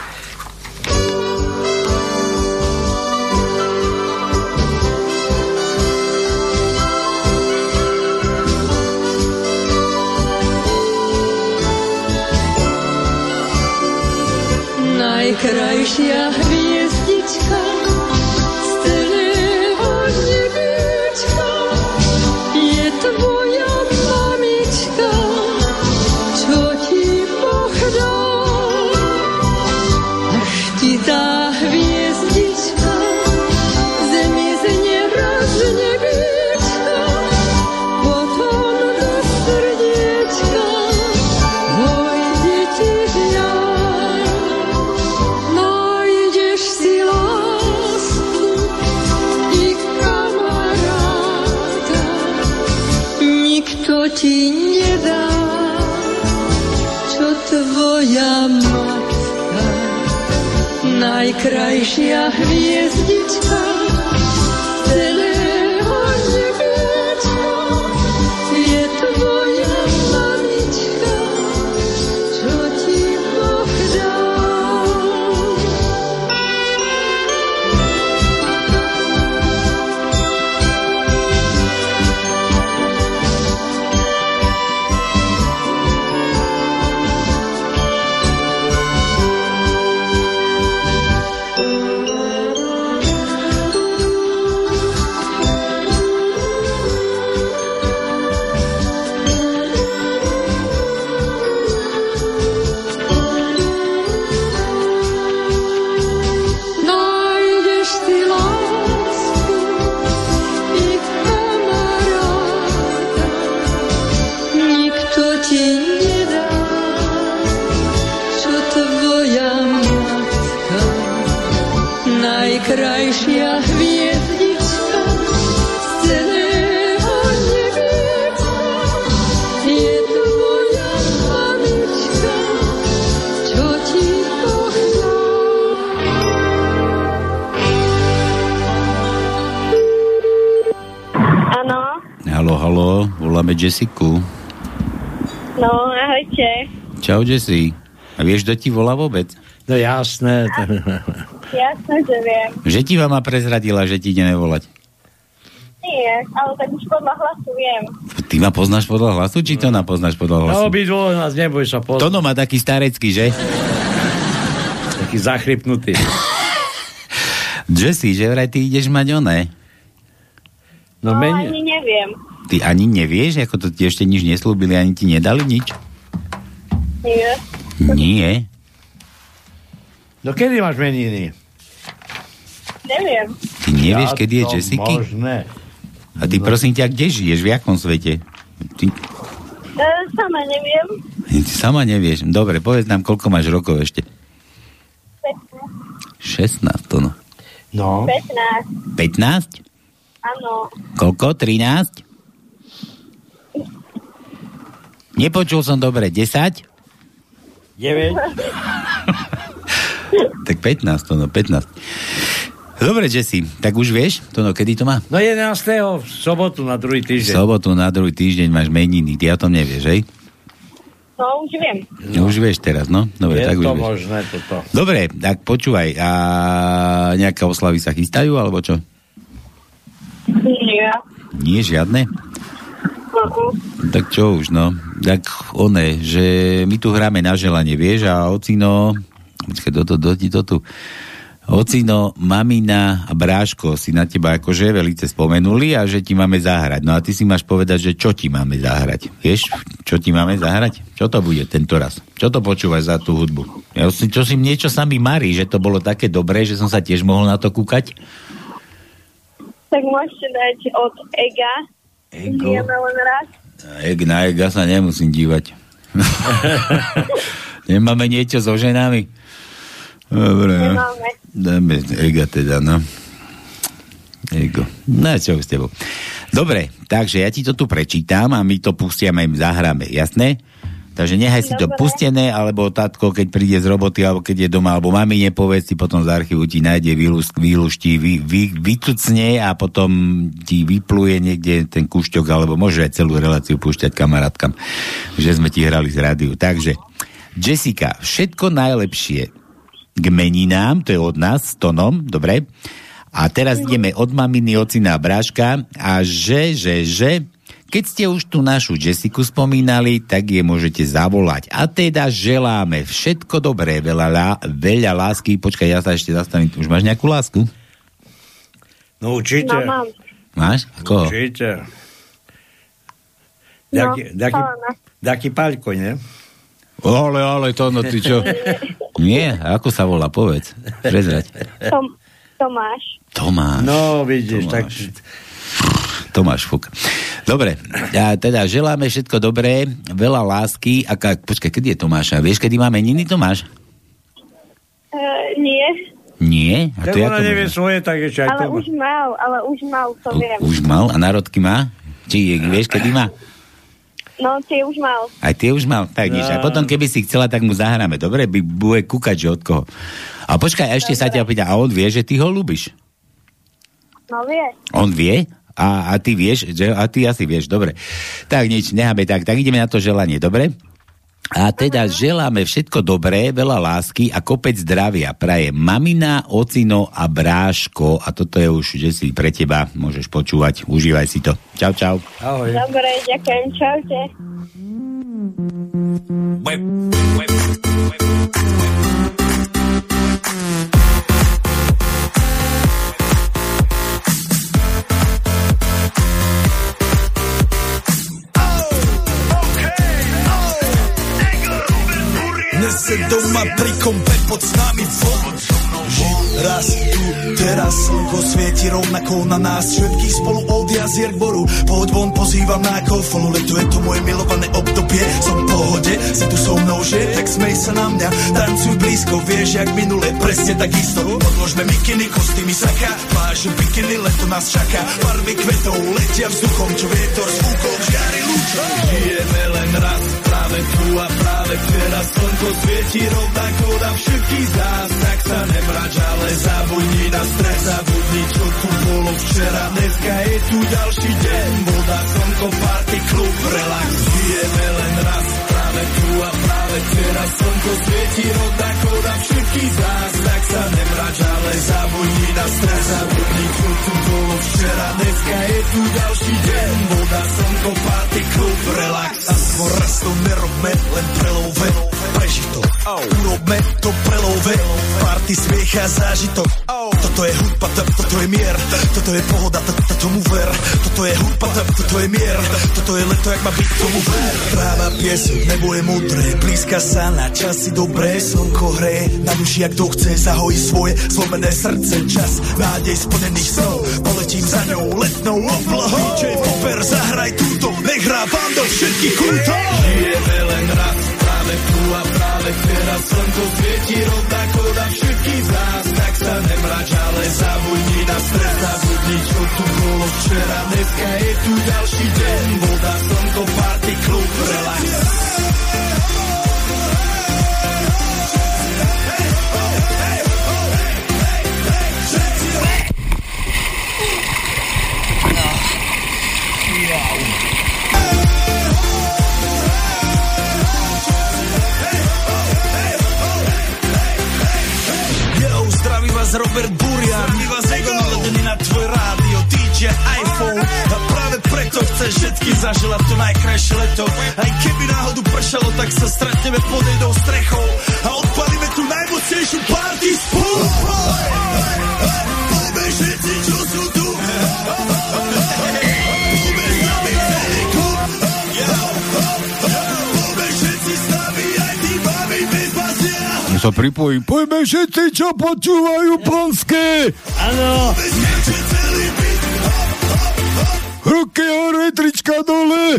M: Najkrajšia hviezdička z celého nebíčka je tvoja mamička, čo ti Boh dal. Až ti tá hviezdička zmizne raz z nebíčka, potom do srdiečka vojde ti žiaľ. Ti nedá, čo tvoja matka. najkrajšia hviezdička celého nebieska je tvoja mamička, čo ti Boh dal. Najkrajšia hviezdička z celého nebieska je tvoja mamička, čo ti Boh dal.
P: Áno.
G: Haló, haló, voláme Jessiku.
P: No, ahojte.
G: Čau, Jessi. A vieš, kto ti volá vôbec?
L: No jasné.
P: Jasné, že viem.
G: Že ti mama prezradila, že ti ide nevolať?
P: Nie, ale tak už podľa hlasu viem.
G: Ty ma poznáš podľa hlasu, či to napoznáš podľa hlasu?
L: No, obidvoje nás neboj sa poznať.
G: Tono má taký starecký, že?
L: Taký zachrypnutý.
G: Jessi, že vraj ty ideš mať oné?
P: No, no meni... ani neviem.
G: Ty ani nevieš, ako to ti ešte nič neslúbili, ani ti nedali nič?
P: Nie.
G: Nie?
L: No kedy máš meniny?
P: Neviem.
G: Ty nevieš, ja kedy je Jessiky?
L: Možné.
G: A ty no. Prosím ťa, kde žiješ? V jakom svete? Ty...
P: E, sama neviem.
G: Ty sama nevieš. Dobre, povedz nám, koľko máš rokov ešte?
P: pätnásť.
G: šestnásť, to no.
L: No.
P: pätnásť.
G: pätnásť?
P: Áno.
G: Koľko? trinásť? Nepočul som dobre. desať?
L: deväť?
G: Tak pätnásť, to no, pätnásť. Dobre, Jessi, tak už vieš, to no, kedy to má?
L: No jedenásteho v sobotu na druhý týždeň.
G: V sobotu na druhý týždeň máš meniny, ty o tom nevieš, hej?
P: No, už viem.
G: No. Už vieš teraz, no? Dobre,
L: je
G: tak už
L: to
G: vieš.
L: možné, toto.
G: Dobre, tak počúvaj, a nejaké oslavy sa chystajú, alebo čo?
P: Nie.
G: Nie, žiadne?
P: Uh-huh.
G: Tak čo už, no? Tak one, že my tu hráme na želanie, vieš, a ocino... Počkaj, toto, doti, to tu. Ocino, mamina a bráško si na teba akože velice spomenuli a že ti máme zahrať. No a ty si máš povedať, že čo ti máme zahrať. Vieš, čo ti máme zahrať? Čo to bude tento raz? Čo to počúvaš za tú hudbu? Ja si, čo si niečo sa mi marí, že to bolo také dobré, že som sa tiež mohol na to kúkať?
P: Tak môžete dať od Ega.
G: Ego?
P: Žijeme len raz.
G: Eg, na Ega sa nemusím dívať. Nemáme niečo so ženami? Dobre, no.
P: Nemáme.
G: Dáme Ega teda, no. Ego. No, čo s tebou. Dobre, takže ja ti to tu prečítam a my to pustiame, im zahráme, jasné? Takže nechaj si Dobre. To pustené, alebo tatko, keď príde z roboty, alebo keď je doma, alebo mami nepovedz, si potom z archívu ti nájde, vyluští, vy, vy, vytucne a potom ti vypluje niekde ten kúšťok, alebo môže aj celú reláciu púšťať kamarátkam, že sme ti hrali z rádiu. Takže, Jessica, všetko najlepšie k meninám, to je od nás, s Tonom, dobre? A teraz ideme od maminy, ocina a bráška a že, že, že, keď ste už tú našu Jessiku spomínali, tak je môžete zavolať. A teda želáme všetko dobré, veľa, veľa lásky. Počkaj, ja sa ešte zastavím. Už máš nejakú lásku?
L: No určite.
P: No, mám.
G: Máš? Koho?
L: Určite.
P: No,
L: Daký, daký, daký Paľko, ne?
G: Ale, ale, to, no ty čo? Nie? A ako sa volá? Povedz. Prezrať.
P: Tom, Tomáš.
G: Tomáš.
L: No, vidíš, Tomáš. tak...
G: Tomáš, fuk. Dobre, ja teda želáme všetko dobré, veľa lásky. A ka, počkaj, kedy je Tomáša? Vieš, kedy má meniny Tomáš?
P: Uh, nie.
G: Nie? A
L: to ona nevie svoje, tak ešte aj
P: Ale
L: Tomáš.
P: už mal, ale už mal, to
G: U,
P: viem.
G: Už mal? A národky má? Či vieš, kedy má?
P: No, tie už mal.
G: Aj tie už mal? Tak nič. A potom, keby si chcela, tak mu zahráme. Dobre? By bude kúkať, že od koho. A počkaj, a ešte Dobre. sa ťa opýta, a on vie, že ty ho ľúbiš?
P: No vie.
G: On vie? A, a ty vieš? Že, a ty asi vieš, dobre. Tak nič, necháme tak. Tak ideme na to želanie, dobre? A teda uh-huh. želáme všetko dobré, veľa lásky a kopec zdravia. Praje mamina, ocino a bráško. A toto je už, že si pre teba môžeš počúvať. Užívaj si to. Čau, čau.
P: Ahoj. Dobre, ďakujem. Čaute.
A: Web, web, web, web.
Q: Dnes se doma pri kompe pod s nami von. Raz tu, teraz slnko svieti rovnako na nás. Všetkých spolu od jazier k boru. Pohoď von, pozývam na kofolu. Leto je to moje milované obdobie. Som v pohode, si tu so mnou, že? Tak smej sa na mňa, tancuj blízko. Vieš, jak minule, presne tak isto. Podložme mikiny, kostýmy saka. Pláže bikiny, leto nás čaká. Barvy kvetov letia vzduchom, čo vietor s úkom žiari lúčom. Žijeme len raz, práve tu a práve teraz. Slnko svieti rovnako na všetkých z nás. Tak sa nemrač, ale zabudni na stres. Zabudni, čo tu bolo včera. Dneska je tu ďalší deň. Voda, slnko, party, klub, relax. Žijeme len raz, práve tu a práve teraz. Slnko svieti rovnako na všetkých z nás. Tak sa nemrač, ale zabudni na stres. Zabudni, čo tu bolo včera. Dneska je tu ďalší deň. Voda, slnko, party, klub, relax. A svoj raz to nerobme, len prelove. Preži to, urobme to prelove. Party, smiech a zážitok. Toto je hudba, toto je mier. Toto je pohoda, tomu ver. Toto je hudba, toto je mier. Toto je leto, jak má byť, tomu ver. Tráva, piesok, nebo je modré. Blízka sa na časy dobré. Slnko hreje na duši, jak to chce. Zahojí svoje zlomené srdce. Čas nádej splnených snov. Poletím za ňou letnou oblohou. dý džej Popper, zahraj túto. Nech hrá vám do všetkých kútov. Žijeme len raz, práve tu a práve teraz. Slnko svieti rovnako na všetkých z nás. Tak sa nemrač, ale zabudni na stres. Zabudni, čo tu bolo včera. Dneska je tu ďalší deň. Voda, slnko, party, klub, relax. Robert Burian, my vás Ego naladený na tvoj rádio, dý džej iPhone. A práve preto chceš všetky zaželať to najkrajšie leto. Aj keby náhodu pršalo, tak sa stretneme pod jednou strechou a odpalíme tu najmocnejšiu party spolu. Poďme všetci, čo sú tu. Poďme s nami celý klub. Poďme všetci s nami, aj tí mami bez bazia.
G: Sa pripojím. Poďme všetci, čo počúvajú Polské.
L: Áno.
G: Ruky hore, trička dole.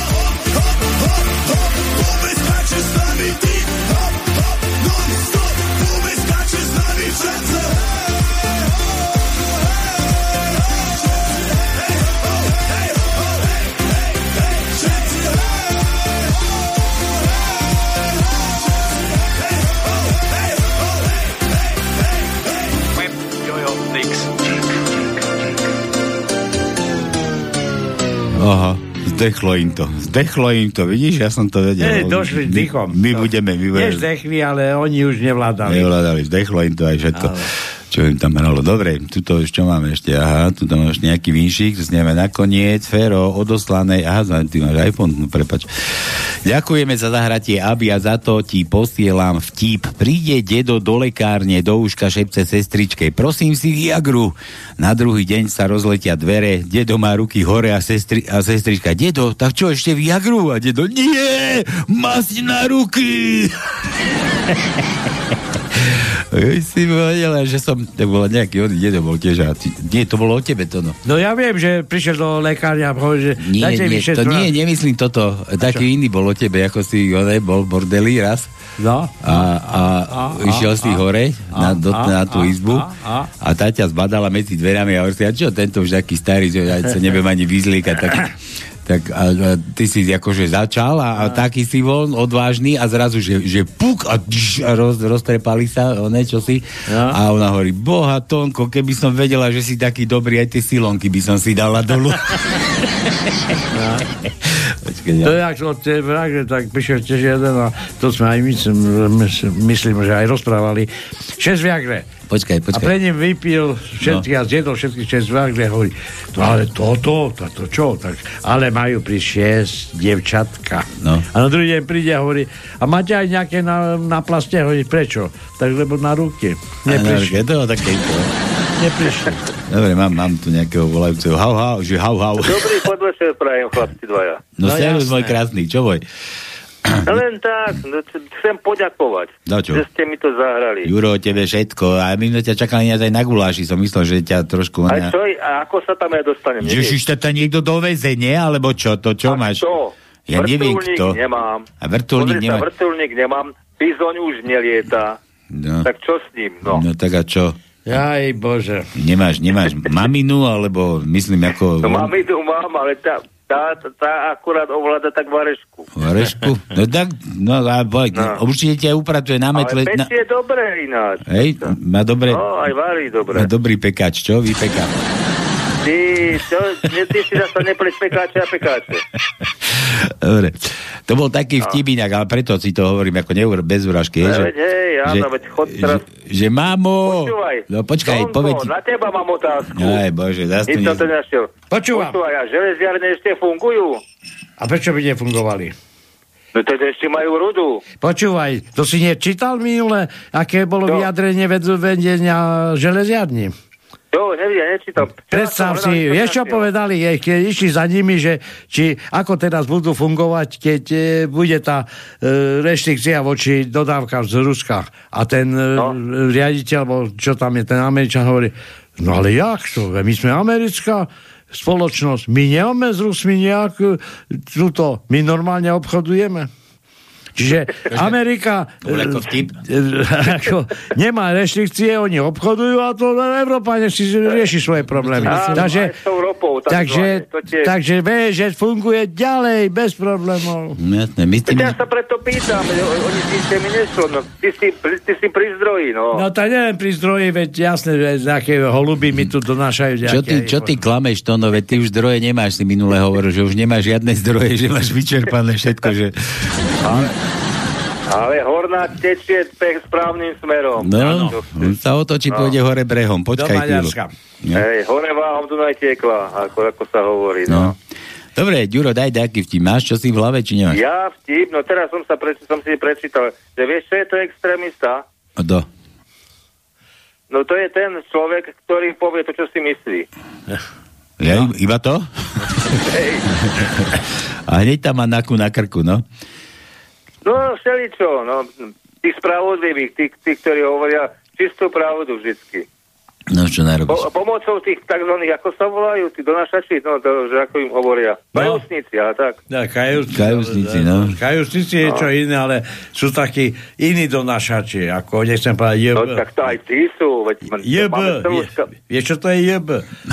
Q: Poďme skáče s nami ty. Non-stop. Poďme skáče s nami všetci.
G: Aha, zdechlo im to. Zdechlo im to, vidíš, ja som to vedel.
L: Nie, došli dýchom.
G: My, my budeme, my budeme.
L: Nezdechli, ale oni už nevládali.
G: Nevládali, zdechlo im to aj všetko. Ale... Čo im tam hralo. Dobre, tuto už čo máme ešte? Aha, tu tam máš nejaký vinšík, to snieme nakoniec. Fero, odoslanej. Aha, ty máš iPhone, no prepač. Ďakujeme za zahratie, Abi, a za to ti posielam vtip. Príde dedo do lekárne, do uška šepce sestričke. Prosím si Viagru. Na druhý deň sa rozletia dvere, dedo má ruky hore a, sestri, a sestrička. Dedo, tak čo ešte Viagru? A dedo, nie, masť na ruky. Ja si vedela, že som, to bolo nejaký oný dedo bol tiež, a ty, nie, to bolo o tebe to, no.
L: No ja viem, že prišiel do lekárňa a povedal, že
G: nie, nie, to nie, nemyslím toto, a taký čo? Iný bol o tebe, ako si, oné, bol v bordeli raz.
L: No.
G: A, a, a, a išiel a, si a, hore a, na, do, a, na tú a, izbu a, a, a tá ťa zbadala medzi dverami a hovorí si, a čo, tento už taký starý, že ja sa neviem ani vyzliekať, tak Tak a, a ty si akože začal a, a taký si bol odvážny a zrazu, že, že puk a, a roz, roztrepali sa, one, čo si. No. A ona hovorí, boha Tonko, keby som vedela, že si taký dobrý, aj tie silonky by som si dala dolu.
L: No. Počkej, ja. To je ak od teba, tak píšeš tiež jeden a to sme aj myslím, myslím, že aj rozprávali. šesť Viagre.
G: Počkaj, počkaj.
L: A pre ním vypil všetky no. a zjedol všetky šesť Viagre. Hovorí, no ale toto, toto čo? Tak, ale majú pri šesť dievčatka.
G: No.
L: A na druhý deň príde a hovorí, a máte aj nejaké na, na plaste? Hovorí, prečo? Tak lebo na ruky. Neprišli.
G: To také to.
L: Neprišli.
G: Dobre, mám, mám tu nejakého volajúceho. Hau, hau, že hau, hau.
R: Dobrý podvečer prajem, chlapci dvaja.
G: No, no servus, môj krásny, čo boj?
R: Len tak, chcem poďakovať, že ste mi to zahrali.
G: Juro, tebe všetko. A my sme ťa čakali aj na guláši. Som myslel, že ťa trošku...
R: A čo, a ako sa tam ja dostanem?
G: Ježiš, ťa niekto doveze, nie? Alebo čo? To čo
R: a
G: máš?
R: Čo?
G: Ja neviem, kto.
R: Nemám.
G: A vrtuľník
R: nemáš? Vrtuľník nemám. Bizoň už nelieta. No. Tak čo s ním? No,
G: no tak a čo?
L: Jaj, Bože.
G: Nemáš, nemáš maminu, alebo myslím ako...
R: No maminu mám, ale tá, tá, tá akurát ovláda tak varešku.
G: Varešku? No tak, no, a boj, no. Určite ťa upratuje na metle...
R: Ale pečie na... dobre ináč.
G: Hej, má dobre...
R: No, aj varí dobre.
G: Má dobrý pekač, čo? Vypeká.
R: Ty, čo? Ty si zase nepleť pekáče a pekáče.
G: Dobre. To bol taký vtip inak, ale preto si to hovorím ako neur, bez uražky.
R: Ne, že, hej, áno, veď chod teraz...
G: Že, že mámo...
R: Počúvaj.
G: No počkaj,
R: Tonko,
G: povedz...
R: na teba mám otázku.
G: Aj bože, zase
R: to
G: nie...
R: nenašiel.
L: Počúvam.
R: Počúvaj, a železiarne ešte fungujú?
L: A prečo by nefungovali?
R: No teda ešte majú rudu.
L: Počúvaj, to si nečítal minule, aké bolo no. vyjadrenie vedenia železiarní?
R: Jo, neviem, ja nečítam.
L: Predstav si, vieš čo povedali, keď išli za nimi, že či ako teraz budú fungovať, keď e, bude tá e, reštrikcia voči dodávkam z Ruska. A ten e, no. riaditeľ, bo čo tam je, ten Američan hovorí, no ale jak to? My sme americká spoločnosť, my nemáme s Rusmi nejak túto, my normálne obchodujeme. Čiže Amerika ako, nemá reštrikcie, oni obchodujú a to Európa si rieši svoje problémy.
R: Áno,
L: takže,
R: ropou,
L: takže,
R: tie...
L: takže vie, že funguje ďalej, bez problémov.
G: Jasne, my tým...
R: Ja sa preto pýtam, oni si mi nešlo, no, ty, si, ty si pri zdroji, no.
L: No tak neviem pri zdroji, veď jasné, že nejaké holuby mi tu donášajú.
G: Čo ty, čo ty klameš, Tono, veď ty už zdroje nemáš, si minule hovoril, že už nemáš žiadne zdroje, že máš vyčerpané všetko, že...
R: Ale, ale horná tečie pech správnym smerom.
G: No, on sa otočí, no. Pôjde hore brehom. Počkaj chvíľu.
R: Hej, hore váhom Dunaj tiekla, ako, ako sa hovorí, no. no.
G: Dobre, Ďuro, daj taký vtip. Máš čo si v hlave, či nemáš?
R: Ja vtip, no teraz som sa preč, som si prečítal, že vieš, čo je to extrémista?
G: Kto?
R: No to je ten človek, ktorý povie to, čo si myslí.
G: Ja, no. Iba to?
R: Hej.
G: A hneď tam má naku na krku, no?
R: No, všeličo, no, tých spravodlivých, tých, tých, ktorí hovoria čistú pravdu vždycky.
G: No, čo najrobíš?
R: Po, pomocou tých takzvaných, ako sa volajú, tí donašači, no, to, že ako im hovoria, kajúcnici, no. Ale tak.
L: Ja, kajúcnici,
G: kajúcnici, no.
L: Kajúcnici je no. Čo iné, ale sú takí iní donašači, ako nechcem povedať jeb.
R: No, tak to aj tí sú. Veď
L: jeb, vieš, čo to je jeb?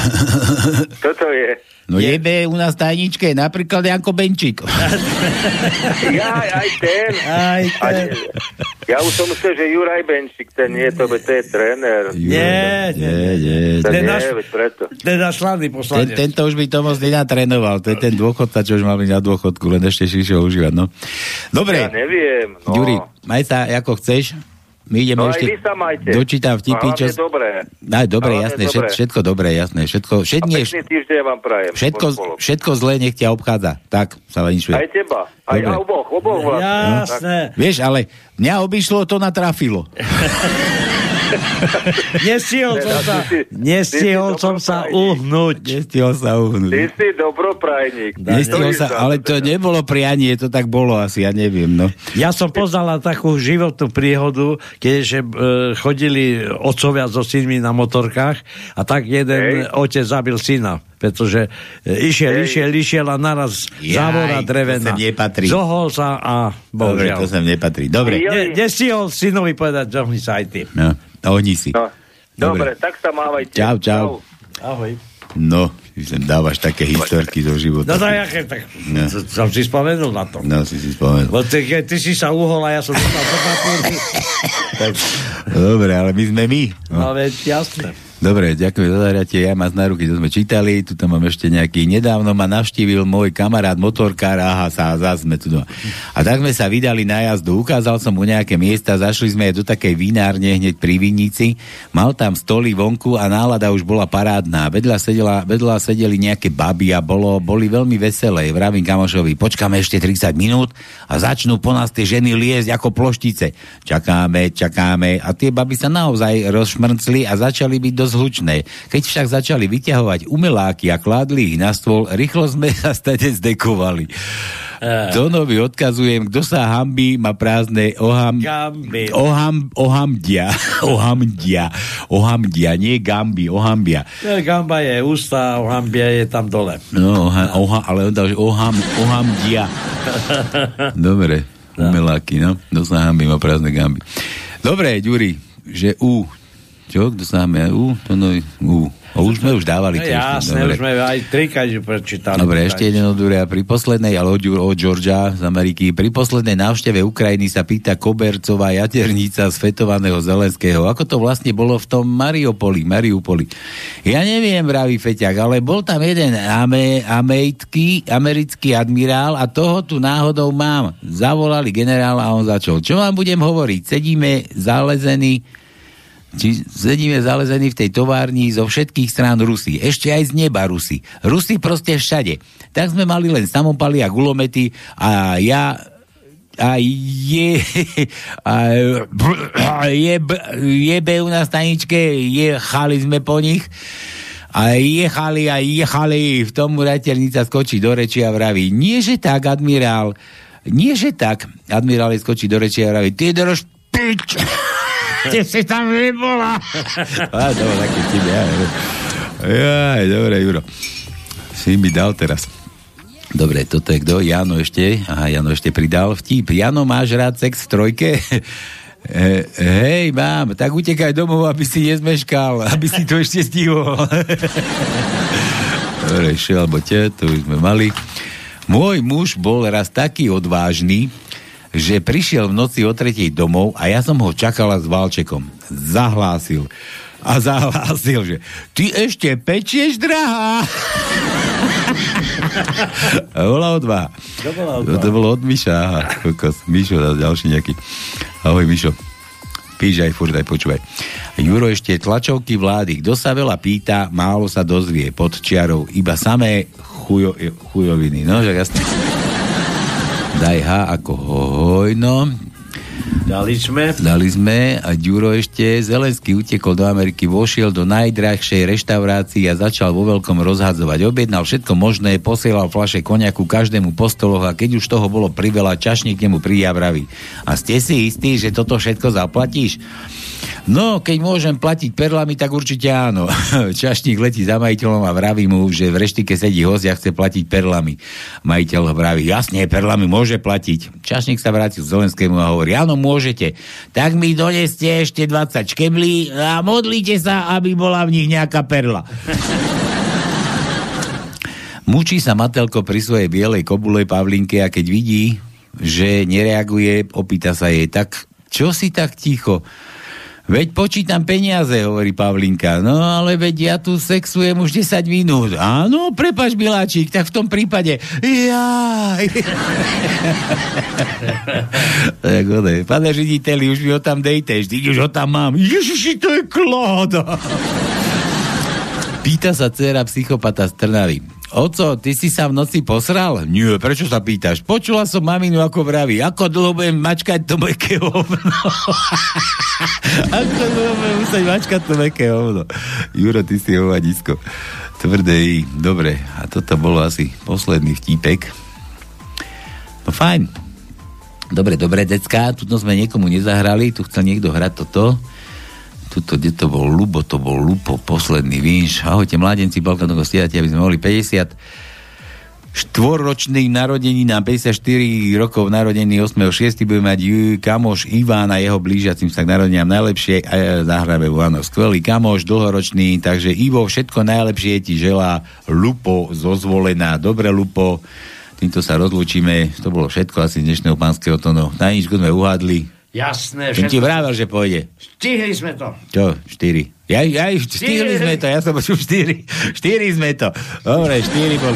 R: Čo to je?
G: No je... jebe u nás tajničke, napríklad Janko Benčík.
R: Ja, aj ten.
L: Aj ten.
R: Aj, ja už som myslel, že Juraj Benčík, ten nie, to, to je tréner.
L: Nie, nie,
G: nie.
L: Ten
R: nie,
L: náš,
R: veď preto.
L: Ten náš slavný poslanec.
G: Ten, tento už by to moc nenatrénoval, to je ten dôchodca, čo už mal byť na dôchodku, len ešte si ho užívať, no. Dobre.
R: Ja neviem, no.
G: Juri, maj sa, ako chceš. My ideme
R: no
G: ešte...
R: aj vy sa majte.
G: Dočítam vtipy, čo...
R: Hlavne dobré.
G: Aj, dobre, jasné,
R: dobre.
G: Všetko dobré, jasné. Všetko, všetko,
R: a pekný týždeň vám prajem.
G: Všetko, všetko zlé nech ťa obchádza. Tak, sa vaničuje.
R: Aj teba. Aj a oboch, oboch vlastne.
L: Jasné.
G: No, vieš, ale mňa obišlo, to natrafilo.
L: Nestihol som sa, nestihol som sa uhnúť.
G: Nestihol sa uhnúť.
R: Ty si dobroprajník.
G: Nestihol sa, ale to nebolo prianie, to tak bolo asi, ja neviem, no.
L: Ja som poznala takú životnú príhodu, keďže e, chodili otcovia so synmi na motorkách a tak jeden Hej. otec zabil syna, pretože e, išiel, Hej. išiel, išiel a naraz závora drevená. Zohol sa a bohužiaľ.
G: Dobre, to sa nepatrí. Dobre.
L: Ne, nestihol synovi povedať, že oni sa aj ty.
G: No. A oni si.
R: No. Dobre. Dobre, tak sa mávajte.
G: Čau, čau.
L: Ahoj.
G: No, sem dávaš také historky do života.
L: No to ja keď tak, no. Som si spomenul na to.
G: No, si si spomenul.
L: Bo ty, ty si sa uhol a ja som dostal do papúry.
G: Dobre, ale my sme my.
L: No, no veď jasné.
G: Dobre, ďakujem za zahratie, ja mám na ruky, to sme čítali, tu tam mám ešte nejaký, nedávno ma navštívil môj kamarát motorkár, aha, sa, zás sme tu doma. A tak sme sa vydali na jazdu, ukázal som mu nejaké miesta, zašli sme do takej vinárne hneď pri Vinici, mal tam stoly vonku a nálada už bola parádna, vedľa, sedela, vedľa sedeli nejaké baby a bolo, boli veľmi veselé, vravím kamošovi, počkáme ešte tridsať minút a začnú po nás tie ženy liezť ako ploštice. Čakáme, čakáme a tie baby sa naozaj rozšmrncli a začali byť dosť hlučné. Keď však začali vyťahovať umeláky a kládli ich na stôl, rýchlo sme sa stade zdekovali. Donovi odkazujem, kto sa hambí, má prázdne oham... Oham... Ohamdia. Ohamdia. Ohamdia, nie gambi, ohambia.
L: Gamba je ústa, ohambia je tam dole.
G: No, oha, oha, ale on dal, že oham, ohamdia. Dobre, umeláky, no. Kto sa hambí, má prázdne gamby. Dobre, Ďuri, že U... Čo? Kto sa máme? U? To no, U. O, už sme už dávali.
L: No, jasné, už sme aj trikrát prečítali.
G: Dobre, ešte jeden od Dúria. Pri poslednej, ale od, od Georgia z Ameriky, pri poslednej návšteve Ukrajiny sa pýta Kobercová jaternica z fetovaného Zelenského. Ako to vlastne bolo v tom Mariupoli, Mariupoli. Ja neviem, vraví Feťak, ale bol tam jeden ame, americký, americký admirál a toho tu náhodou mám. Zavolali generála a on začal. Čo vám budem hovoriť? Sedíme zalezení Či sedíme zalezení v tej továrni zo všetkých strán Rusy. Ešte aj z neba Rusy. Rusy proste všade. Tak sme mali len samopaly a gulomety a ja a je a je, jebe u nás staničke, jechali sme po nich a jechali a jechali, v tom rateľnica skočí do reči a vraví, nie že tak, admirál, nie že tak, admirál je skočí do reči a vraví, ty drž pič. Ty si tam nebola. Á, to bol taký tým, ja Jaj, dobre, Juro. Si mi dal teraz. Dobre, toto je kto? Jano ešte. Aha, Jano ešte pridal vtip. Jano, máš rád sex v trojke? He, hej, mám. Tak utekaj domov, aby si nezmeškal. Aby si to ešte stihol. Dobre, šiel, alebo te, to už sme mali. Môj muž bol raz taký odvážny, že prišiel v noci o tretej domov a ja som ho čakala s válčekom. Zahlásil. A zahlásil, že ty ešte pečieš, drahá? A bola odvaha. To bolo od Miša. Aha, kokos. Mišo, ďalší nejaký. Ahoj, Mišo. Píš aj furt, aj počúvaj. Juro, ešte tlačovky vlády. Kto sa veľa pýta, málo sa dozvie. Pod čiarou. Iba samé chujo, chujoviny. No, že jasne. Daj H ako hojno.
L: Dali sme.
G: Dali sme a Ďuro ešte. Zelenský utekol do Ameriky, vošiel do najdrahšej reštaurácii a začal vo veľkom rozhadzovať. Objednal všetko možné, posielal fľaše koniaku každému po stoloch a keď už toho bolo priveľa, čašník nemu príde a vraví. A ste si istí, že toto všetko zaplatíš? No, keď môžem platiť perlami, tak určite áno. Čašník letí za majiteľom a vraví mu, že v reštike sedí host a chce platiť perlami. Majiteľ ho vraví, jasne, perlami môže platiť. Čašník sa vrátil k Zelenskému a hovorí, áno, môžete. Tak mi doneste ešte dvadsať škeblí a modlite sa, aby bola v nich nejaká perla. Mučí sa Matelko pri svojej bielej kobulej Pavlinke a keď vidí, že nereaguje, opýta sa jej, tak čo si tak ticho? Veď počítam peniaze, hovorí Pavlinka. No, ale veď ja tu sexujem už desať minút. Áno, prepáč, miláčik, tak v tom prípade jaj. Tak odej. Pane řediteli, už mi ho tam dejte, vždy už ho tam mám. Ježiši, to je Klóda. Pýta sa dcéra psychopata z Trnavy. Oco, ty si sa v noci posral? Nie, prečo sa pýtaš? Počula som maminu, ako vraví. Ako dlho budem mačkať to meké hovno? Ako dlho budem musieť mačkať to meké hovno? Juro, ty si hovadisko. Tvrdé. Dobre, a toto bolo asi posledný vtípek. No fajn. Dobre, dobre, decká. Tuto sme niekomu nezahrali. Tu chcel niekto hrať toto. Tuto, kde to bol Lubo, to bol Lupo, posledný, víš. Ahojte, mladenci, Balkánovho stiatia, aby sme mohli päťdesiat. štvorročných narodení na päťdesiatštyri rokov narodený ôsmeho šiesteho bude mať kamoš Iván a jeho blížiacim sa k narodeniam najlepšie. Zahráme Ivano, skvelý kamoš, dlhoročný, takže Ivo, všetko najlepšie ti želá Lupo zo Zvolená. Dobre, Lupo, týmto sa rozlúčime. To bolo všetko asi z dnešného pánskeho tónu. Na ničku sme uhádli.
L: Jasné.
G: Som ti vravel, že pôjde.
L: Stihli sme to.
G: Čo? Štyri. Ja, ja, stihli sme to, ja som počul štyri. Štyri sme to. Dobre, štyri boli.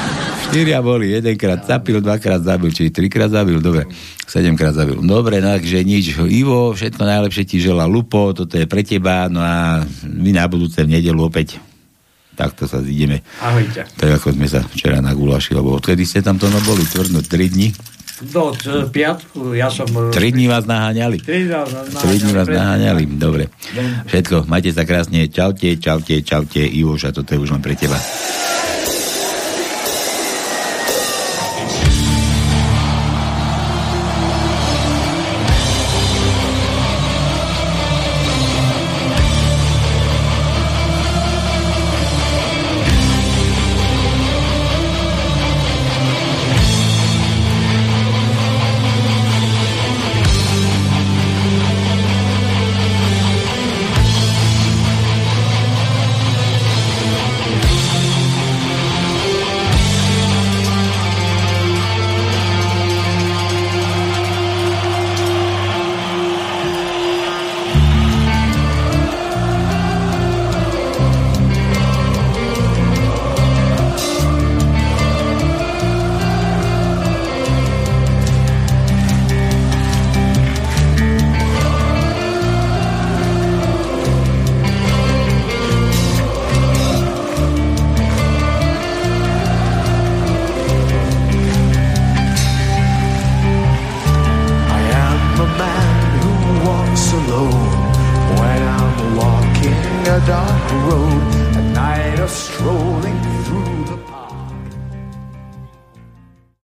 G: Štyria boli, jedenkrát zapil, dvakrát zabil, či trikrát zabil, dobre, sedemkrát zabil. Dobre, no takže nič. Ivo, všetko najlepšie ti želá Lupo, toto je pre teba, no a my na budúce v nedeľu opäť takto sa zídeme.
L: Ahojte.
G: Tak ako sme sa včera na gulaši, lebo odkedy ste tam to no boli, tvrdno, tri dni?
L: Do t- piatku, ja som...
G: Tri dni vás naháňali.
L: Tri dni vás naháňali.
G: Tri dni vás naháňali, dobre. Všetko, majte sa krásne, čaute, čaute, čaute, Ivoš, a toto je už len pre teba.
A: a dark road, a night of strolling through